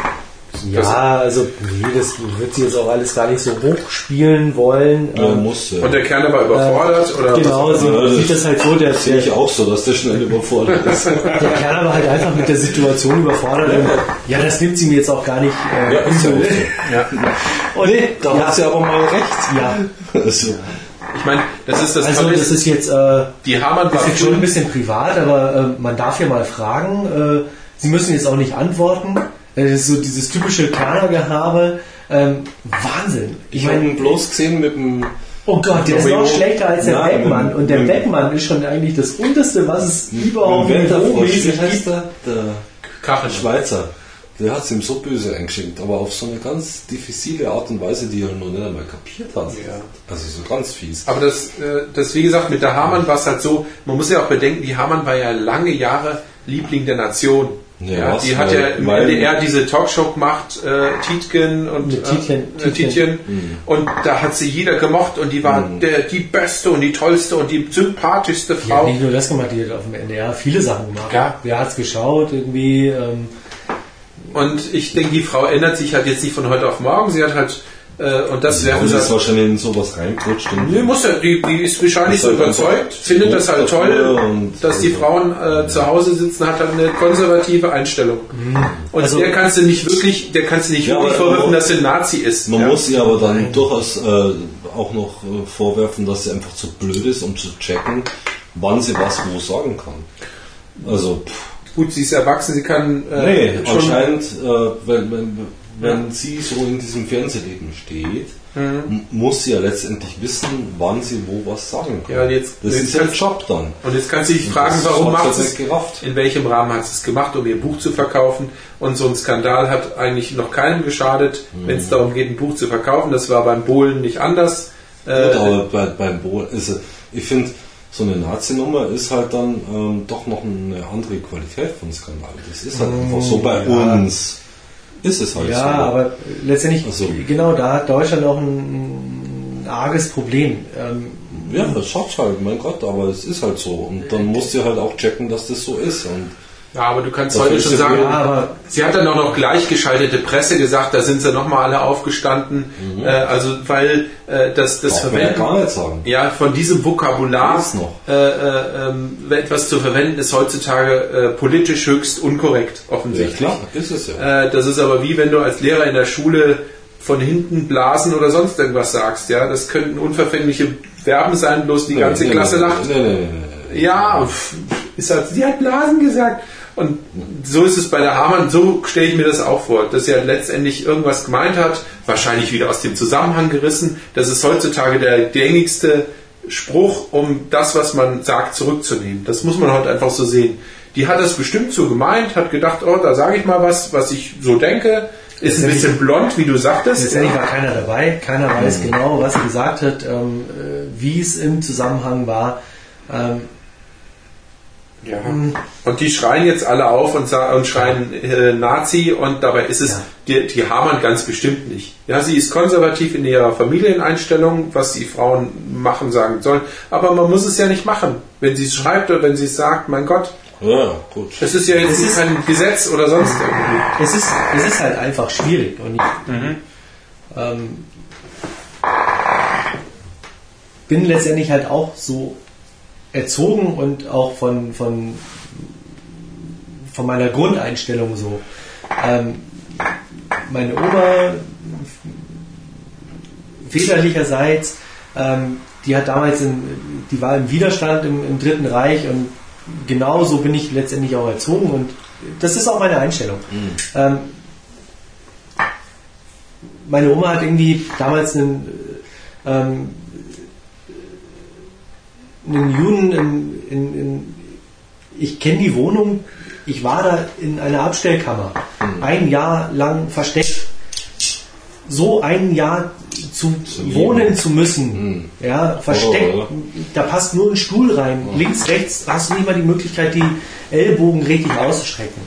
das wird sie jetzt auch alles gar nicht so hochspielen wollen. Musste. Und der Kerl war überfordert? Oder genau, so sieht das halt so. Das sehe ich auch so, dass der schnell überfordert ist. Der Kerl war halt einfach mit der Situation überfordert. Und, das nimmt sie mir jetzt auch gar nicht. Ist ja auch so. Und da hat sie aber mal recht. Ja. Also. Ich meine, das ist das Also Tolle. Das ist jetzt die Hamann ist jetzt schon ein bisschen privat, aber man darf ja mal fragen. Sie müssen jetzt auch nicht antworten. Das ist so dieses typische Kerner-Gehabe. Wahnsinn. Ich meine, bloß gesehen mit dem... Oh Gott, der ist noch schlechter als der Beckmann. Und der Beckmann ist schon eigentlich das Unterste, was es überhaupt niveaumäßig heißt. Der Kachel. Schweizer. Der hat es ihm so böse eingeschenkt, aber auf so eine ganz diffizile Art und Weise, die er noch nicht einmal kapiert hat. Ja. Also so ganz fies. Aber das, wie gesagt, mit der Hamann war es halt so, man muss ja auch bedenken, die Hamann war ja lange Jahre Liebling der Nation. Ja, die hat ja im NDR diese Talkshow gemacht, Tietgen und Tietjen. Und da hat sie jeder gemocht und die war die beste und die tollste und die sympathischste Frau. Die hat nicht nur das gemacht, die hat auf dem NDR viele Sachen gemacht. Ja. Wer hat's geschaut irgendwie? Und ich denke, die Frau ändert sich halt jetzt nicht von heute auf morgen. Sie hat halt und das wäre ist wahrscheinlich in sowas reingerutscht. Die ist wahrscheinlich so überzeugt, findet das halt toll, dass die Frauen zu Hause sitzen, hat halt eine konservative Einstellung. Und also, der kannst du nicht wirklich vorwerfen, dass sie ein Nazi ist. Man muss ihr aber dann durchaus auch noch vorwerfen, dass sie einfach zu blöd ist, um zu checken, wann sie was wo sagen kann. Also gut, sie ist erwachsen, sie kann anscheinend, wenn sie so in diesem Fernsehleben steht, muss sie ja letztendlich wissen, wann sie wo was sagen kann. Ja, das ist ihr Job dann. Und jetzt kannst du dich fragen, warum macht sie es, in welchem Rahmen hat sie es gemacht, um ihr Buch zu verkaufen. Und so ein Skandal hat eigentlich noch keinem geschadet, wenn es darum geht, ein Buch zu verkaufen. Das war beim Bohlen nicht anders. Gut, aber beim Bohlen, ich finde, so eine Nazi-Nummer ist halt dann doch noch eine andere Qualität von Skandal. Das ist halt einfach so bei uns. Ist es halt so. Ja, aber letztendlich, genau, da hat Deutschland auch ein arges Problem. Ja, das schafft halt, mein Gott, aber es ist halt so. Und dann musst du halt auch checken, dass das so ist. Und ja, aber du kannst heute schon sagen, sie hat dann auch noch gleichgeschaltete Presse gesagt, da sind sie nochmal alle aufgestanden. Also, weil das Verwenden gar nicht sagen. Ja, von diesem Vokabular etwas zu verwenden, ist heutzutage politisch höchst unkorrekt, offensichtlich. Ja, klar, ist es ja. Das ist aber wie wenn du als Lehrer in der Schule von hinten blasen oder sonst irgendwas sagst. Ja, das könnten unverfängliche Verben sein, bloß die ganze Klasse lacht. Ja, ist halt, sie hat Blasen gesagt. Und so ist es bei der Hamann, so stelle ich mir das auch vor, dass sie halt letztendlich irgendwas gemeint hat, wahrscheinlich wieder aus dem Zusammenhang gerissen. Das ist heutzutage der gängigste Spruch, um das, was man sagt, zurückzunehmen. Das muss man heute einfach so sehen. Die hat das bestimmt so gemeint, hat gedacht, da sage ich mal was ich so denke. Ist ein bisschen blond, wie du sagtest. Letztendlich war keiner dabei. Keiner weiß genau, was sie gesagt hat, wie es im Zusammenhang war. Ja. Und die schreien jetzt alle auf und schreien Nazi, und dabei ist es, die Hamann ganz bestimmt nicht. Ja, sie ist konservativ in ihrer Familieneinstellung, was die Frauen machen, sagen sollen, aber man muss es ja nicht machen. Wenn sie es schreibt oder wenn sie es sagt, mein Gott. Ja, gut. Es ist ja jetzt kein Gesetz oder sonst irgendwie. Es ist halt einfach schwierig. Und ich bin letztendlich halt auch so erzogen und auch von meiner Grundeinstellung so. Meine Oma väterlicherseits, die hat damals die war im Widerstand im Dritten Reich, und genauso bin ich letztendlich auch erzogen, und das ist auch meine Einstellung. Meine Oma hat irgendwie damals einen Juden ich kenne die Wohnung, ich war da in einer Abstellkammer, ein Jahr lang versteckt, so ein Jahr zu wohnen zu müssen, ja, versteckt, da passt nur ein Stuhl rein, links, rechts, hast du nicht mal die Möglichkeit, die Ellbogen richtig auszustrecken.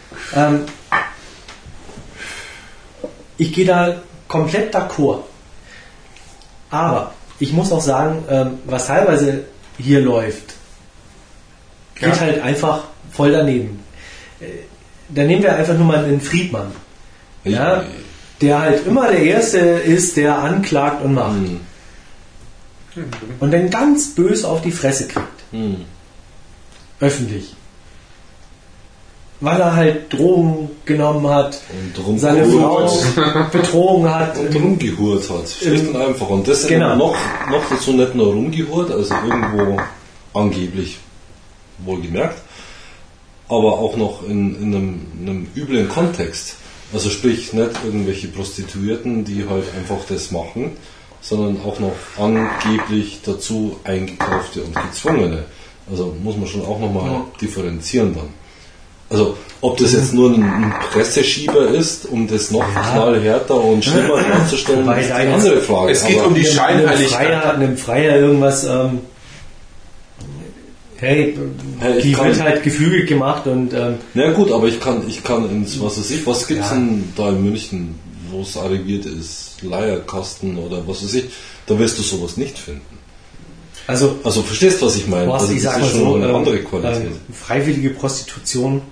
Ich gehe da komplett d'accord, aber ich muss auch sagen, was teilweise hier läuft, geht halt einfach voll daneben. Da nehmen wir einfach nur mal einen Friedmann, ja, der halt immer der Erste ist, der anklagt und macht. Und dann ganz böse auf die Fresse kriegt. Öffentlich. Weil er halt Drogen genommen hat, und seine Frau betrogen hat. Und rumgehurt hat. Schlicht und einfach. Und das noch dazu nicht nur rumgehurt, also irgendwo angeblich wohlgemerkt, aber auch noch in einem üblen Kontext. Also sprich, nicht irgendwelche Prostituierten, die halt einfach das machen, sondern auch noch angeblich dazu eingekaufte und gezwungene. Also muss man schon auch nochmal differenzieren dann. Also ob das jetzt nur ein Presseschieber ist, um das noch knallhärter und schlimmer darzustellen, ist eine andere Frage. Es geht um die Scheinheiligkeit. Einem Freier irgendwas, die wird halt gefügig gemacht und... Na gut, aber ich kann ins, was gibt's denn da in München, wo es arriviert ist, Leierkasten oder was weiß ich, da wirst du sowas nicht finden. Also verstehst du, was ich meine? Also ich sag das ist mal schon so, eine andere Qualität. Freiwillige Prostitution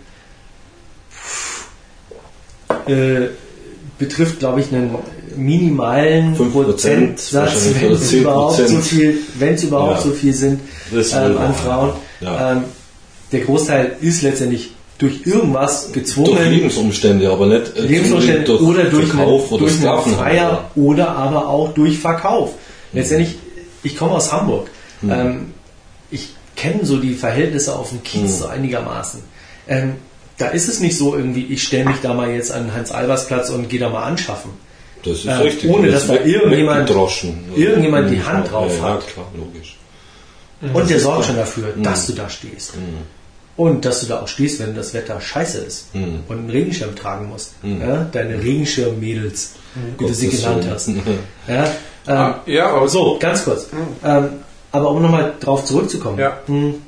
betrifft, glaube ich, einen minimalen 5%, Prozentsatz, wenn es überhaupt so viel sind an Frauen. Ja. Der Großteil ist letztendlich durch irgendwas gezwungen. Durch Lebensumstände, aber nicht Lebensumstände oder durch Verkauf oder einen Freier oder aber auch durch Verkauf. Letztendlich, ich komme aus Hamburg. Ich kenne so die Verhältnisse auf dem Kiez so einigermaßen. Da ist es nicht so irgendwie, ich stelle mich da mal jetzt an Hans-Albers-Platz und gehe da mal anschaffen. Das ist richtig. Ohne dass da irgendjemand die Hand drauf hat. Ja, klar, logisch. Und der sorgt schon dafür, dass du da stehst. Und dass du da auch stehst, wenn das Wetter scheiße ist und einen Regenschirm tragen musst. Ja? Deine Regenschirm-Mädels, wie du sie genannt hast. Aber so, ganz kurz. Aber um nochmal drauf zurückzukommen. Ja.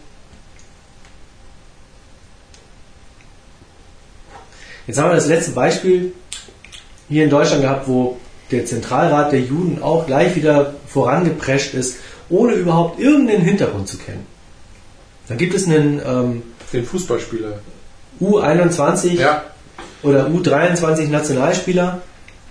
Jetzt haben wir das letzte Beispiel hier in Deutschland gehabt, wo der Zentralrat der Juden auch gleich wieder vorangeprescht ist, ohne überhaupt irgendeinen Hintergrund zu kennen. Dann gibt es einen den Fußballspieler. U21 oder U23 Nationalspieler,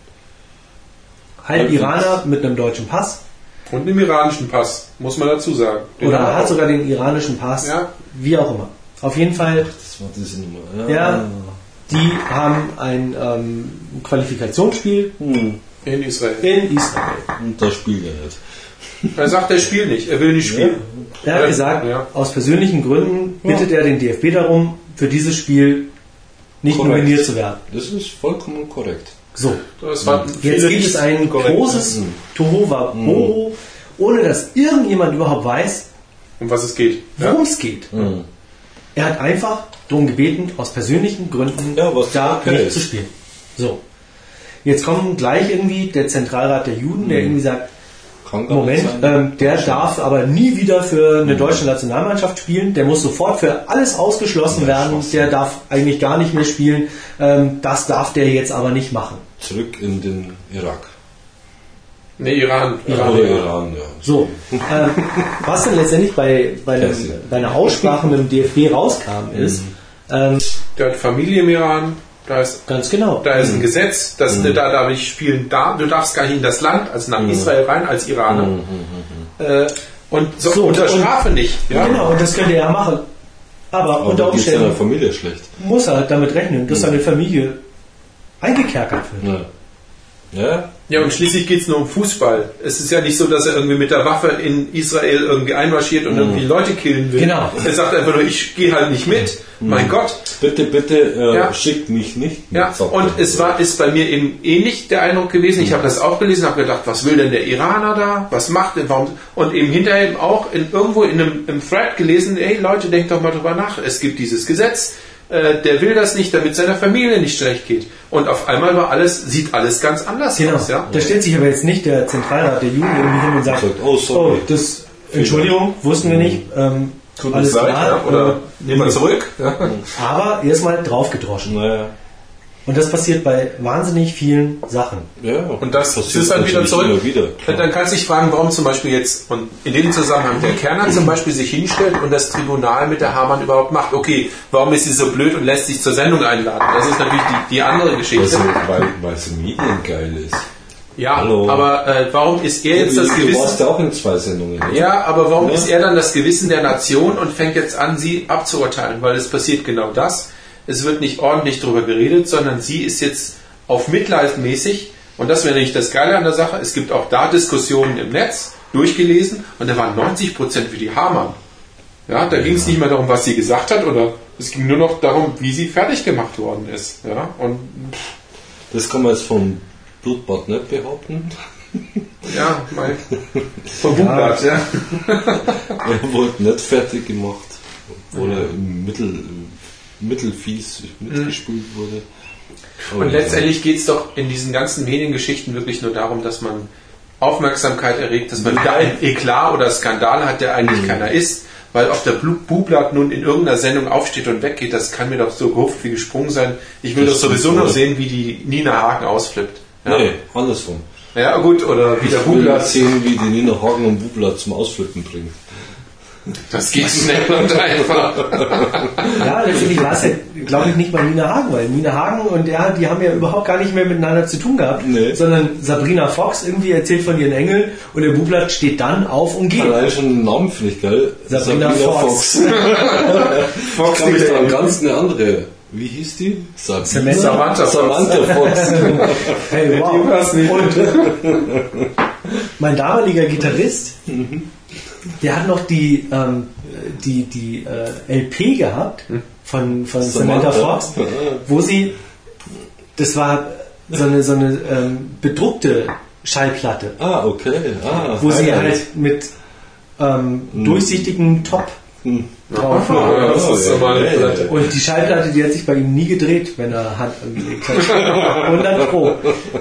halb Iraner mit einem deutschen Pass. Und einem iranischen Pass, muss man dazu sagen. Oder hat sogar den iranischen Pass, wie auch immer. Auf jeden Fall. Das war diese Nummer. Die haben ein Qualifikationsspiel in Israel. Und da spielt er nicht. Er sagt, er spielt nicht, er will nicht spielen. Er hat gesagt, aus persönlichen Gründen bittet er den DFB darum, für dieses Spiel nicht nominiert zu werden. Das ist vollkommen korrekt. So, jetzt gibt es ein großes Tohuwabohu, ohne dass irgendjemand überhaupt weiß, um was es geht. Worum es geht. Er hat einfach darum gebeten, aus persönlichen Gründen nicht zu spielen. So. Jetzt kommt gleich irgendwie der Zentralrat der Juden, der irgendwie sagt, Kann gar nicht Moment, sein. der darf aber nie wieder für eine deutsche Nationalmannschaft spielen. Der muss sofort für alles ausgeschlossen werden. Der darf eigentlich gar nicht mehr spielen. Das darf der jetzt aber nicht machen. Zurück in den Irak. Ne, Iran. Oder Iran, ja. So, was dann letztendlich bei einer Aussprache mit dem DFB rauskam, ist, Der hat Familie im Iran. Da ist ganz genau, Da ist ein Gesetz, dass du da nicht spielen darfst. Du darfst gar nicht in das Land, also nach Israel rein, als Iraner. Und so unter Strafe nicht. Ja? Genau, und das könnte er ja machen. Aber unter da geht's seiner Umständen Familie schlecht. muss er halt damit rechnen, dass seine Familie eingekerkert wird. Ja. Ja, und schließlich geht es nur um Fußball. Es ist ja nicht so, dass er irgendwie mit der Waffe in Israel irgendwie einmarschiert und irgendwie Leute killen will. Genau. Er sagt einfach nur, ich gehe halt nicht mit. Mein Gott. Bitte, schickt mich nicht mit. Ja, und ist bei mir eben ähnlich der Eindruck gewesen. Ich habe das auch gelesen, habe gedacht, was will denn der Iraner da? Was macht denn? Warum? Und eben hinterher eben auch irgendwo in einem Thread gelesen, hey Leute, denkt doch mal drüber nach. Es gibt dieses Gesetz. Der will das nicht, damit seiner Familie nicht schlecht geht. Und auf einmal sieht alles ganz anders aus. Ja? Da stellt sich aber jetzt nicht der Zentralrat der Juden irgendwie hin und sagt, sorry. Entschuldigung, wussten wir nicht. Alles klar. Ja, oder nehmen wir zurück. Ja. Aber erstmal draufgedroschen. Naja. Und das passiert bei wahnsinnig vielen Sachen. Ja, und das ist dann wieder zurück. Dann kannst du dich fragen, warum zum Beispiel jetzt, und in dem Zusammenhang der Kerner zum Beispiel sich hinstellt und das Tribunal mit der Hamann überhaupt macht. Okay, warum ist sie so blöd und lässt sich zur Sendung einladen? Das ist natürlich die andere Geschichte. Weil sie mediengeil ist. Ja, Hallo. aber warum ist er jetzt das Gewissen... Du warst ja auch in 2 Sendungen. Oder? Ja, aber warum ist er dann das Gewissen der Nation und fängt jetzt an, sie abzuurteilen? Weil es passiert genau das. Es wird nicht ordentlich darüber geredet, sondern sie ist jetzt auf Mitleid mäßig. Und das wäre nicht das Geile an der Sache. Es gibt auch da Diskussionen im Netz, durchgelesen, und da waren 90% für die Hamann. Ja, da ging es nicht mehr darum, was sie gesagt hat, oder es ging nur noch darum, wie sie fertig gemacht worden ist. Ja, und das kann man jetzt vom Blutbad nicht behaupten. Ja, vom Buchblatt, ja. Er wurde nicht fertig gemacht, obwohl er im mittelfies mitgespült wurde. Aber und letztendlich geht es doch in diesen ganzen Mediengeschichten wirklich nur darum, dass man Aufmerksamkeit erregt, dass man wieder einen Eklat oder Skandal hat, der eigentlich keiner ist. Weil auf der Buchblatt nun in irgendeiner Sendung aufsteht und weggeht, das kann mir doch so gehupft wie gesprungen sein. Ich will doch sowieso nur sehen, wie die Nina Hagen ausflippt. Ja. Nee, andersrum. Ja, gut, oder wie der Ich will Buchblatt sehen, wie die Nina Hagen und Buchblatt zum Ausflippen bringt. Das geht schnell und einfach. Ja, letztendlich war es ja, glaube ich, nicht mal Nina Hagen, weil Nina Hagen und er, die haben ja überhaupt gar nicht mehr miteinander zu tun gehabt, sondern Sabrina Fox irgendwie erzählt von ihren Engeln und der Buchblatt steht dann auf und geht. Allein schon den Namen finde ich geil. Sabrina Fox. Fox, ich kann mich ganz eine andere. Wie hieß die? Samantha Fox. Hey, wow. Und mein damaliger Gitarrist, der hat noch die LP gehabt von Samantha Fox, wo sie, das war so eine bedruckte Schallplatte. Ah, okay. Wo sie halt mit durchsichtigen Top drauf war. Das ist so eine Platte. Und die Schallplatte, die hat sich bei ihm nie gedreht, wenn er Hand angelegt hat. 100 Pro.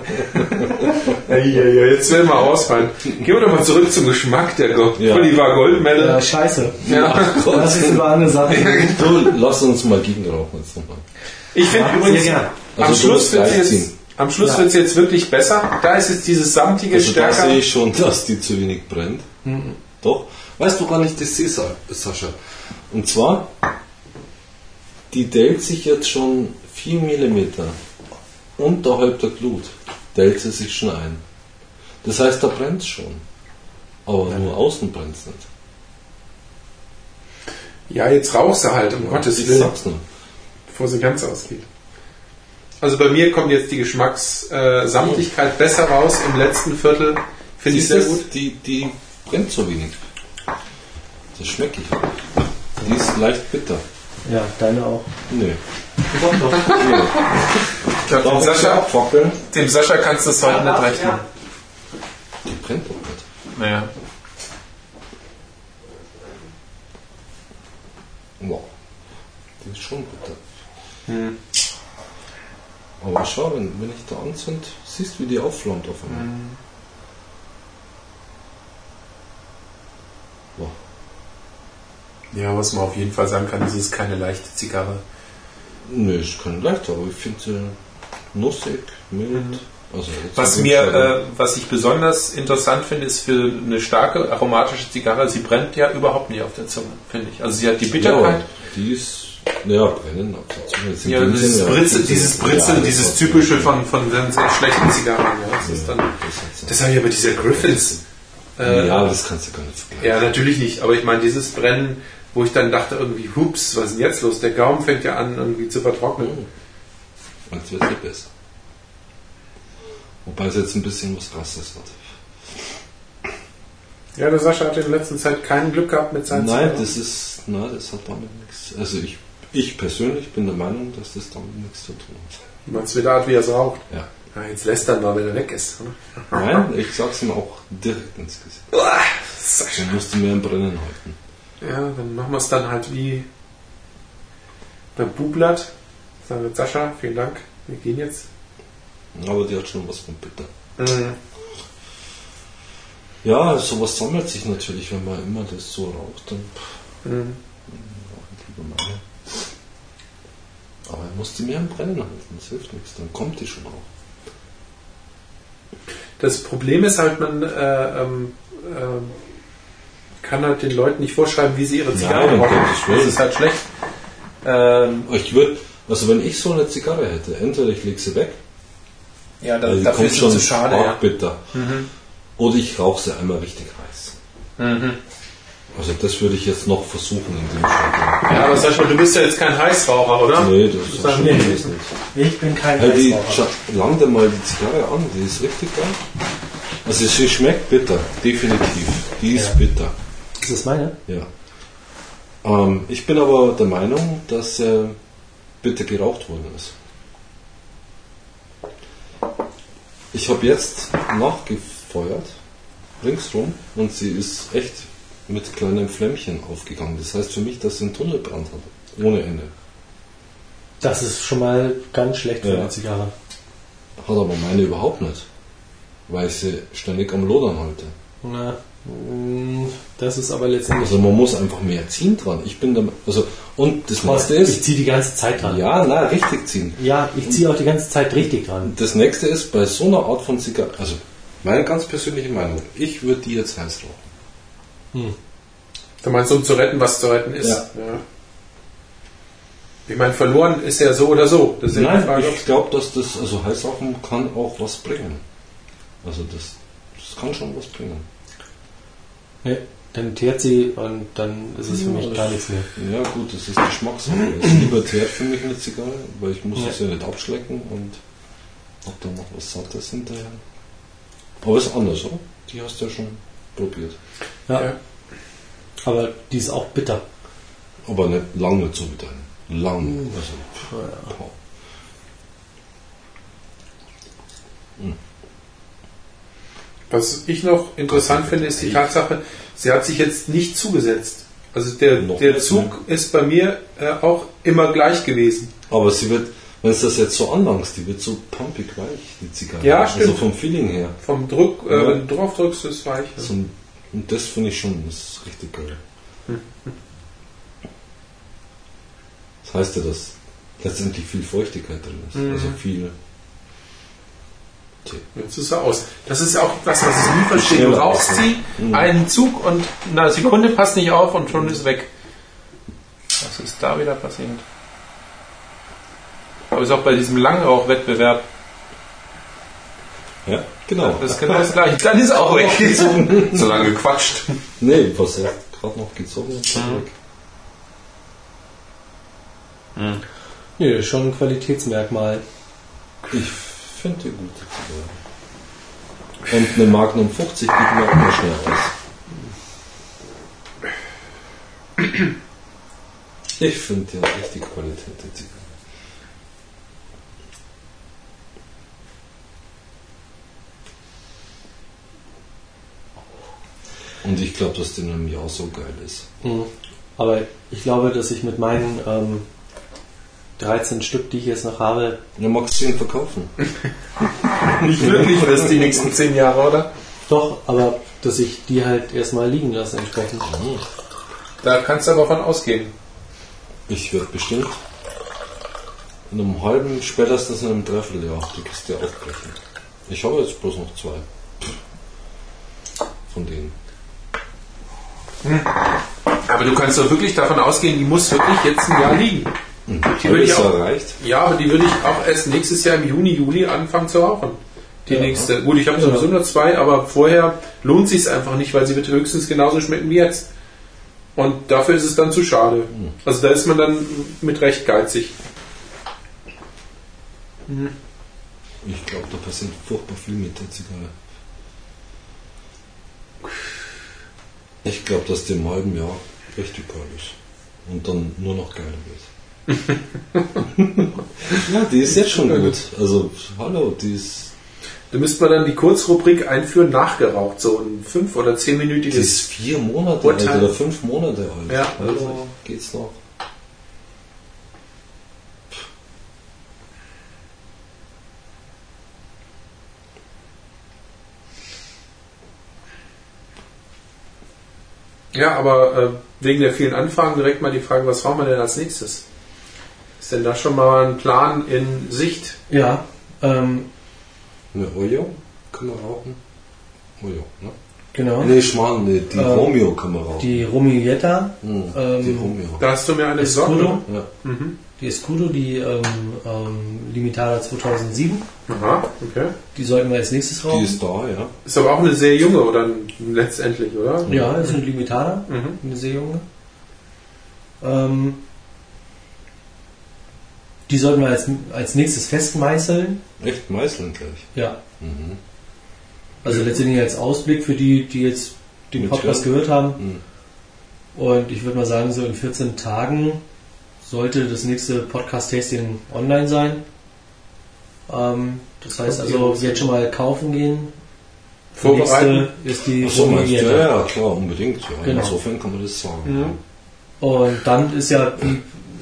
Jetzt werden wir ausfallen. Gehen wir doch mal zurück zum Geschmack der Oliver Goldmelle. Ja, scheiße. Ja. Das ist über eine Sache. Du, lass uns mal gegenrauchen jetzt nochmal. Ich finde übrigens, am Schluss wird es jetzt wirklich besser. Da ist jetzt dieses samtige also stärker. Da sehe ich schon, dass die zu wenig brennt. Doch. Weißt du, woran ich das sehe, Sascha? Und zwar, die dellt sich jetzt schon 4 mm unterhalb der Glut. Dellt sie sich schon ein. Das heißt, da brennt es schon. Aber nur außen brennt es nicht. Ja, jetzt rauchst du halt, um Gottes Willen. Sag's nur. Bevor sie ganz ausgeht. Also bei mir kommt jetzt die Geschmackssamtigkeit besser raus im letzten Viertel. Finde ich sehr gut. Die brennt so wenig. Das schmecke ich. Die ist leicht bitter. Ja, deine auch. Nee. Dem Sascha kannst du es heute nicht recht machen. Die brennt auch nicht. Naja. Wow. Die ist schon bitter. Aber schau, wenn ich da anzünd, siehst du, wie die aufflammt auf einmal. Ja, was man auf jeden Fall sagen kann, ist, es ist keine leichte Zigarre. Nee, ist kein leichter, aber ich finde sie nussig, mild. Also Was ich besonders interessant finde, ist für eine starke aromatische Zigarre, sie brennt ja überhaupt nicht auf der Zunge, finde ich. Also sie hat die Bitterkeit. Ja, die ist, brennen auf der Zunge. Ja, dieses Britzeln, dieses typische von den sehr schlechten Zigarren. Ja, das ist dann, das habe ich aber dieser Griffiths. Das kannst du gar nicht vergleichen. Ja, natürlich nicht, aber ich meine, dieses Brennen, wo ich dann dachte irgendwie, hups, was ist denn jetzt los? Der Gaumen fängt ja an, irgendwie zu vertrocknen. Und es wird nicht besser. Wobei es jetzt ein bisschen was Krasses hat. Ja, der Sascha hat in letzter Zeit kein Glück gehabt mit seinen Zigarren. Das hat damit nichts. Also ich persönlich bin der Meinung, dass das damit nichts zu tun hat. Meinst du, wie der Art, wie er es raucht? Ja. Jetzt lässt er mal, wenn er weg ist. Nein, ich sag's ihm auch direkt ins Gesicht. Sascha. Du musst mehr im Brennen halten. Ja, dann machen wir es dann halt wie beim Bublatt. Sagen wir, Sascha, vielen Dank, wir gehen jetzt. Aber die hat schon was von bitter. Mhm. Ja, sowas sammelt sich natürlich, wenn man immer das so raucht. Dann lieber meine. Aber er muss die mehr im Brennen halten, das hilft nichts, dann kommt die schon auch. Das Problem ist halt, man kann halt den Leuten nicht vorschreiben, wie sie ihre Zigarre rauchen. Das ist halt schlecht. Ich würde, wenn ich so eine Zigarre hätte, entweder ich lege sie weg, ja, dafür ist schon zu schade. Ja. Bitter. Oder ich rauche sie einmal richtig heiß. Also das würde ich jetzt noch versuchen in dem Fall. Ja, aber Sascha, du bist ja jetzt kein Heißraucher, oder? Nee, das ist schon nicht. Ich bin kein Heißraucher. Lang dir mal die Zigarre an, die ist richtig geil. Also sie schmeckt bitter, definitiv. Die ist bitter. Ist das meine? Ja. Ich bin aber der Meinung, dass bitter geraucht worden ist. Ich habe jetzt nachgefeuert, ringsrum, und sie ist echt mit kleinen Flämmchen aufgegangen. Das heißt für mich, dass sie einen Tunnelbrand hat. Ohne Ende. Das ist schon mal ganz schlecht für eine Zigarre. Hat aber meine überhaupt nicht. Weil ich sie ständig am Lodern halte. Na, das ist aber letztendlich... Also man muss einfach mehr ziehen dran. Ich bin und das nächste ist... Ich ziehe die ganze Zeit dran. Ja, richtig ziehen. Ja, ich ziehe auch die ganze Zeit richtig dran. Das nächste ist, bei so einer Art von Zigarre, also meine ganz persönliche Meinung, ich würde die jetzt heiß rauchen. Du meinst, um zu retten, was zu retten ist? Ja. Ich meine, verloren ist ja so oder so. Das ist Nein, ich glaube, dass das, Heißrauchen kann auch was bringen. Also das kann schon was bringen. Ja, dann teert sie und dann ist es für mich gar nichts mehr. Ja gut, das ist Geschmackssache. Es lieber teert für mich eine Zigarre, weil ich muss es ja nicht abschlecken und hab dann noch was Sattes hinterher. Aber ist anders, oder? Die hast du ja schon probiert. Ja. Aber die ist auch bitter. Aber nicht lang nicht so bitter. Lang. Was ich noch interessant finde, ist die Tatsache, sie hat sich jetzt nicht zugesetzt. Also der Zug ist bei mir auch immer gleich gewesen. Aber sie wird, wenn du das jetzt so anlangst, die wird so pumpig weich, die Zigarre. Ja, stimmt. Also vom Feeling her. Vom Druck, wenn du drauf drückst, ist es weich. So, und das finde ich schon, das ist richtig geil. Das heißt ja, dass letztendlich viel Feuchtigkeit drin ist. Also viel. Jetzt ist er aus. Das ist auch das, was ich nie verstehe. Du rauchst sie, einen Zug und eine Sekunde passt nicht auf und schon ist weg. Was ist da wieder passiert? Aber ist auch bei diesem Langrauchwettbewerb. Ja, genau. Das ist genau das Gleiche. Dann ist er auch weg. So lange gequatscht. Nee, was er gerade noch gezogen und weg. Nee, das ist schon ein Qualitätsmerkmal. Ich finde die gut. Und eine Magnum 50 geht mir auch mal schnell aus. Ich finde die hat richtig Qualität, die Zigarre. Und ich glaube, dass die in einem Jahr so geil ist. Aber ich glaube, dass ich mit meinen 13 Stück, die ich jetzt noch habe... Ja, magst du 10 verkaufen? Nicht wirklich für die nächsten 10 Jahre, oder? Doch, aber dass ich die halt erstmal liegen lasse entsprechend. Da kannst du aber von ausgehen. Ich werde bestimmt in einem halben, spätestens in einem Dreivierteljahr die Kiste aufbrechen. Ich habe jetzt bloß noch 2 von denen. Aber du kannst doch wirklich davon ausgehen, die muss wirklich jetzt ein Jahr liegen. Die würde ich auch, erreicht. ja, aber die würde ich auch erst nächstes Jahr im Juni, Juli anfangen zu rauchen. Die nächste. Gut, ich habe sowieso nur 2, aber vorher lohnt sich es einfach nicht, weil sie wird höchstens genauso schmecken wie jetzt. Und dafür ist es dann zu schade. Also da ist man dann mit Recht geizig. Ich glaube, da passiert furchtbar viel mit der Zigarre. Ich glaube, dass die im halben Jahr richtig geil ist. Und dann nur noch geiler wird. Ja, die ist jetzt schon gut. Also, hallo, die ist... Da müsste man dann die Kurzrubrik einführen, nachgeraucht. So ein 5- oder 10-minütiges... Die ist 4 Monate alt oder 5 Monate alt. Ja, also geht's noch. Ja, aber wegen der vielen Anfragen direkt mal die Frage, was rauchen wir denn als nächstes? Ist denn da schon mal ein Plan in Sicht? Ja, Eine Oyo kann man rauchen. Oyo, ne? genau. Nee, Schmarrn, nee, die Romeo kann man rauchen. Die Romiglietta, Die Romeo. Da hast du mir eine besorgt. Escudo, Ja. die Escudo, die Limitada 2007, Aha, okay. die sollten wir als nächstes Die rauchen. ist da, ja. Ist aber auch eine sehr junge, oder letztendlich, oder? Ja, ist eine Limitada, Mhm. eine sehr junge. Die sollten wir als nächstes festmeißeln. Echt meißeln gleich. Ja. Mhm. Also letztendlich als Ausblick für die, die jetzt den Mit Podcast hören. gehört haben. Mhm. Und ich würde mal sagen, so in 14 Tagen sollte das nächste Podcast-Tasting online sein. Das heißt also, jetzt schon mal kaufen gehen. Die Vorbereiten. nächste ist die Achso, meinst du? Romiglietta. Ja, klar, unbedingt. Ja. Genau. Insofern kann man das sagen. Mhm. Und dann ist ja wie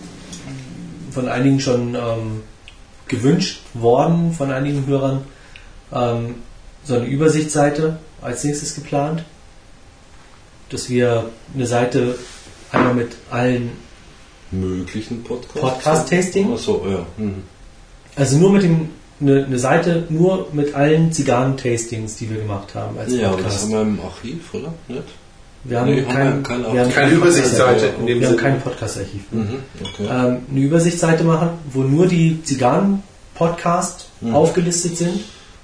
von einigen schon gewünscht worden, von einigen Hörern, so eine Übersichtsseite als nächstes geplant. Dass wir eine Seite einmal mit allen, Möglichen Podcasts. Podcast-Tasting? Achso, ja. Mhm. also nur mit eine Seite nur mit allen Zigarren-Tastings, die wir gemacht haben als Ja, aber das Podcast. haben wir im Archiv, oder? Nicht? Wir haben Nee, kein, keine wir haben Keine Übersichtsseite in dem Wir haben Sinne. kein Podcast-Archiv. Mhm. Okay. Eine Übersichtsseite machen, wo nur die Zigarren-Podcast aufgelistet sind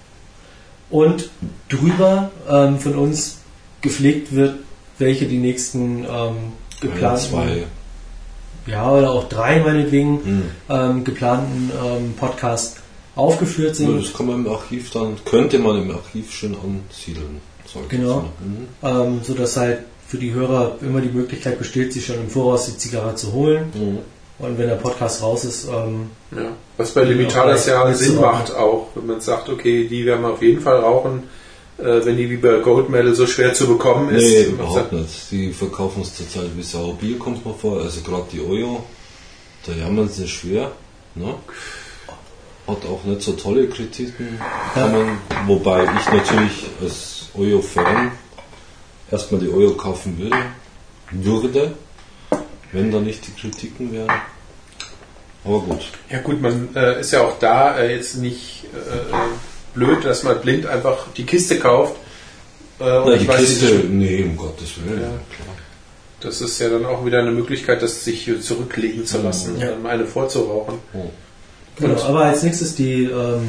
und drüber von uns gepflegt wird, welche die nächsten geplanten, 2. ja oder auch 3 meinetwegen, geplanten Podcasts aufgeführt Ja, sind. das kann man im Archiv dann, könnte man im Archiv schön ansiedeln. Sag ich Genau. jetzt mal. Sodass halt für die Hörer immer die Möglichkeit besteht, sich schon im Voraus die Zigarre zu holen. Mhm. Und wenn der Podcast raus ist, Ja. Was bei Limitadas ja Auch Sinn zu macht auch, wenn man sagt, okay, die werden wir auf jeden Fall rauchen, wenn die wie bei Gold Medal so schwer zu bekommen ist. Nee, Man überhaupt sagt, nicht. Die verkaufen es zurzeit wie Sau. Bier kommt mir vor, also gerade die Oyo, da jammern sie schwer. Ne? Hat auch nicht so tolle Kritiken. Kann man, wobei ich natürlich als Oyo-Fan erstmal die Oyo kaufen würde, wenn da nicht die Kritiken wären. Aber gut. Ja gut, man ist ja auch da jetzt nicht blöd, dass man blind einfach die Kiste kauft. Na, die ich weiß Kiste, nicht, nee, um Gottes Willen. Ja. Klar. das ist ja dann auch wieder eine Möglichkeit, das sich hier zurücklegen zu lassen Ja. und dann eine vorzurauchen. Oh. genau, aber als nächstes die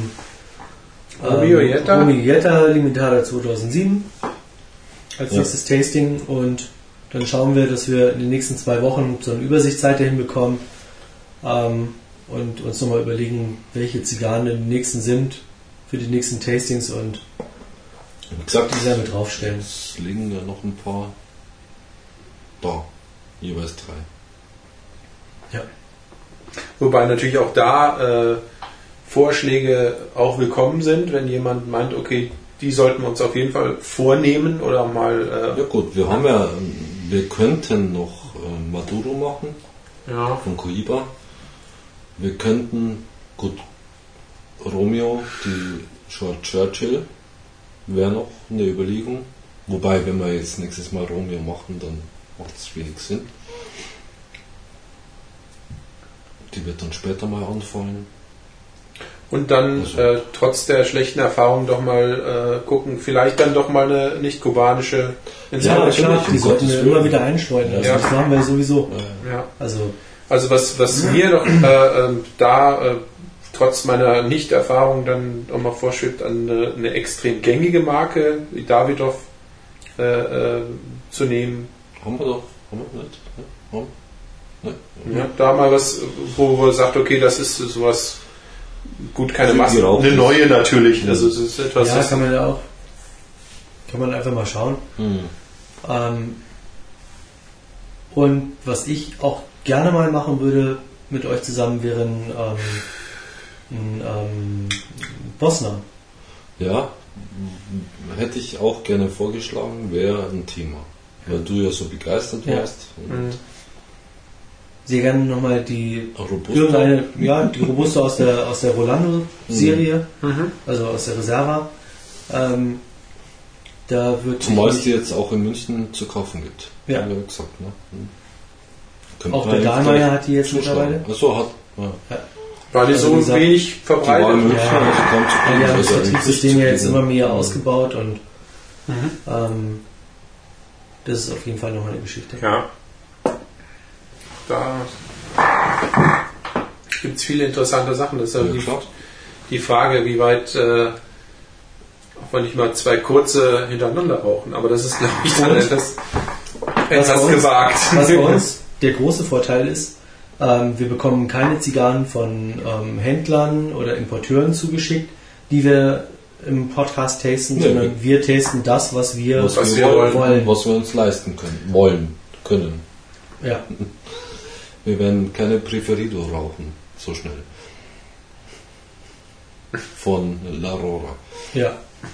Romiglietta. Romiglietta Limitada 2007 als Ja. nächstes Tasting und dann schauen wir, dass wir in den nächsten 2 Wochen so eine Übersichtsseite hinbekommen und uns nochmal überlegen, welche Zigarren die nächsten sind für die nächsten Tastings und Wie gesagt, die da mit draufstellen. es liegen ja noch ein paar da. Jeweils 3. Ja. Wobei natürlich auch da Vorschläge auch willkommen sind, wenn jemand meint, okay, die sollten wir uns auf jeden Fall vornehmen oder mal... Ja gut, wir könnten noch Maduro machen ja. von Cohiba. Wir könnten, gut, Romeo, die Short Churchill wäre noch eine Überlegung. Wobei, wenn wir jetzt nächstes Mal Romeo machen, dann macht es wenig Sinn. Die wird dann später mal anfallen. Und dann trotz der schlechten Erfahrung doch mal gucken, vielleicht dann doch mal eine nicht kubanische Ja, klar, die sollten wir immer wieder einstreuen. Also Ja. das machen wir sowieso. Ja. Also Was mir noch trotz meiner Nicht-Erfahrung dann auch mal vorschwebt, an eine extrem gängige Marke wie Davidoff zu nehmen. Haben wir nicht? Ja, haben. Ne? Ja, da mal was, wo man sagt, okay, das ist sowas, gut, keine Sind Masse, die auch eine nicht. neue natürlich. Also es ist etwas, ja, das kann man einfach mal schauen. Und was ich auch gerne mal machen würde mit euch zusammen, wäre ein Bosner. Ja, hätte ich auch gerne vorgeschlagen, wäre ein Thema. Weil du ja so begeistert Ja. warst. Und Sehr gerne nochmal die Robusta. die Robusta aus der Rolando-Serie, also aus der Reserva. Da wird Zumal es die jetzt auch in München zu kaufen gibt. Ja. Haben wir gesagt, ne? Könnte auch man der jetzt Dahlmeier gleich hat die jetzt zuschlagen. mittlerweile. Achso, hat. Ja. war die Also so wie gesagt, wenig Die war in verbreitet. München, Ja. also kaum zu Ja, kriegen. die haben das Also Vertriebssystem eigentlich ja jetzt zu immer kriegen. mehr ausgebaut und das ist auf jeden Fall nochmal eine Geschichte. Ja. Da gibt es viele interessante Sachen. Das ist Ja, klar. die Frage, wie weit, auch wenn ich mal 2 kurze hintereinander rauchen, aber das ist, glaube ich, dann etwas gewagt. Was bei uns der große Vorteil ist, wir bekommen keine Zigarren von Händlern oder Importeuren zugeschickt, die wir im Podcast tasten, Nee, sondern wir tasten das, was wir Was wir wollen, was wir uns leisten können. Ja. Wir werden keine Preferido rauchen, so schnell. Von La Rora. Ja.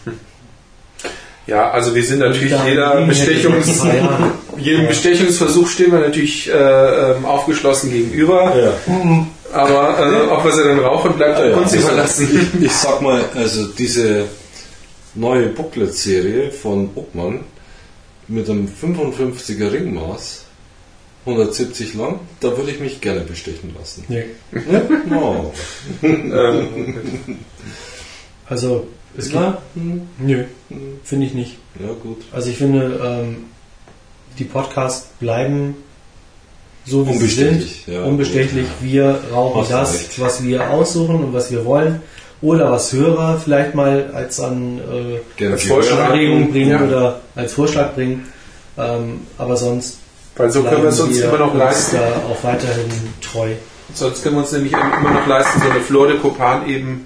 Ja, also wir sind natürlich Da liegen hätte ich in ein paar Jahren. jedem Bestechungsversuch stehen wir natürlich aufgeschlossen gegenüber. Ja. Aber ob wir sie dann rauchen, bleibt uns überlassen. Ich sag mal, also diese neue Booklet-Serie von Obmann mit einem 55er Ringmaß, 170 lang, da würde ich mich gerne bestechen lassen. Nee. Oh. Also, es gibt. Nö, finde ich nicht. Ja, gut. Also ich finde, die Podcasts bleiben so wie sie Unbestechlich, sind, ja, unbestechlich. gut, Wir rauchen Hast das, recht. was wir aussuchen und was wir wollen. Oder was Hörer vielleicht mal als Gerne Als Vorschlag. Anregung bringen Ja. oder als Vorschlag bringen. Aber sonst Weil so können wir es uns immer noch uns leisten. da auch weiterhin treu. Sonst können wir uns nämlich immer noch leisten, so eine Flor de Copan eben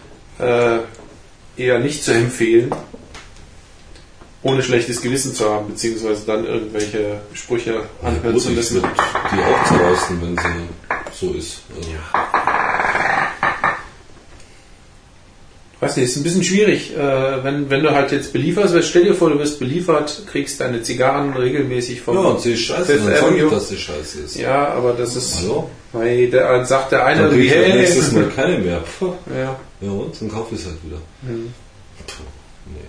eher nicht zu empfehlen, ohne schlechtes Gewissen zu haben, beziehungsweise dann irgendwelche Sprüche anhören Gut, zu ich müssen. würde die auch zerreißen, wenn sie so ist. Also, Weiß nicht, ist ein bisschen schwierig, wenn du halt jetzt belieferst, weil stell dir vor, du wirst beliefert, kriegst deine Zigarren regelmäßig vom ja, und sie ist scheiße, Fifth dann sag ich, Avenue. dass sie scheiße ist. Ja, aber das ist, Hallo? weil dann sagt der eine Dann krieg irgendwie, ich hey, nächstes Mal keine mehr. Puh. ja. Ja und? Dann kaufe ich es halt wieder. Puh, nee.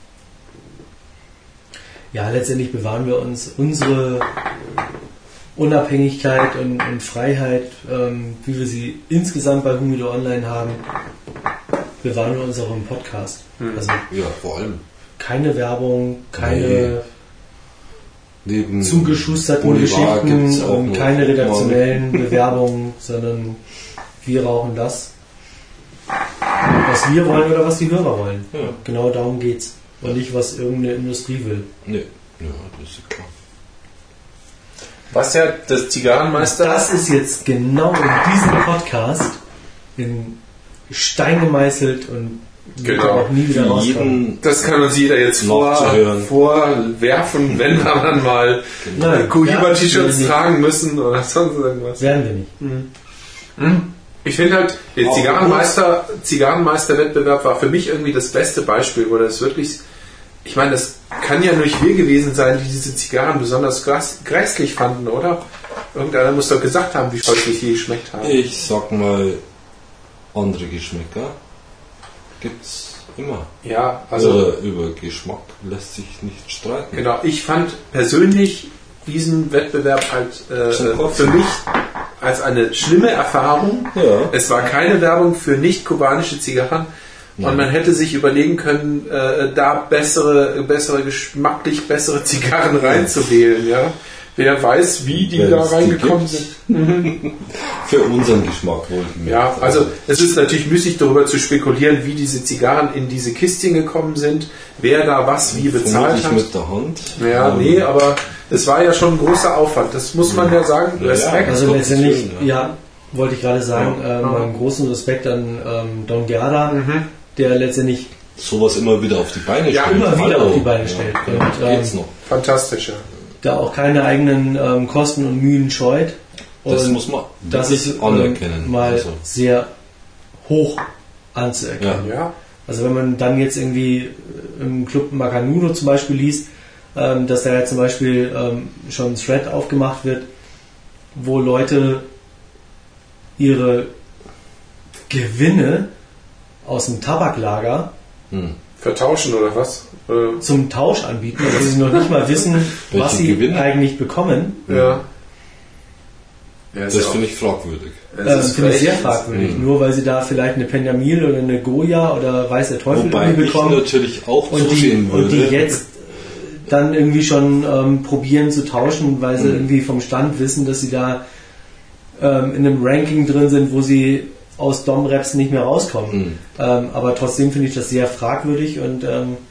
Ja, letztendlich bewahren wir uns unsere Unabhängigkeit und Freiheit, wie wir sie insgesamt bei Humido Online haben, bewahren wir uns auch im Podcast. Also Ja, vor allem. keine Werbung, keine Neben zugeschusterten Boulevard gibt's Geschichten auch und noch keine Obmann. redaktionellen Bewerbungen, sondern wir rauchen das, was wir wollen oder was die Hörer wollen. Ja. Genau darum geht's. Und nicht, was irgendeine Industrie will. Nee, ja, das ist klar. Was ja das Zigarrenmeister, Das ist jetzt genau in diesem Podcast in Stein gemeißelt und wird Genau. auch nie wieder rauskommen. Jeden das kann uns jeder jetzt Nachzuhören. vorwerfen, wenn wir dann mal Nein, Cohiba-T-Shirts werden wir nicht. tragen müssen oder sonst irgendwas. Werden wir nicht. Ich finde halt, der Zigarrenmeister-Wettbewerb war für mich irgendwie das beste Beispiel, wo das wirklich, ich meine, das kann ja nicht wir gewesen sein, die diese Zigarren besonders grässlich fanden, oder? Irgendeiner muss doch gesagt haben, wie scheußlich die geschmeckt haben. Ich sag mal, andere Geschmäcker gibt's immer. Ja, also Über Geschmack lässt sich nicht streiten. genau, ich fand persönlich diesen Wettbewerb halt für mich als eine schlimme Erfahrung. Ja. Es war keine Werbung für nicht kubanische Zigarren. Und man hätte sich überlegen können, da geschmacklich bessere Zigarren reinzuwählen. Ja? Wer weiß, wie die da reingekommen sind. Für unseren Geschmack wollten wir. Ja, also es ist natürlich müßig darüber zu spekulieren, wie diese Zigarren in diese Kistchen gekommen sind, wer da was wie bezahlt hat. Mit der Hand. Ja, nee, aber es war ja schon ein großer Aufwand. Das muss man ja sagen. Respekt. Also letztendlich, wollte ich gerade sagen, einen großen Respekt an Don Gerda, der letztendlich sowas immer wieder auf die Beine stellt. Immer wieder auf die Beine stellt. Und, geht's noch. Fantastisch, ja. Da auch keine eigenen Kosten und Mühen scheut. Und das muss man anerkennen. Mal sehr hoch anzuerkennen. Ja. Also wenn man dann jetzt irgendwie im Club Macanudo zum Beispiel liest, dass da ja zum Beispiel schon ein Thread aufgemacht wird, wo Leute ihre Gewinne aus dem Tabaklager vertauschen oder was? Zum Tausch anbieten, weil sie noch nicht mal wissen, was sie eigentlich bekommen. Ja. Das finde ich fragwürdig. Finde ich sehr fragwürdig. Nur weil sie da vielleicht eine Penjamil oder eine Goya oder weiß der Teufel irgendwie bekommen. Ich natürlich auch zusehen würde. Und die jetzt dann irgendwie schon probieren zu tauschen, weil sie irgendwie vom Stand wissen, dass sie da in einem Ranking drin sind, wo sie aus Dom-Raps nicht mehr rauskommen. Aber trotzdem finde ich das sehr fragwürdig und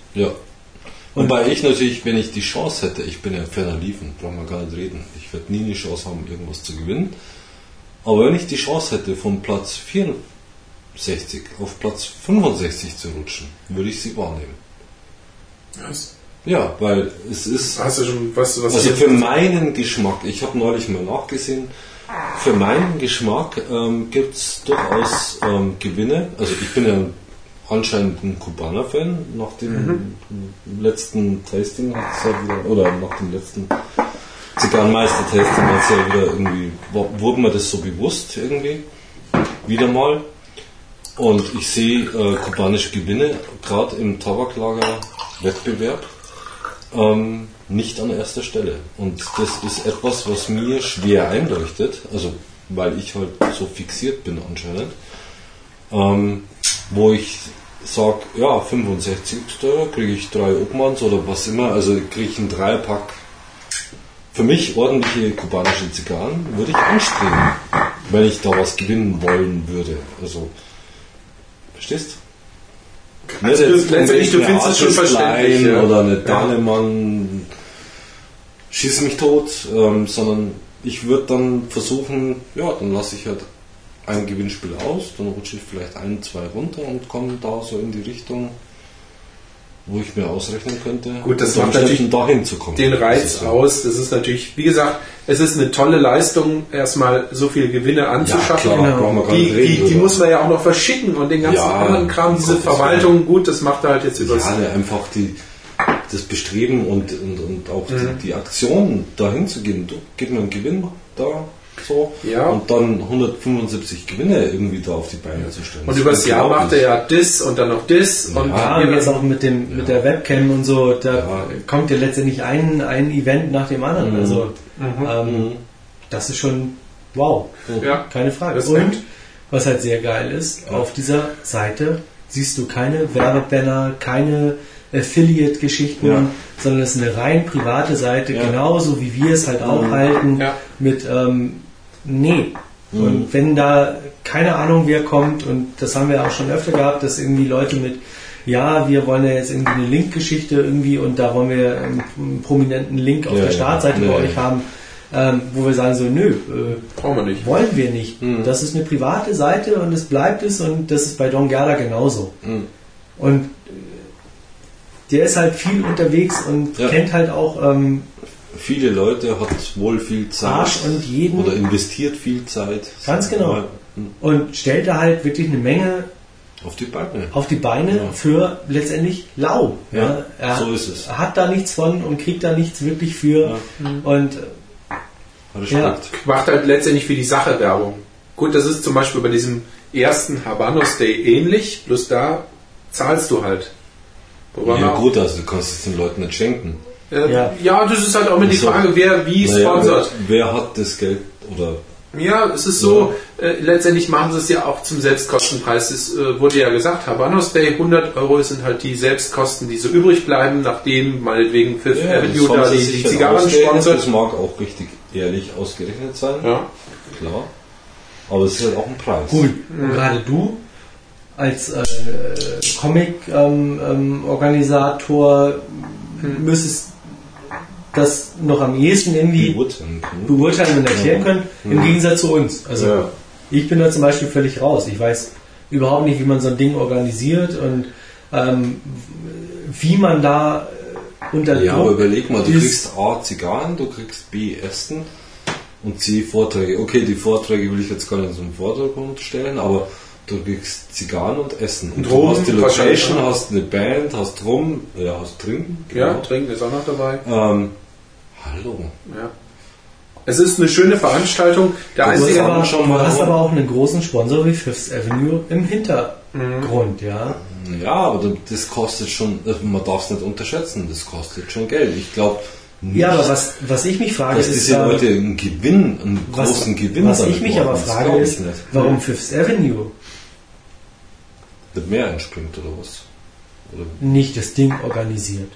wobei ich natürlich, wenn ich die Chance hätte, ich bin ja ferner liefen, brauchen wir gar nicht reden. Ich werde nie eine Chance haben, irgendwas zu gewinnen. Aber wenn ich die Chance hätte, von Platz 64 auf Platz 65 zu rutschen, würde ich sie wahrnehmen. Was? Ja, weil es ist... Hast du schon was also für meinen Geschmack, ich habe neulich mal nachgesehen, für meinen Geschmack gibt es durchaus Gewinne. Also ich bin ja anscheinend ein Kubaner-Fan. Nach dem letzten Tasting hat es ja wieder, oder nach dem letzten Zigarrenmeister-Tasting hat es ja wieder irgendwie, wurde mir das so bewusst irgendwie, wieder mal. Und ich sehe kubanische Gewinne, gerade im Tabaklager-Wettbewerb, nicht an erster Stelle. Und das ist etwas, was mir schwer einleuchtet, also weil ich halt so fixiert bin anscheinend, wo ich sage, ja, 65, da kriege ich 3 Obmanns oder was immer, also kriege ich einen Dreierpack. Für mich ordentliche kubanische Zigarren würde ich anstreben, wenn ich da was gewinnen wollen würde. Also, verstehst du? Also letztendlich, du findest es schon verständlich. Ja. Oder eine Dahlemann, schieß mich tot, sondern ich würde dann versuchen, ja, dann lasse ich halt ein Gewinnspiel aus, dann rutsche ich vielleicht 1, 2 runter und komme da so in die Richtung, wo ich mir ausrechnen könnte, gut, das macht natürlich dahin zu kommen. Den Reiz aus. Das ist natürlich, wie gesagt, es ist eine tolle Leistung, erstmal so viele Gewinne anzuschaffen. Ja, klar, die muss man ja auch noch verschicken und den ganzen anderen Kram, diese Verwaltung, gut, das macht er halt jetzt über einfach das Bestreben und auch die Aktion, dahin zu gehen. Du, gib mir einen Gewinn da. So, und dann 175 Gewinne irgendwie da auf die Beine zu stellen. Und übers Jahr macht er ja das und dann noch das. Und jetzt auch mit der Webcam und so, da kommt ja letztendlich ein Event nach dem anderen. Also das ist schon wow. Keine Frage. Und was halt sehr geil ist, auf dieser Seite siehst du keine Werbebanner, keine Affiliate-Geschichten, sondern es ist eine rein private Seite, genauso wie wir es halt auch halten, mit Und wenn da keine Ahnung wer kommt, und das haben wir auch schon öfter gehabt, dass irgendwie Leute mit, wir wollen ja jetzt irgendwie eine Link-Geschichte irgendwie und da wollen wir einen prominenten Link auf der Startseite bei euch haben, wo wir sagen so, brauchen wir nicht. Wollen wir nicht. Das ist eine private Seite und es bleibt es, und das ist bei Don Gerda genauso. Und der ist halt viel unterwegs und kennt halt auch viele Leute, hat wohl viel Zeit Arsch und jeden oder investiert viel Zeit. Ganz genau. Und stellt da halt wirklich eine Menge auf die Beine für letztendlich lau. So ist es. Er hat da nichts von und kriegt da nichts wirklich für. Und macht halt letztendlich für die Sache Werbung. Gut, das ist zum Beispiel bei diesem ersten Habanos Day ähnlich, bloß da zahlst du halt. Ja gut, also du kannst es den Leuten nicht schenken. Ja, das ist halt auch immer die Frage, wer wie sponsert. Wer hat das Geld oder... Ja, es ist so, letztendlich machen sie es ja auch zum Selbstkostenpreis. Es wurde ja gesagt, Habanos Day, 100 € sind halt die Selbstkosten, die so übrig bleiben, nachdem meinetwegen Fifth Avenue da die Zigarren sponsert. Das mag auch richtig ehrlich ausgerechnet sein. Ja. Klar. Aber es ist halt auch ein Preis. Gut, und gerade du als Comic-Organisator müsstest das noch am ehesten irgendwie beurteilen und erklären können, im Gegensatz zu uns. Also ich bin da zum Beispiel völlig raus. Ich weiß überhaupt nicht, wie man so ein Ding organisiert und wie man da unter Druck. Ja, aber überleg mal, du kriegst A, Zigarren, du kriegst B, Essen und C, Vorträge. Okay, die Vorträge will ich jetzt gar nicht so im Vordergrund stellen, aber du kriegst Zigarren und Essen. Und du hast die Location, hast eine Band, hast Rum, hast Trinken. Genau. Ja, Trinken ist auch noch dabei. Hallo. Ja. Es ist eine schöne Veranstaltung. Du hast aber auch einen großen Sponsor wie Fifth Avenue im Hintergrund, ja. Ja, aber das kostet schon, man darf es nicht unterschätzen, das kostet schon Geld. Ich glaube nicht, ja, aber was ich mich frage, dass diese Leute einen großen Gewinn was ich mich aber frage ist, warum Fifth Avenue nicht mehr entspringt oder was? Oder nicht das Ding organisiert.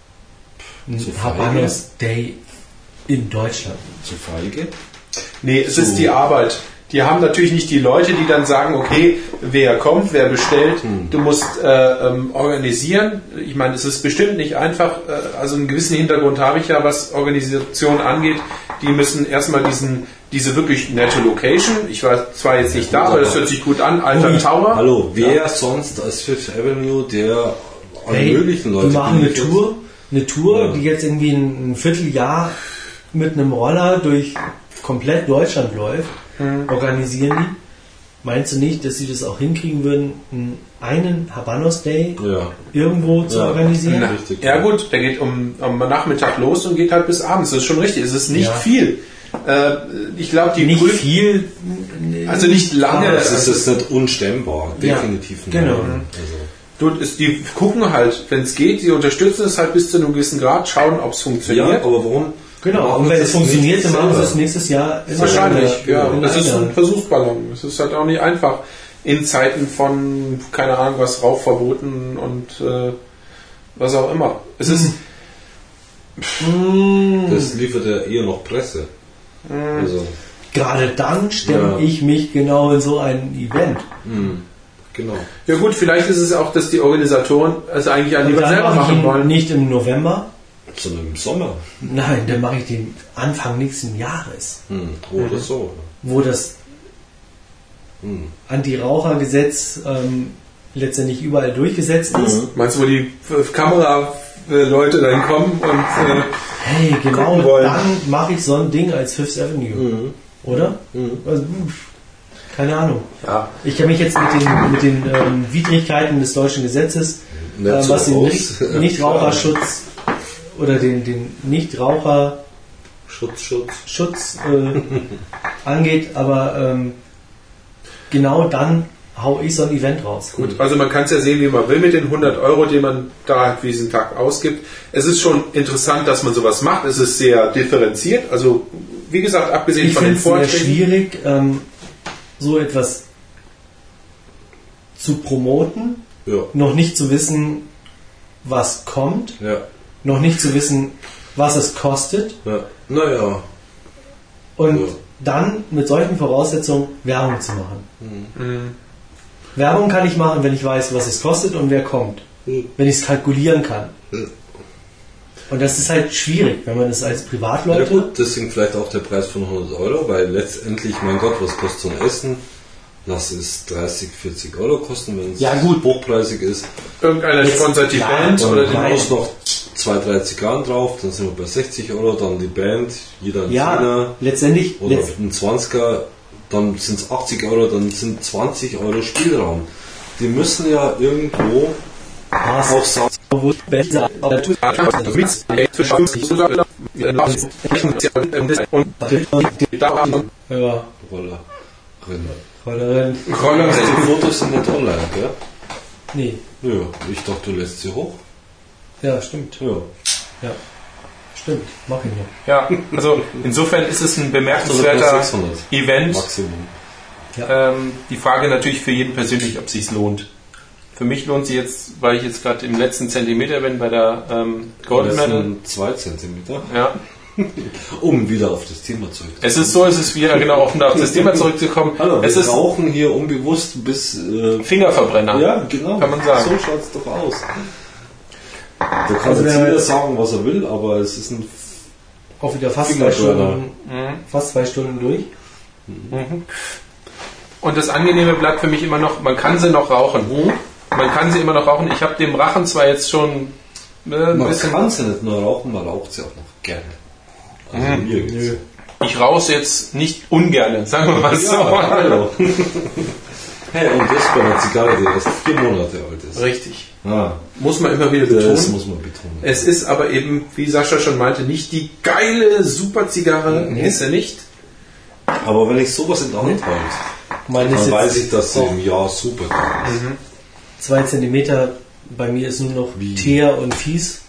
Habanos Day in Deutschland. Zu feige? Nee, es ist die Arbeit. Die haben natürlich nicht die Leute, die dann sagen, okay, wer kommt, wer bestellt, du musst organisieren. Ich meine, es ist bestimmt nicht einfach, also einen gewissen Hintergrund habe ich ja, was Organisation angeht. Die müssen erstmal diese wirklich nette Location, ich war zwar jetzt nicht da, aber das hört sich gut an, alter Tower. Hallo, wer sonst als Fifth Avenue, der alle möglichen Leute... Wir machen eine Tour, die jetzt irgendwie ein Vierteljahr mit einem Roller durch komplett Deutschland läuft, organisieren die. Meinst du nicht, dass sie das auch hinkriegen würden, einen Habanos Day irgendwo zu organisieren? Ja gut, der geht um Nachmittag los und geht halt bis abends. Das ist schon richtig. Es ist nicht viel. Ich glaube, die nicht viel, also nicht lange. Es ist nicht unstemmbar, definitiv nicht. Genau. Die gucken halt, wenn es geht, sie unterstützen es halt bis zu einem gewissen Grad, schauen, ob es funktioniert. Ja, aber warum? Genau, und wenn es funktioniert, dann machen sie es nächstes Jahr. Wahrscheinlich, das ist ein Versuchsballon. Es ist halt auch nicht einfach in Zeiten von, keine Ahnung, was Rauchverboten und was auch immer. Es ist... Das liefert ja eher noch Presse. Also. Gerade dann stelle ich mich genau in so ein Event. Genau. Ja gut, vielleicht ist es auch, dass die Organisatoren es eigentlich lieber selber machen wollen. Nicht im November, sondern im Sommer. Nein, dann mache ich den Anfang nächsten Jahres. Oder so. Wo das Anti-Raucher-Gesetz letztendlich überall durchgesetzt ist. Meinst du, wo die Kameraleute dann kommen und hey, genau, dann mache ich so ein Ding als Fifth Avenue. Oder? Also, keine Ahnung. Ja. Ich kenne mich jetzt mit den Widrigkeiten des deutschen Gesetzes, was den Nichtraucherschutz oder den Nichtraucherschutz angeht, aber genau dann hau ich so ein Event raus. Gut, also man kann es ja sehen, wie man will mit den 100 €, die man da für diesen Tag ausgibt. Es ist schon interessant, dass man sowas macht. Es ist sehr differenziert. Also wie gesagt, abgesehen von den Vorträgen. Ich finde es sehr schwierig, so etwas zu promoten, noch nicht zu wissen, was kommt, noch nicht zu wissen, was es kostet. Naja. Und dann mit solchen Voraussetzungen Werbung zu machen. Werbung kann ich machen, wenn ich weiß, was es kostet und wer kommt. Wenn ich es kalkulieren kann. Und das ist halt schwierig, wenn man es als Privatleute... Ja gut, deswegen vielleicht auch der Preis von 100 €, weil letztendlich, mein Gott, was kostet so ein Essen? Lass es 30, 40 € kosten, wenn es hochpreisig ist. Irgendeiner sponsert die Band oder du haust noch 2, 3 Zigarren drauf, dann sind wir bei 60 €, dann die Band, jeder ein Zehner. Letztendlich. Oder ein 20er, dann sind es 80 €, dann sind 20 € Spielraum. Die müssen ja irgendwo auch sagen, Rollerin. Die Fotos sind nicht online, gell? Nee. Ja, ich dachte, du lässt sie hoch. Ja, stimmt. Ja. Stimmt, mach ich nicht. Ja, also insofern ist es ein bemerkenswerter 600 Event. Maximum. Ja. Die Frage natürlich für jeden persönlich, ob es sich lohnt. Für mich lohnt sie jetzt, weil ich jetzt gerade im letzten Zentimeter bin bei der Golden Das Medal. sind 2 Zentimeter. Ja. Um wieder auf das Thema zurückzukommen. Es ist so, es ist wieder genau auf das Thema zurückzukommen. Hallo, es wir ist rauchen hier unbewusst bis... Fingerverbrenner. ja, genau. Kann man sagen. So schaut es doch aus. Da kann Also jetzt wer- jeder sagen, was er will, aber es ist ein... Auch wieder fast 2 Fingerburner. Stunden, fast 2 Stunden durch. Und das Angenehme bleibt für mich immer noch, man kann sie noch rauchen. Man kann sie immer noch rauchen. Ich habe dem Rachen zwar jetzt schon ein Man bisschen... kann sie nicht nur rauchen, man raucht sie auch noch gerne. Also mir geht's so. Ich rauche jetzt nicht ungern, sagen wir mal so. Ja, hallo. Hey, und das bei einer Zigarre, die erst 4 Monate alt ist. Richtig. Ah, Muss man immer wieder das betonen. muss man betonen. Es ist aber eben, wie Sascha schon meinte, nicht die geile Super-Zigarre. Ist er nicht. Aber wenn ich sowas in der Hand halte, Meine ist dann weiß jetzt ich, dass sie auch im Jahr super geil ist. 2 Zentimeter. Bei mir ist nur noch Wie? Teer und Fies.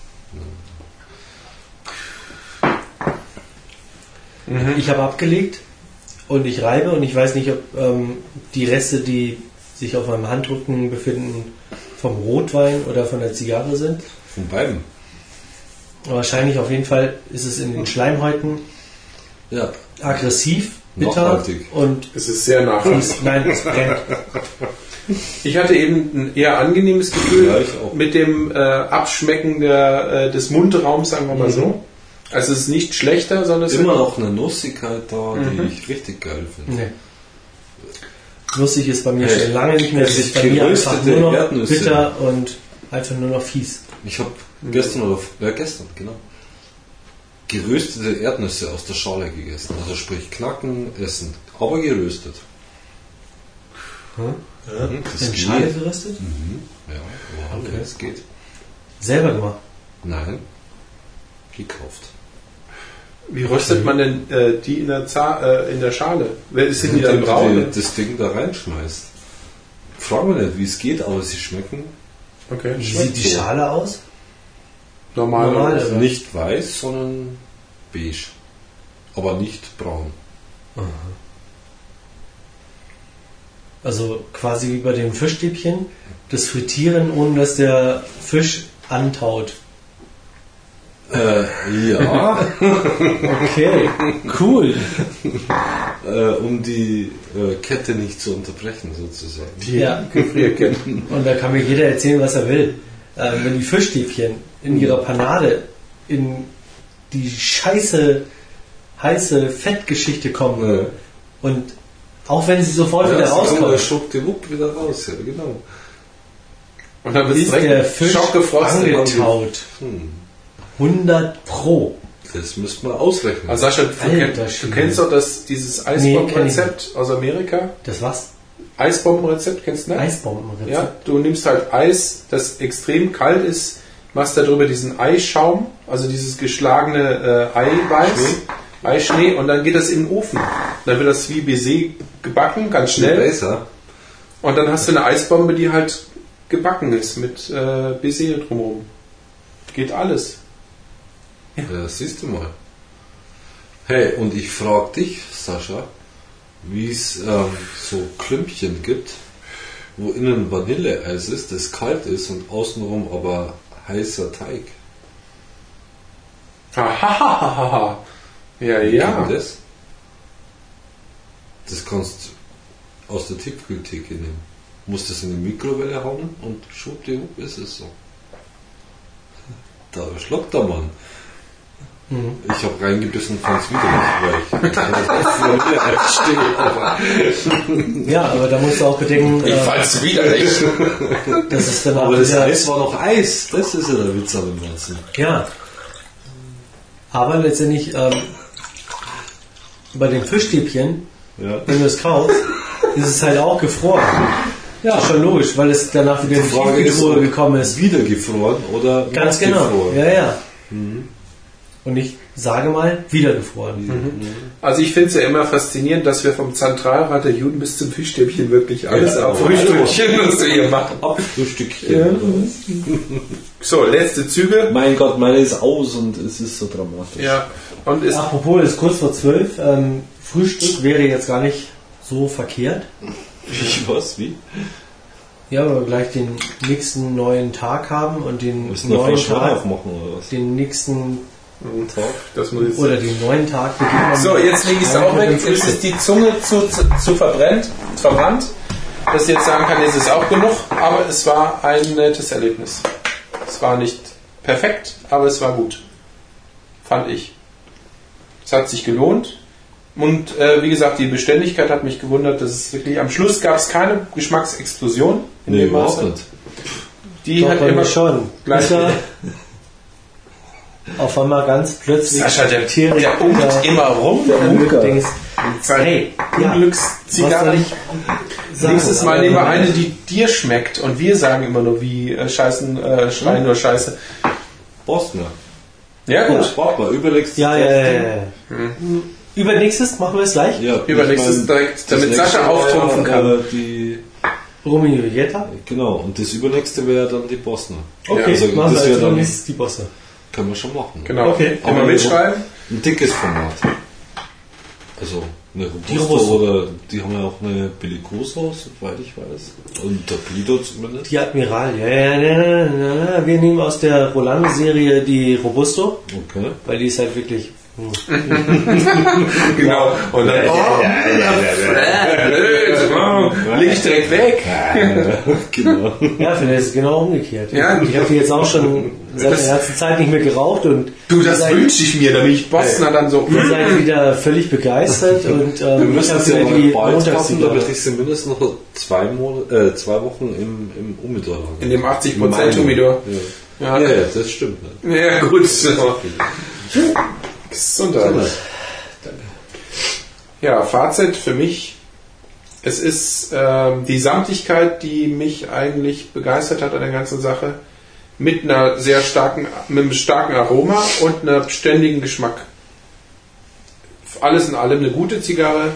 Ich habe abgelegt und ich reibe und ich weiß nicht, ob die Reste, die sich auf meinem Handrücken befinden, vom Rotwein oder von der Zigarre sind. Von beiden. Wahrscheinlich auf jeden Fall ist es in den Schleimhäuten Ja. aggressiv, bitter Nachhaltig. und Es ist sehr nachhaltig. fies. Nein, es brennt. Ich hatte eben ein eher angenehmes Gefühl Ja, ich auch. mit dem Abschmecken des Mundraums, sagen wir mal so. Also es ist nicht schlechter, sondern es Immer ist noch eine Nussigkeit da, die ich richtig geil finde. Nee. Lustig ist bei mir Hey, schon lange nicht mehr. Es es ist ist bei mir einfach geröstete nur noch Erdnüsse. bitter und einfach nur noch fies. Ich habe gestern, genau, geröstete Erdnüsse aus der Schale gegessen. Also sprich knacken, essen, aber geröstet. Das In geht. Schale geröstet? Ja, wow, Okay. das geht. Selber gemacht. Nein, gekauft. Wie röstet man denn die in der Schale? Sind die dann Indem braun? du das Ding da reinschmeißt. Frag mich nicht, wie es geht, aber sie schmecken Okay. Wie sieht die Schale aus? Normal. Normal. oder? Ja. nicht weiß, sondern beige. Aber nicht braun. Also quasi wie bei dem Fischstäbchen. Das Frittieren, ohne dass der Fisch antaut. Ja, Okay, cool. um die Kette nicht zu unterbrechen, sozusagen. Die Ja. Gefrierketten. Und da kann mir jeder erzählen, was er will. Wenn die Fischstäbchen in ihrer Panade in die scheiße heiße Fettgeschichte kommen Ja. und auch wenn sie sofort wieder Ja, rauskommen, schwuppdiwupp wieder raus, ja, genau. Und dann wird ist der Fisch schockgefrostet. angetaut. 100 Pro. Das müsste man ausrechnen. Also Sascha, Alter du Schwede. kennst doch dieses Nee, kenn ich Eisbombenrezept aus Amerika? Das was? Eisbombenrezept, kennst du nicht? Eisbombenrezept. Ja, du nimmst halt Eis, das extrem kalt ist, machst darüber diesen Eisschaum, also dieses geschlagene Eischnee, und dann geht das in den Ofen. Dann wird das wie Baiser gebacken, ganz schnell. Besser. Und dann hast du eine Eisbombe, die halt gebacken ist mit Baiser drumherum. Geht alles. Ja, siehst du mal. Hey, und ich frage dich, Sascha, wie es so Klümpchen gibt, wo innen Vanilleeis ist, das kalt ist und außenrum aber heißer Teig. Hahaha. Ja, Wie ja. geht das? Das kannst du aus der Tiefkühltheke nehmen. Musst das in die Mikrowelle hauen und schwuppdiwupp ist es so. Da schluckt der Mann. Ich habe reingebissen, fand es wieder nicht, weil ich stehe, aber Ja, aber da musst du auch bedenken, fand's widerlich. dass es dann auch aber das wieder, Eis war noch Eis. Das ist ja der Witz an dem Ganzen. ja. Aber letztendlich bei dem Fischstäbchen, Ja. wenn du es kaufst, ist es halt auch gefroren. Ja, schon logisch, weil es danach wieder in die Frage ist, Tiefkühltruhe ob gekommen ist. wieder gefroren oder Ganz genau. gefroren. Ja, ja. Und ich sage mal, wiedergefroren. Also ich finde es ja immer faszinierend, dass wir vom Zentralrat der Juden bis zum Fischstäbchen wirklich alles auf Frühstückchen musst du hier machen. Frühstückchen. Ja. So, letzte Züge. Mein Gott, meine ist aus und es ist so dramatisch. Ja. Und ist Apropos, es ist kurz vor 12. Frühstück wäre jetzt gar nicht so verkehrt. Wie? Ja, weil wir gleich den nächsten neuen Tag haben und den Müssen wir neuen Schwein Tag, aufmachen oder was? den nächsten Tag, das muss ich oder den neuen Tag beginnen. So, jetzt lege ich es auch weg. Jetzt ist die Zunge zu verbrannt, dass ich jetzt sagen kann, jetzt ist auch genug. Aber es war ein nettes Erlebnis. Es war nicht perfekt, aber es war gut. Fand ich. Es hat sich gelohnt. Und wie gesagt, die Beständigkeit hat mich gewundert, dass es wirklich am Schluss gab es keine Geschmacksexplosion in dem Maße. Überhaupt nicht. Die Doch, hat bei immer mir schon. gleich. Sascha, auf einmal ganz plötzlich Sascha, der Bakterien umgt da- immer rum. Und du denkst, hey, was soll Unglückszigarren. ich sagen? Nächstes Mal nehmen wir eine, die dir schmeckt. Und wir sagen immer nur, wie schreien nur Scheiße. Bosner. Ja, gut. Warte mal, überlegst du. Ja. Übernächstes machen wir es gleich. Ja, Übernächstes ich mein, direkt, damit das Sascha nächste auftrumpfen wäre, kann. Die, Romeo Julieta. genau, und das übernächste wäre dann die Bosner. Okay, also machen wir das wäre als dann, nächstes die Bosse. können wir schon machen. Genau. Okay. Immer mitschreiben. Ein dickes Format. Also eine Robusto, Die Robusto. oder die haben ja auch eine Bellicosa, soweit ich weiß. Und Torpedo zumindest. Die Admiral, ja. Wir nehmen aus der Rolando-Serie die Robusto, Okay. weil die ist halt wirklich... Genau. Und dann, leg ich direkt weg. Genau. Ja, vielleicht ist es genau umgekehrt. Ja. Ich habe die jetzt auch schon seit der ganzen Zeit nicht mehr geraucht und Du, das ihr wünsche ich mir, damit ich Bosner dann so... seid wieder völlig begeistert und Wir ich müssen habe es ja wieder mal die bald schaffen, Montagszigarre. damit ich sie mindestens noch 2 Wochen im Humidor habe. In dem 80% Humidor. Ja. Ja, das stimmt. Ne? Ja, gut. Gesundheit. Ja, Fazit für mich. Es ist die Samtigkeit, die mich eigentlich begeistert hat an der ganzen Sache, mit mit einem starken Aroma und einem beständigen Geschmack. Alles in allem eine gute Zigarre.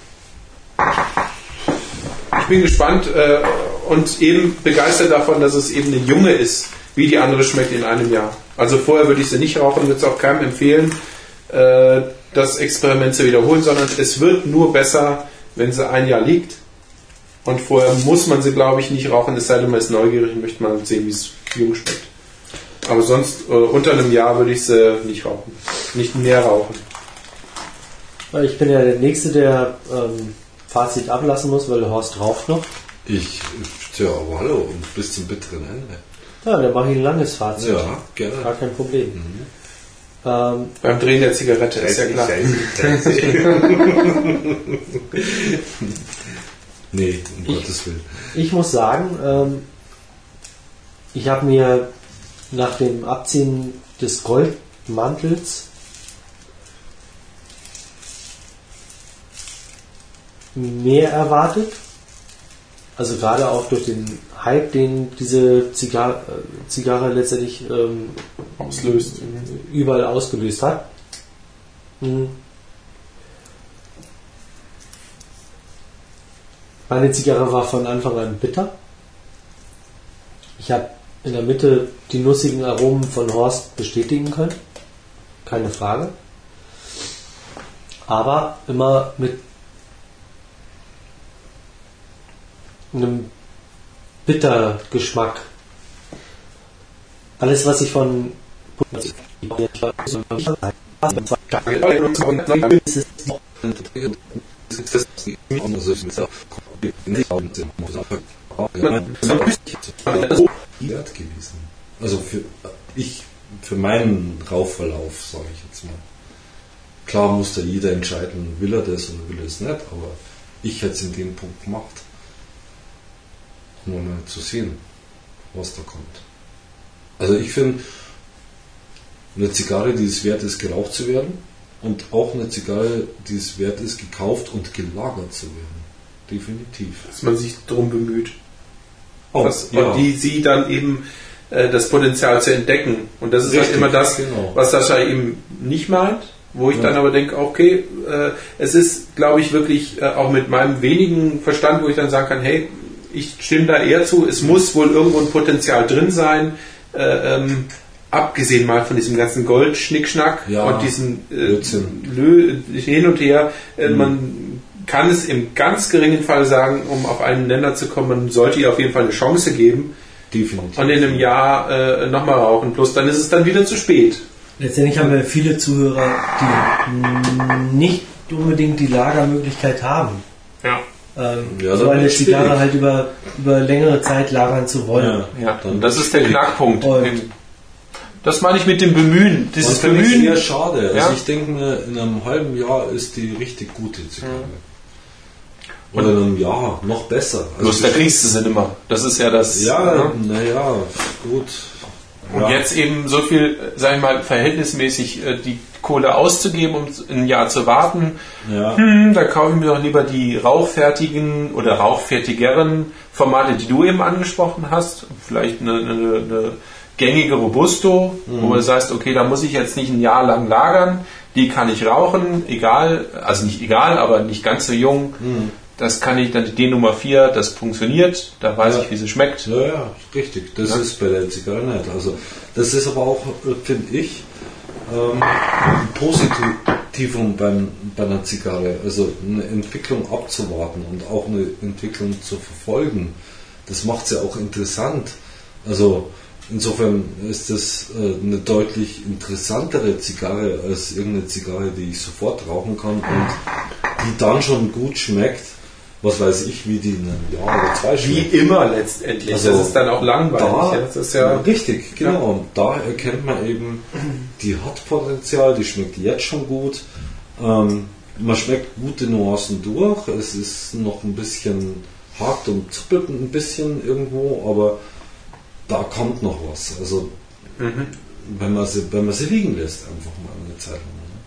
Ich bin gespannt und eben begeistert davon, dass es eben eine junge ist, wie die andere schmeckt in einem Jahr. Also vorher würde ich sie nicht rauchen, würde es auch keinem empfehlen, das Experiment zu wiederholen, sondern es wird nur besser, wenn sie ein Jahr liegt. Und vorher muss man sie, glaube ich, nicht rauchen, es sei denn, man ist neugierig und möchte mal sehen, wie es jung schmeckt. Aber sonst, unter einem Jahr würde ich sie nicht rauchen. Nicht mehr rauchen. Ich bin ja der Nächste, der Fazit ablassen muss, weil der Horst raucht noch. Tja, aber hallo, und bis zum bitteren Ende. Ja, dann mache ich ein langes Fazit. Ja, gerne. Gar kein Problem. Beim Drehen der Zigarette, ist ja klar. Nee, um Gottes Willen. Ich muss sagen, ich habe mir nach dem Abziehen des Goldmantels mehr erwartet. Also gerade auch durch den Hype, den diese Zigarre letztendlich Auslöst. überall ausgelöst hat. Meine Zigarre war von Anfang an bitter. Ich habe in der Mitte die nussigen Aromen von Horst bestätigen können. Keine Frage. Aber immer mit einem Bittergeschmack. Alles, was ich von gewesen. Also für meinen Rauchverlauf, sage ich jetzt mal. Klar muss da jeder entscheiden, will er das oder will er es nicht, aber ich hätte es in dem Punkt gemacht. Um mal zu sehen, was da kommt. Also ich finde, eine Zigarre, die es wert ist, geraucht zu werden, und auch eine Zigarre, die es wert ist, gekauft und gelagert zu werden. Definitiv. Dass man sich darum bemüht. Oh, Und die sie dann eben das Potenzial zu entdecken. Und das ist Richtig, halt immer das, genau. was Sascha eben nicht meint, wo ich dann aber denke, okay, es ist, glaube ich, wirklich auch mit meinem wenigen Verstand, wo ich dann sagen kann, hey, ich stimme da eher zu, es muss wohl irgendwo ein Potenzial drin sein, abgesehen mal von diesem ganzen Gold-Schnickschnack und diesem hin und her. Man kann es im ganz geringen Fall sagen, um auf einen Nenner zu kommen, man sollte ihr auf jeden Fall eine Chance geben. Definitiv. Und in einem Jahr nochmal rauchen. Bloß dann ist es dann wieder zu spät. Letztendlich haben wir viele Zuhörer, die nicht unbedingt die Lagermöglichkeit haben. Ja. So eine Zigarre halt über längere Zeit lagern zu wollen. Ja. Und das ist der Knackpunkt. Das meine ich mit dem Bemühen. Dieses Bemühen ist sehr schade. Also ich denke mir, in einem halben Jahr ist die richtig gute Zigarre. Oder in einem Jahr noch besser. Also bloß da kriegst du sie nicht mehr. Das ist ja das. Ja, naja, gut. Und jetzt eben so viel, sag ich mal, verhältnismäßig die Kohle auszugeben, um ein Jahr zu warten. Ja. Da kaufe ich mir doch lieber die rauchfertigen oder rauchfertigeren Formate, die du eben angesprochen hast. Vielleicht eine gängige Robusto, wo du sagst, okay, da muss ich jetzt nicht ein Jahr lang lagern. Die kann ich rauchen, egal, also nicht egal, aber nicht ganz so jung. Das kann ich dann, die Nummer 4, das funktioniert, da weiß ich, wie sie schmeckt. Ja, richtig. Das ist bei der Zigarre nicht. Also, das ist aber auch, finde ich, ein Positivum bei einer Zigarre. Also, eine Entwicklung abzuwarten und auch eine Entwicklung zu verfolgen. Das macht es ja auch interessant. Also, insofern ist das eine deutlich interessantere Zigarre als irgendeine Zigarre, die ich sofort rauchen kann und die dann schon gut schmeckt. Was weiß ich, wie die in einem Jahr oder 2 schmeckt. Wie immer letztendlich. Also das ist dann auch langweilig. Das ist richtig, genau. Ja. Und da erkennt man eben, die hat Potenzial, die schmeckt jetzt schon gut. Man schmeckt gute Nuancen durch. Es ist noch ein bisschen hart und zuppelt ein bisschen irgendwo, aber da kommt noch was. Also wenn man sie liegen lässt, einfach mal eine Zeit lang.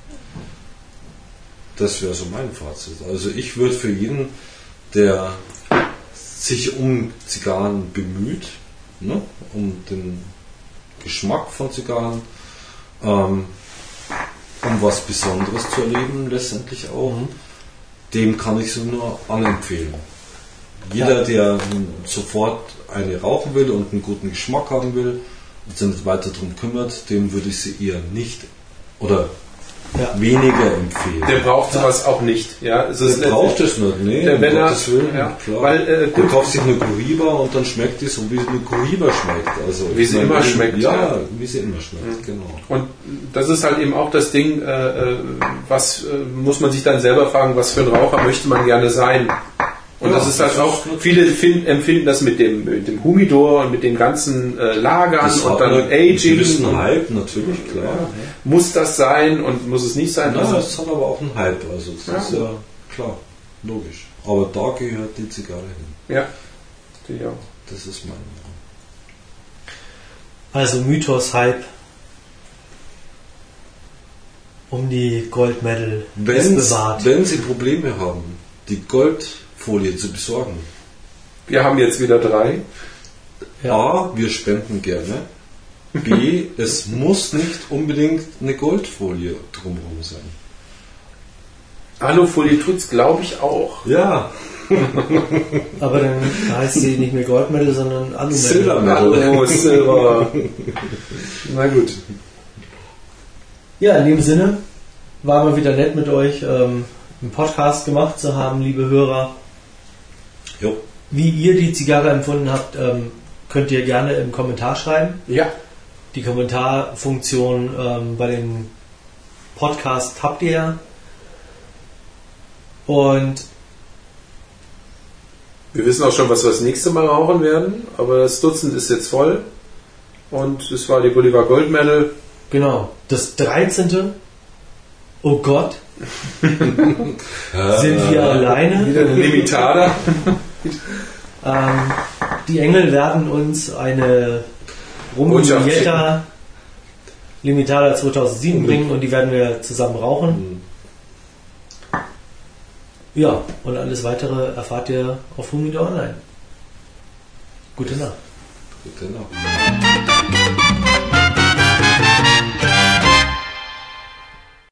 Das wäre so mein Fazit. Also ich würde für jeden, der sich um Zigarren bemüht, ne, um den Geschmack von Zigarren, um was Besonderes zu erleben, letztendlich auch, dem kann ich sie nur anempfehlen. Jeder, der sofort eine rauchen will und einen guten Geschmack haben will und sich nicht weiter darum kümmert, dem würde ich sie eher nicht oder weniger empfehlen. Der braucht sowas auch nicht. Ja? Der braucht es nicht, nee, wenn Gottes Willen, klar. Weil, der kauft sich eine Cohiba und dann schmeckt die so, wie eine Cohiba schmeckt. Also, wie sie immer schmeckt. Ja, wie sie immer schmeckt, genau. Und das ist halt eben auch das Ding, was muss man sich dann selber fragen, was für ein Raucher möchte man gerne sein? Und das ist halt auch, viele empfinden das mit dem Humidor und mit dem ganzen Lagern und dann Aging. Das ist ein Hype, natürlich, klar. Ja. Muss das sein und muss es nicht sein? Ja, das hat aber auch einen Hype, also das ist ja klar, logisch. Aber da gehört die Zigarre hin. Ja, die auch. Das ist meine Meinung. Also Mythos, Hype um die Gold Medal ist bewahrt. Wenn Sie Probleme haben, die Goldfolie zu besorgen. Wir haben jetzt wieder 3. A, wir spenden gerne. B, es muss nicht unbedingt eine Goldfolie drumherum sein. Alufolie tut's, glaube ich, auch. Ja. Aber dann heißt sie nicht mehr Gold Medal, sondern Alu Medal. Silber Medal. Silber. Na gut. Ja, in dem Sinne war mal wieder nett mit euch einen Podcast gemacht zu haben, liebe Hörer. Jo. Wie ihr die Zigarre empfunden habt, könnt ihr gerne im Kommentar schreiben. Ja. Die Kommentarfunktion bei dem Podcast habt ihr ja. Und wir wissen auch schon, was wir das nächste Mal rauchen werden, aber das Dutzend ist jetzt voll. Und es war die Bolivar Gold Medal. Genau, das 13. Oh Gott. Sind wir alleine? Wieder eine Limitada. Die Engel werden uns eine Rumbo-Julieta Limitada 2007 bringen und die werden wir zusammen rauchen. Ja, und alles weitere erfahrt ihr auf Humidor Online. Gute Nacht. Gute Nacht. Musik